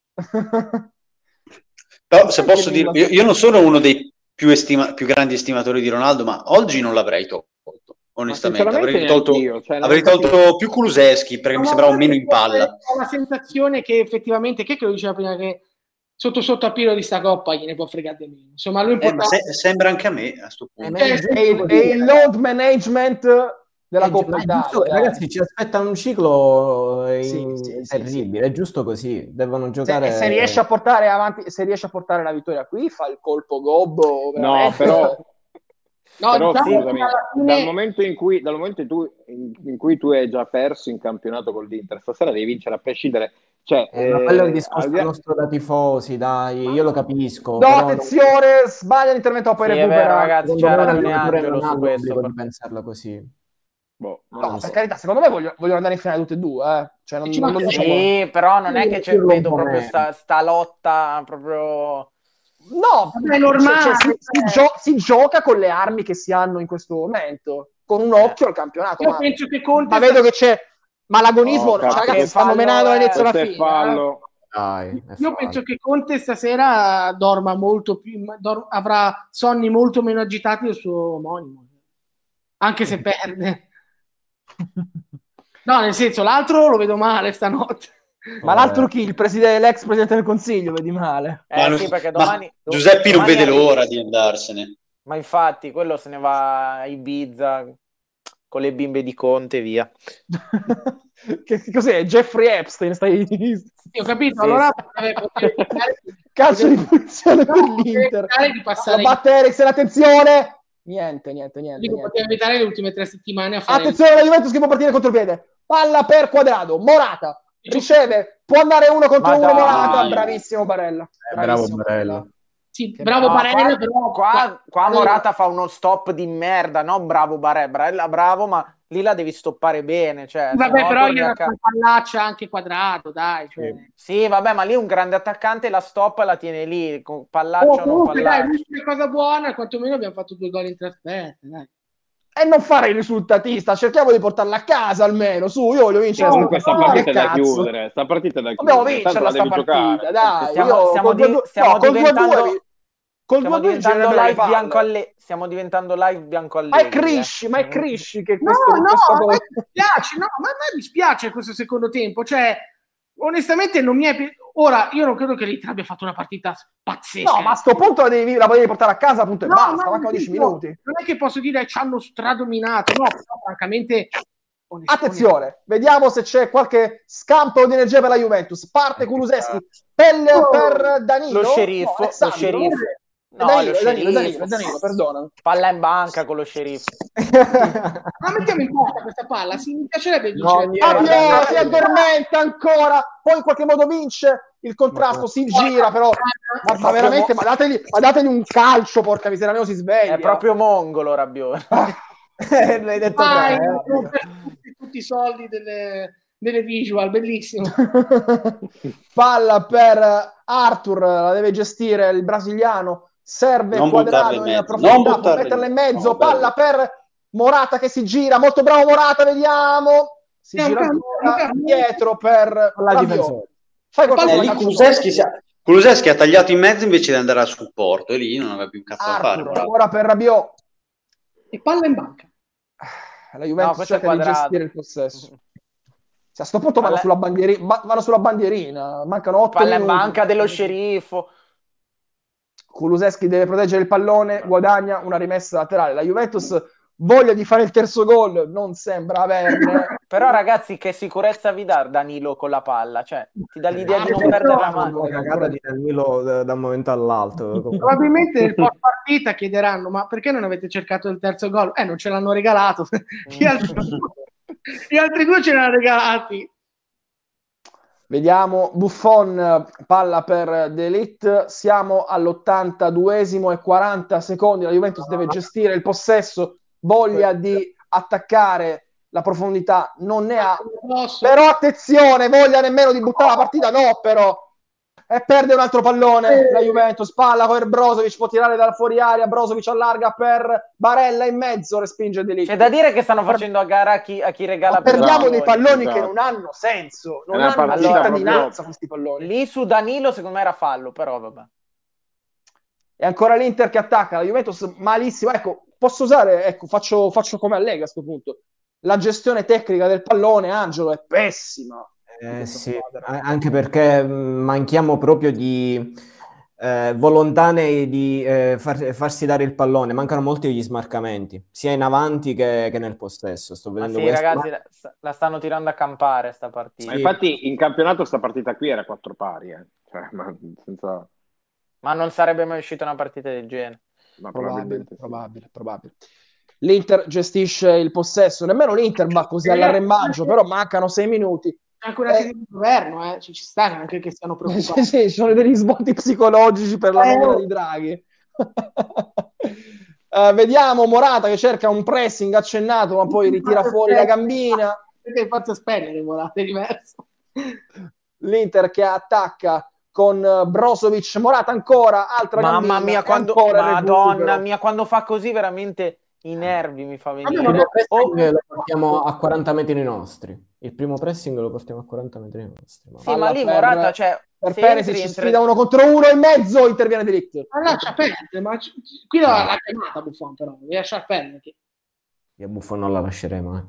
Però se posso dire, io non sono uno dei più grandi estimatori di Ronaldo, ma oggi non l'avrei tolto. Onestamente avrei tolto più Kulusevski perché mi sembrava meno in palla. Ho la sensazione che effettivamente, che lo diceva prima, che sotto a Pirlo di sta coppa gliene può fregare di meno. Insomma, lui sembra anche a me a sto punto. E il load management della Coppa Italia, ragazzi, ci aspetta un ciclo terribile, è giusto così, devono giocare. Se riesce a portare avanti, se riesce a portare la vittoria qui, fa il colpo gobbo. No, però diciamo scusami, dal momento in cui tu hai già perso in campionato con l'Inter, stasera devi vincere a prescindere. Cioè, ma quello è un discorso nostro da tifosi, dai, io lo capisco. No, attenzione, sbaglia l'intervento, poi recupera. Ragazzi, c'è ragione su questo per pensarla così. No, per carità, secondo me vogliono andare in finale tutte e due, Cioè, non sì, però non è che vedo proprio sta lotta proprio. No, è normale. Si gioca con le armi che si hanno in questo momento, con un occhio al campionato. Io penso che Conte ma vedo che c'è. Ma l'agonismo, ragazzi, stanno menando all'inizio alla fine. Dai, Io penso che Conte stasera dorma molto più, avrà sonni molto meno agitati del suo omonimo, anche se perde. No, nel senso, l'altro lo vedo male stanotte. Ma l'altro chi? L'ex presidente del Consiglio, vedi male. Sì, perché domani Giuseppe non vede arriva. l'ora di andarsene. Ma infatti, quello se ne va a Ibiza con le bimbe di Conte, via. Che cos'è? Jeffrey Epstein? Ho capito, Sì, allora calcio di punizione per l'Inter. Di passare La batte Eriksen, attenzione! Niente. Dico, poteva evitare le ultime 3 settimane a fare... Attenzione, la Juventus che può partire contropiede. Palla per Quadrado, Morata riceve, può andare 1 contro 1 Morata, bravissimo Barella. Bravo Barella. Sì, bravo Barella, però qua Morata fa uno stop di merda, no? Bravo Barella, bravo, ma lì la devi stoppare bene, cioè, vabbè, però gli ha dato una pallaccia anche Quadrato, dai, cioè. Sì, vabbè, ma lì un grande attaccante la stoppa e la tiene lì, con pallaccia o non pallaccia. Dai, l'unica cosa buona, quantomeno abbiamo fatto 2 gol in trasferta, dai. E non fare il risultatista, cerchiamo di portarla a casa almeno, su, io voglio vincere. Comunque sta partita è da chiudere, Dobbiamo vincerla sta partita, dai. Stiamo diventando Col 2-2 stiamo diventando live bianco Ma è Crisci che questo mi dispiace, ma a me dispiace questo secondo tempo, cioè onestamente non mi è ora io non credo che l'Inter abbia fatto una partita pazzesca. No, ma a sto punto la devi portare a casa, punto e basta, mancano 10 minuti. Non è che posso dire ci hanno stradominato, no, però francamente attenzione, vediamo se c'è qualche scampo di energia per la Juventus. Parte Kulusevski per Danilo. Lo sceriffo. No, Danilo, perdona. Palla in banca con lo sceriffo. Ma mettiamo in porta questa palla, sì, mi piacerebbe vincere. Si addormenta ancora, poi in qualche modo vince il contrasto, si gira però. Ma veramente, ma dategli un calcio, porca miseria, almeno si sveglia. È proprio mongolo Rabiot. L'hai detto tutti i soldi delle visual, bellissimo. Palla per Arthur, la deve gestire il brasiliano. Serve non Quadrado in profondità, può metterla in mezzo, palla per Morata che si gira, molto bravo Morata, vediamo, si gira ancora dietro per la difesa. Fai qualcosa. Kulusevski ha tagliato in mezzo invece di andare al supporto e lì non aveva più un cazzo da fare. Ora per Rabiot e palla in banca. La Juventus cerca di gestire il possesso. A sto punto vanno sulla bandierina, mancano 8 palla minuti. In banca dello sceriffo. Kulusevski deve proteggere il pallone, guadagna una rimessa laterale. La Juventus voglia di fare il terzo gol, non sembra averne. Però ragazzi, che sicurezza vi dà Danilo con la palla? Cioè, ti dà l'idea di non perdere la mano. La cagata di Danilo da un momento all'altro. Probabilmente nel post partita chiederanno, ma perché non avete cercato il terzo gol? Non ce l'hanno regalato. Gli altri 2 ce l'hanno regalati. Vediamo, Buffon, palla per De Ligt, siamo all'82esimo e 40 secondi, la Juventus deve gestire il possesso, voglia di attaccare, la profondità non ne ha, però attenzione, voglia nemmeno di buttare la partita, no però, e perde un altro pallone la Juventus, palla per Brozovic, può tirare dalla fuori area, Brozovic allarga per Barella in mezzo, respinge De Ligt. C'è da dire che stanno facendo a gara a chi regala più. Perdiamo dei palloni che non hanno senso, non hanno cittadinanza questi palloni. Lì su Danilo secondo me era fallo, però vabbè. E ancora l'Inter che attacca, la Juventus malissimo, ecco, posso usare, ecco, faccio come a Lega a questo punto, la gestione tecnica del pallone, Angelo, è pessima. Sì, anche perché manchiamo proprio di volontà di farsi dare il pallone, mancano molti degli smarcamenti, sia in avanti che nel possesso. Sto vedendo questo, ragazzi, la stanno tirando a campare sta partita. Ma infatti in campionato sta partita qui era 4 pari, cioè, ma non sarebbe mai uscita una partita del genere. Ma probabile. L'Inter gestisce il possesso, nemmeno l'Inter va così all'arrembaggio, però mancano 6 minuti. C'è anche una crisi di governo, ci sta anche che stiano preoccupati. Sì, ci sono degli svolti psicologici per la nomina di Draghi. Vediamo Morata che cerca un pressing accennato, ma poi ritira fuori la gambina. Perché forza spellere Morata, è diverso. L'Inter che attacca con Brozovic, Morata ancora, altra gambina. Mamma mia, Madonna mia, quando fa così veramente i nervi mi fa venire. Lo portiamo a 40 metri nostri. Il primo pressing lo portiamo a 40 metri nostri. Sì, ma lì Morata, cioè, per Perisic, sfida 1 contro 1 in mezzo, interviene De Ligt. Ma lascia perdere, ma qui l'ha chiamata Buffon, però devi lasciar perdere. Io Buffon non la lasceremo.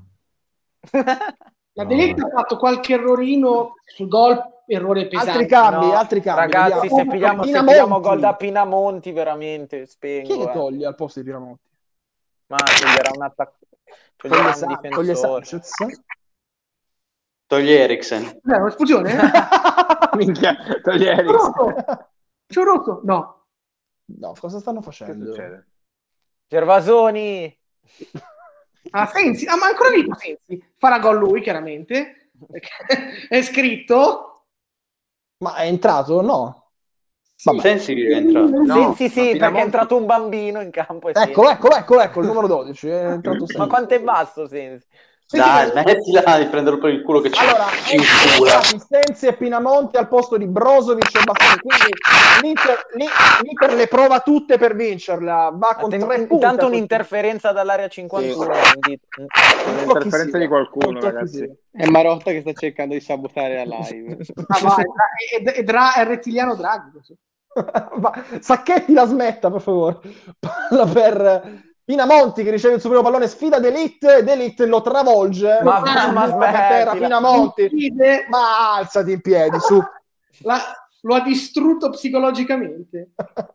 La De Ligt ha fatto qualche errorino sul gol, errore pesante. Altri cambi. Ragazzi, se pigliamo gol da Pinamonti, veramente spengo. Chi le toglie al posto di Pinamonti? Ma toglierà un attaccante. Toglie Sanchez. Toglie Eriksen. Un'esplosione? Minchia, toglie Eriksen. C'è un rotto? No, cosa stanno facendo? Gervasoni. Sensi, ma ancora vivo Sensi. Farà gol lui, chiaramente, perché è scritto. Ma è entrato? No. Sensi è entrato. No, sì, perché è entrato un bambino in campo. Ecco, il numero 12. È entrato ma quanto è basso Sensi? Dai, smettila di prenderlo per il culo che c'è. Allora, Sensi e Pinamonti al posto di Brozovic e Bastoni, quindi l'Inter le prova tutte per vincerla, va con 3 punti. Intanto un'interferenza dall'area 51. Un'interferenza di qualcuno, ragazzi. È Marotta che sta cercando di sabotare la live. È il rettiliano Draghi. Sacchetti la smetta, per favore. Palla per Pinamonti che riceve il suo primo pallone, sfida De Ligt lo travolge. Ma smettila. Pinamonti, ma alzati in piedi, su. Lo ha distrutto psicologicamente.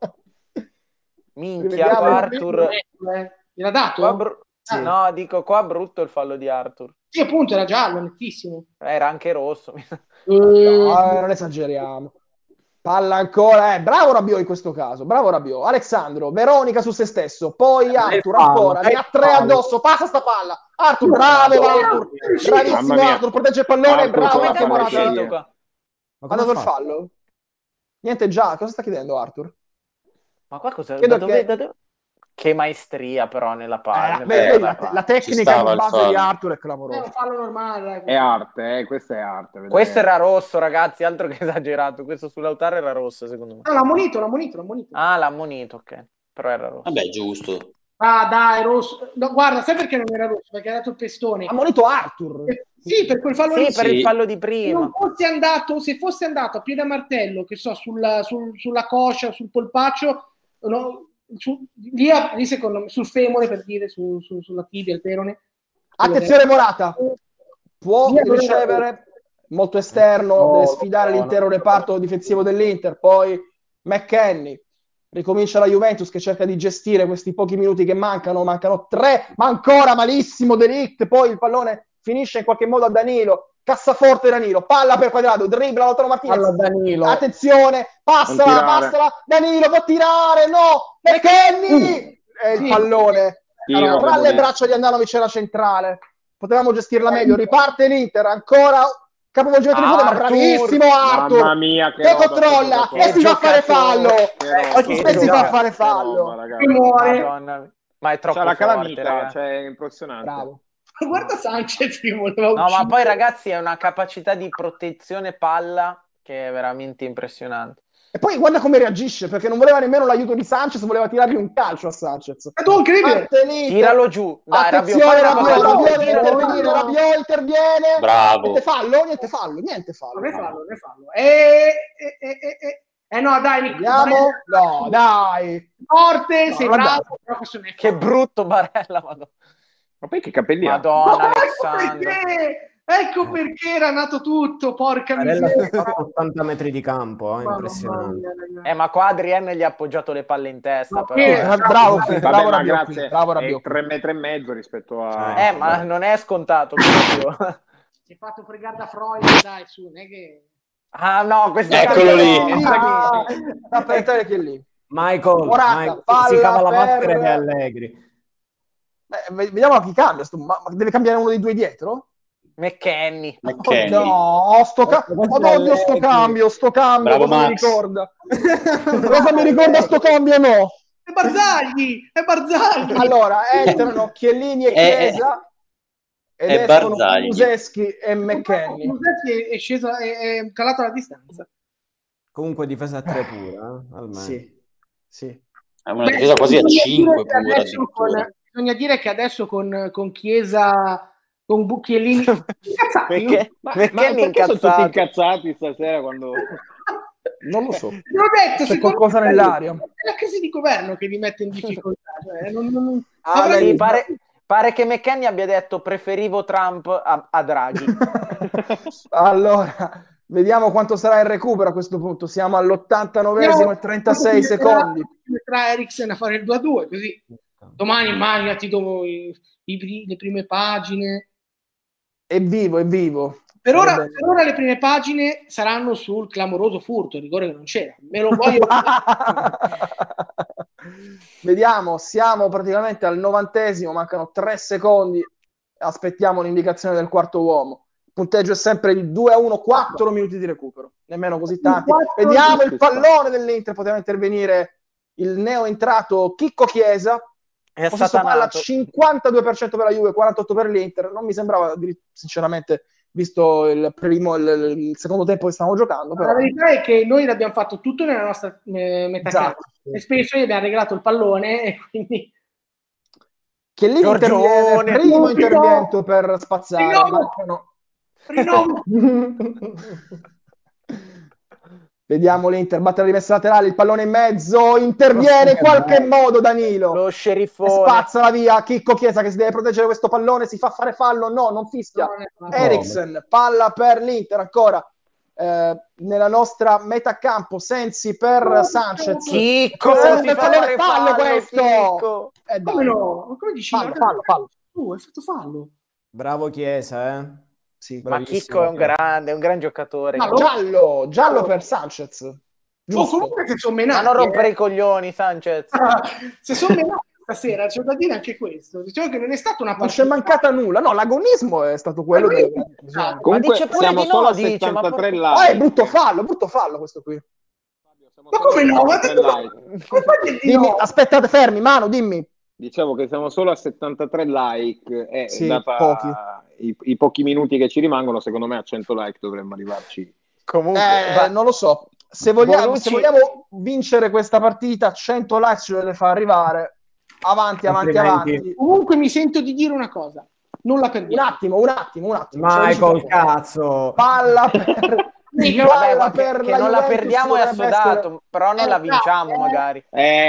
Minchia, Arthur. Gliel'ha dato? No, dico qua brutto il fallo di Arthur. Sì, appunto, era giallo, nettissimo. Era anche rosso. No, non esageriamo. Palla ancora, bravo Rabiot in questo caso, bravo Rabiot. Alessandro, Veronica su se stesso, poi Arthur ancora, ne ha 3 addosso, passa sta palla. Arthur, bravo Arthur, bravissimo Arthur, protegge il pallone, bravo anche Morata. Ha dato il fallo? Niente già, cosa sta chiedendo Arthur? Ma qua cosa? Che... Che maestria però nella palla. La tecnica in base di Arthur è clamorosa. È un fallo normale. È arte, questa è arte. Vedete. Questo era rosso, ragazzi, altro che esagerato. Questo su Lautaro era rosso, secondo me. No, l'ha ammonito. Ah, l'ha ammonito, ok. Però era rosso. Vabbè, giusto. Ah, dai, rosso. No, guarda, sai perché non era rosso? Perché ha dato il pestone. Ha ammonito Arthur. Sì, per quel fallo per il fallo di prima. Se fosse andato a piede a martello, che so, sulla coscia, sul polpaccio, no, lì secondo me, sul femore, per dire, sulla tibia, il perone. Attenzione Morata, può ricevere, molto esterno, deve sfidare l'intero reparto difensivo dell'Inter. Poi McKennie, ricomincia la Juventus che cerca di gestire questi pochi minuti che mancano 3, ma ancora malissimo De Ligt. Poi il pallone finisce in qualche modo a Danilo, cassaforte Danilo, palla per Quadrado, dribbla Lautaro Martinez, attenzione, passala, Danilo può tirare, no, McKennie, il pallone tra le braccia di Andanovic era centrale, potevamo gestirla meglio. Riparte l'Inter, ancora capovolgimento di fuori, ma bravissimo Arthur, mamma mia, che controlla e si fa fare fallo, ma è troppo la forte, calamita, cioè è impressionante. Bravo. Guarda Sanchez che voleva uccidere. No, ma poi ragazzi è una capacità di protezione palla che è veramente impressionante. E poi guarda come reagisce, perché non voleva nemmeno l'aiuto di Sanchez, voleva tirargli un calcio a Sanchez. Tiralo giù. Dai, Rabiot interviene. Bravo. Niente fallo. No, dai, vediamo. No, dai. Forte, sei bravo. Che brutto Barella, madonna. Ma poi che capelli ha? Madonna, Alessandro. Ecco perché era nato tutto, porca miseria. 80 metri di campo, impressionante. Ma qua Adrien gli ha appoggiato le palle in testa. Bravo Rabiot. È 3 metri e mezzo rispetto a... ma non è scontato. Si è fatto fregare da Freud, dai, su, non è che... Ah no, questo eccolo lì. Aspetta che è lì. Michael si cava la maschera di Allegri. Vediamo chi cambia. Ma deve cambiare uno dei due dietro? McKennie. No, sto cambio Bravo, cosa mi ricorda? Cosa mi ricorda sto cambio? No. È Barzagli. Allora, entrano Chiellini e Chiesa ed escono Kulusevski e McKennie. Kulusevski è sceso, è calato la distanza. Comunque difesa a 3 pure, almeno. Sì. È una difesa quasi a 5 pure. Bisogna dire che adesso con Chiesa, con Chiellini, perché sono tutti incazzati stasera quando Non lo so. L'ho detto, c'è qualcosa nell'aria. È la crisi di governo che vi mette in difficoltà. Cioè, sì, pare che McKenny abbia detto preferivo Trump a Draghi. Allora, vediamo quanto sarà il recupero a questo punto. Siamo all'89esimo e 36 secondi. Tra Eriksen a fare il 2-2, così domani immaginati le prime pagine. È vivo. Per ora le prime pagine saranno sul clamoroso furto, il rigore che non c'era. Me lo voglio. Vediamo, siamo praticamente al 90esimo, mancano 3 secondi. Aspettiamo l'indicazione del quarto uomo. Il punteggio è sempre il 2-1, 4 minuti di recupero, nemmeno così tanti. Vediamo il pallone dell'Inter, poteva intervenire il neo entrato Chicco Chiesa. Possesso palla 52% per la Juve, 48% per l'Inter. Non mi sembrava, sinceramente, visto il secondo tempo che stavamo giocando. Però. La verità è che noi l'abbiamo fatto tutto nella nostra metà campo. E spesso gli abbiamo regalato il pallone e quindi... Che lì interviene, primo intervento per spazzare. Vediamo l'Inter, batte la rimessa laterale, il pallone in mezzo, interviene in qualche modo Danilo. Lo sceriffone. Spazza via Chicco Chiesa che si deve proteggere questo pallone, si fa fare fallo, no, non fischia. Eriksen, palla per l'Inter ancora. Nella nostra metà campo, Sensi per Sanchez. Chicco, si fa fare fallo questo. Come no? Come dici? Fallo. Hai fatto fallo. Bravo Chiesa, Sì, ma Chicco è un gran giocatore. Giallo per Sanchez. Giusto. Comunque se sono menati, ma non rompere i coglioni, Sanchez. Se sono menati stasera, c'è da dire anche questo. Diciamo che non è stata una partita. Non c'è mancata nulla. No, l'agonismo è stato quello comunque ma dice pure siamo di no, a 73 like. Brutto fallo questo qui. Ma come no? Dimmi, aspettate fermi, Manu, dimmi. Diciamo che siamo solo a 73 like e data pochi. I pochi minuti che ci rimangono, secondo me a 100 like dovremmo arrivarci. Comunque, non lo so. Se vogliamo vincere questa partita, 100 like ce le fa arrivare. Avanti. Comunque mi sento di dire una cosa. Non la perdiamo. Un attimo. Michael, cazzo. Palla per... che non la perdiamo è assodato, però non la vinciamo magari.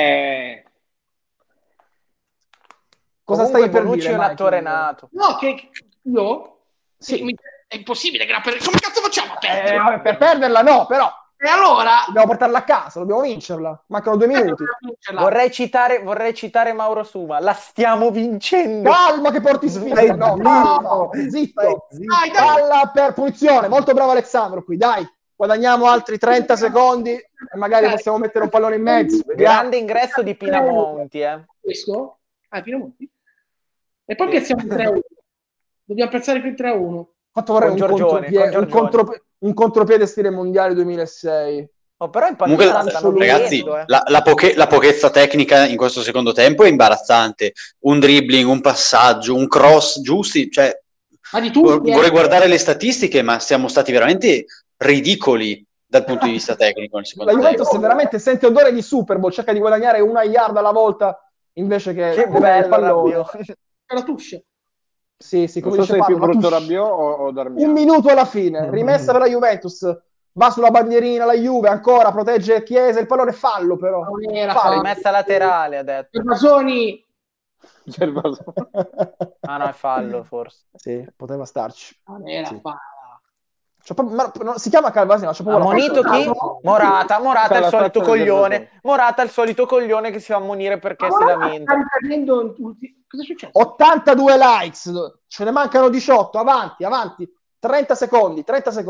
Cosa comunque stai per Bonucci dire? È un attore nato. No, che io? Sì. È impossibile che come cazzo facciamo a perdere? Per perderla no, però. E allora? Dobbiamo portarla a casa, dobbiamo vincerla. Mancano 2 minuti. Vorrei citare Mauro Suma. La stiamo vincendo. Calma che porti sfida. No, zitto. Palla per punizione. Molto bravo Alessandro qui, dai. Guadagniamo altri 30 secondi e magari possiamo mettere un pallone in mezzo. Grande ingresso di Pinamonti. Questo? Pinamonti? E poi piazziamo il 3-1. Dobbiamo piazzare più il 3-1. Quanto vorrei un contropiede stile mondiale 2006. Però in comunque, ragazzi, la pochezza tecnica in questo secondo tempo è imbarazzante. Un dribbling, un passaggio, un cross giusti, cioè vorrei guardare le statistiche, ma siamo stati veramente ridicoli dal punto di vista tecnico nel secondo tempo. La Juventus veramente sente odore di Super Bowl, cerca di guadagnare una yard alla volta invece che il pallone. La tuscia. Sì, come dice Paolo, più brutto Rabiot o Darmian. 1 minuto alla fine, rimessa per la Juventus, va sulla bandierina la Juve, ancora protegge Chiesa, il pallone fallo però. Rimessa laterale ha detto. Gervasoni. No, è fallo forse. Sì, poteva starci. Non era fallo. Si chiama Calvasino, c'è proprio ammonito chi? Morata il solito coglione. Morata il solito coglione che si fa ammonire perché si lamenta. Cosa è successo? 82 likes, ce ne mancano 18, avanti. 30 secondi.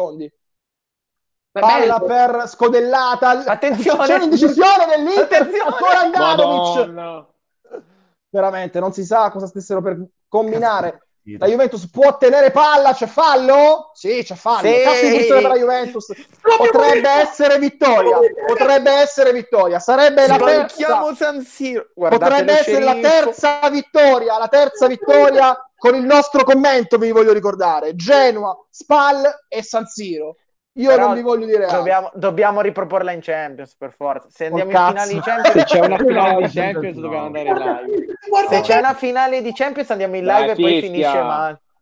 Palla per scodellata. Attenzione. C'è l'indecisione dell'Inter. Ancora Andanovic. Veramente, non si sa cosa stessero per combinare. La Juventus può ottenere palla, c'è fallo? Sì, c'è fallo. Cazzo di punizione per la Juventus. Potrebbe essere vittoria. Sarebbe la terza. San Siro. Potrebbe essere la terza vittoria con il nostro commento, vi voglio ricordare. Genoa, Spal e San Siro. Però non vi voglio dire altro. Dobbiamo riproporla in Champions per forza. Se andiamo in finale di Champions, se c'è una finale di Champions dobbiamo andare in live. Se c'è una finale di Champions andiamo in live e poi finisce male.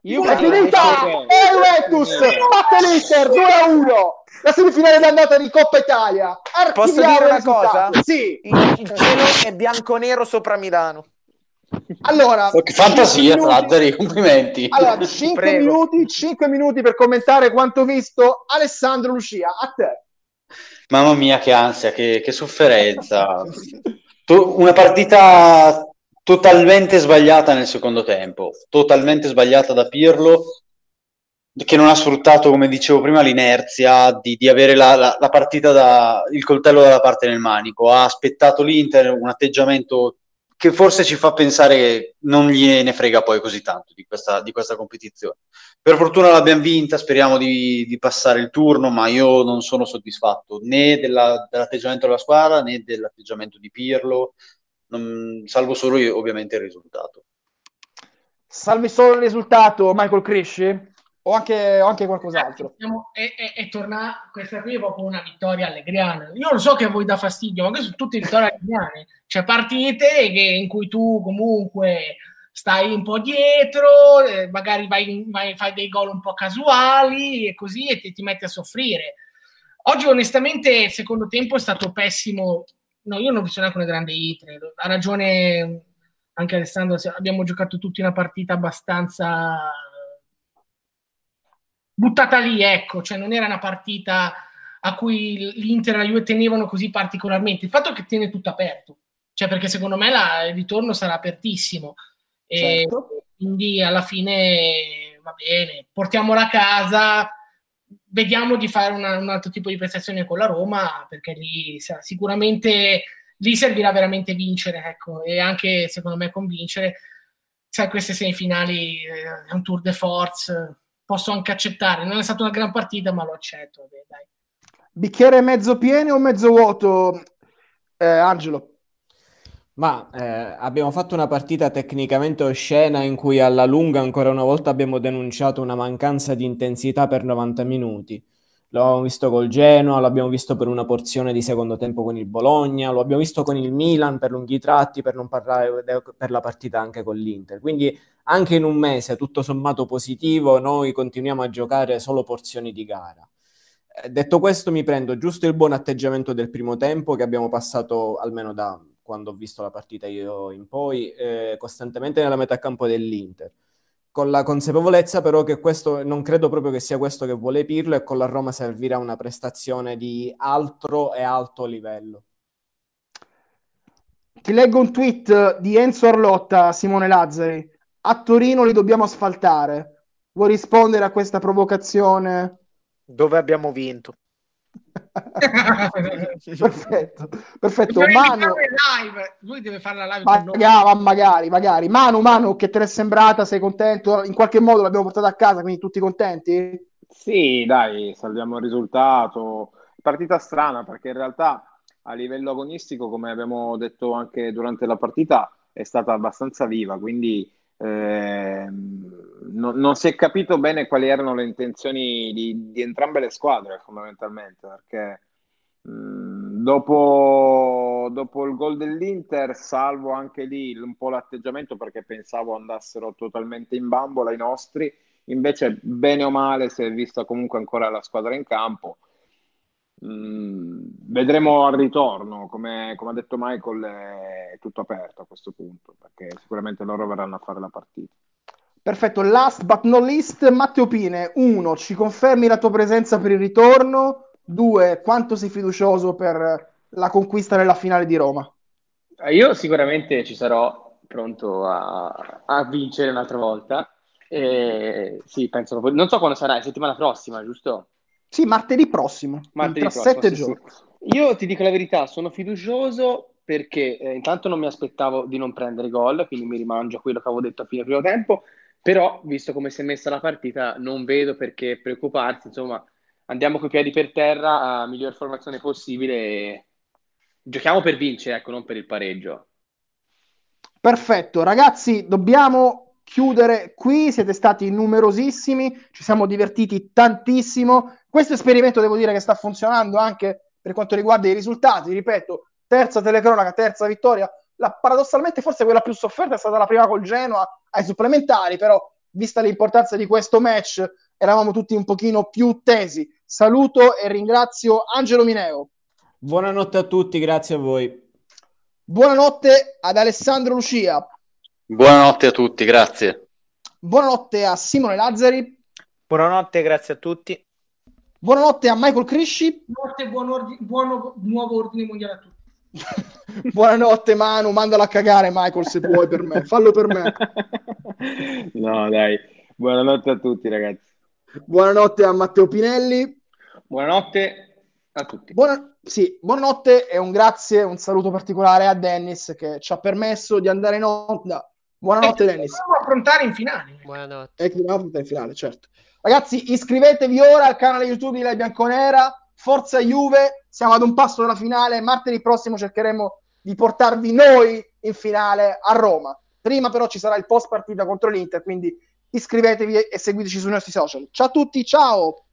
È finita! E Juventus batte l'Inter 2-1, la semifinale d'andata di Coppa Italia. Posso dire una cosa? Sì. Il cielo è bianco-nero sopra Milano. Allora, che fantasia, Lazzari, complimenti. Allora, 5 minuti per commentare quanto visto. Alessandro Lucia, a te. Mamma mia, che ansia, che sofferenza. Una partita totalmente sbagliata nel secondo tempo, totalmente sbagliata da Pirlo, che non ha sfruttato, come dicevo prima, l'inerzia di avere la partita il coltello dalla parte del manico. Ha aspettato l'Inter, un atteggiamento che forse ci fa pensare che non gliene frega poi così tanto di questa competizione. Per fortuna l'abbiamo vinta, speriamo di passare il turno, ma io non sono soddisfatto né dell'atteggiamento della squadra né dell'atteggiamento di Pirlo, salvo solo io, ovviamente il risultato. Salvi solo il risultato, Michael Crisci? O anche qualcos'altro? E torna, questa qui è proprio una vittoria allegriana. Io lo so che a voi dà fastidio, ma queste sono tutte vittorie allegriane. Cioè partite in cui tu comunque stai un po' dietro, magari fai dei gol un po' casuali e così, e ti metti a soffrire. Oggi onestamente il secondo tempo è stato pessimo. No, io non ho visto neanche una grande Itre. Ha ragione anche Alessandro, abbiamo giocato tutti una partita abbastanza buttata lì, ecco, cioè non era una partita a cui l'Inter e la Juve tenevano così particolarmente. Il fatto è che tiene tutto aperto, cioè perché secondo me il ritorno sarà apertissimo, e quindi alla fine va bene, portiamola a casa, vediamo di fare un altro tipo di prestazione con la Roma, perché lì sicuramente lì servirà veramente vincere, ecco, e anche secondo me convincere. Sai, queste semifinali è un tour de force, posso anche accettare, non è stata una gran partita, ma lo accetto. Vabbè, dai. Bicchiere mezzo pieno o mezzo vuoto, Angelo? Ma abbiamo fatto una partita tecnicamente oscena in cui alla lunga ancora una volta abbiamo denunciato una mancanza di intensità per 90 minuti. L'abbiamo visto col Genoa, l'abbiamo visto per una porzione di secondo tempo con il Bologna, lo abbiamo visto con il Milan per lunghi tratti, per non parlare per la partita anche con l'Inter. Quindi anche in un mese tutto sommato positivo, noi continuiamo a giocare solo porzioni di gara. Detto questo, mi prendo giusto il buon atteggiamento del primo tempo che abbiamo passato, almeno da quando ho visto la partita io in poi, costantemente nella metà campo dell'Inter, con la consapevolezza però che questo non credo proprio che sia questo che vuole Pirlo, e con la Roma servirà una prestazione di altro e alto livello. Ti leggo un tweet di Enzo Arlotta, Simone Lazzari: a Torino li dobbiamo asfaltare. Vuoi rispondere a questa provocazione? Dove abbiamo vinto. Perfetto. Manu, lui deve fare la live con noi. Magari. Manu, che te l'è sembrata? Sei contento? In qualche modo l'abbiamo portata a casa, quindi tutti contenti? Sì, dai, salviamo il risultato. Partita strana, perché in realtà a livello agonistico, come abbiamo detto anche durante la partita, è stata abbastanza viva, quindi non si è capito bene quali erano le intenzioni di entrambe le squadre, fondamentalmente, perché dopo il gol dell'Inter, salvo anche lì un po' l'atteggiamento, perché pensavo andassero totalmente in bambola i nostri, invece bene o male si è vista comunque ancora la squadra in campo. Vedremo al ritorno, come ha detto Michael, è tutto aperto a questo punto, perché sicuramente loro verranno a fare la partita. Perfetto, last but not least, Matteo Pine. 1, ci confermi la tua presenza per il ritorno? 2, quanto sei fiducioso per la conquista nella finale di Roma? Io sicuramente ci sarò pronto a vincere un'altra volta. Sì, penso, non so quando sarà, settimana prossima, giusto? Sì, martedì prossimo, tra 7 giorni. Sì. Io ti dico la verità, sono fiducioso perché intanto non mi aspettavo di non prendere gol, quindi mi rimangio quello che avevo detto a fine primo tempo, però visto come si è messa la partita non vedo perché preoccuparsi, insomma andiamo coi piedi per terra a miglior formazione possibile e giochiamo per vincere, ecco, non per il pareggio. Perfetto, ragazzi, dobbiamo chiudere qui, siete stati numerosissimi, ci siamo divertiti tantissimo. Questo esperimento devo dire che sta funzionando anche per quanto riguarda i risultati, ripeto, terza telecronaca, terza vittoria, paradossalmente forse quella più sofferta è stata la prima col Genoa ai supplementari, però vista l'importanza di questo match, eravamo tutti un pochino più tesi. Saluto e ringrazio Angelo Mineo. Buonanotte a tutti, grazie a voi. Buonanotte ad Alessandro Lucia. Buonanotte a tutti, grazie. Buonanotte a Simone Lazzari. Buonanotte, grazie a tutti. Buonanotte a Michael Crisci. Buonanotte, buon nuovo ordine mondiale a tutti. Buonanotte Manu, mandalo a cagare Michael se puoi per me, fallo per me. No dai, buonanotte a tutti ragazzi. Buonanotte a Matteo Pinelli. Buonanotte a tutti. Buonanotte e un grazie, un saluto particolare a Dennis che ci ha permesso di andare in onda. Buonanotte Dennis. Dobbiamo affrontare in finale. Buonanotte. E che dobbiamo affrontare in finale, certo. Ragazzi, iscrivetevi ora al canale YouTube di La Bianconera. Forza Juve, siamo ad un passo dalla finale. Martedì prossimo cercheremo di portarvi noi in finale a Roma. Prima però ci sarà il post partita contro l'Inter, quindi iscrivetevi e seguiteci sui nostri social. Ciao a tutti, ciao!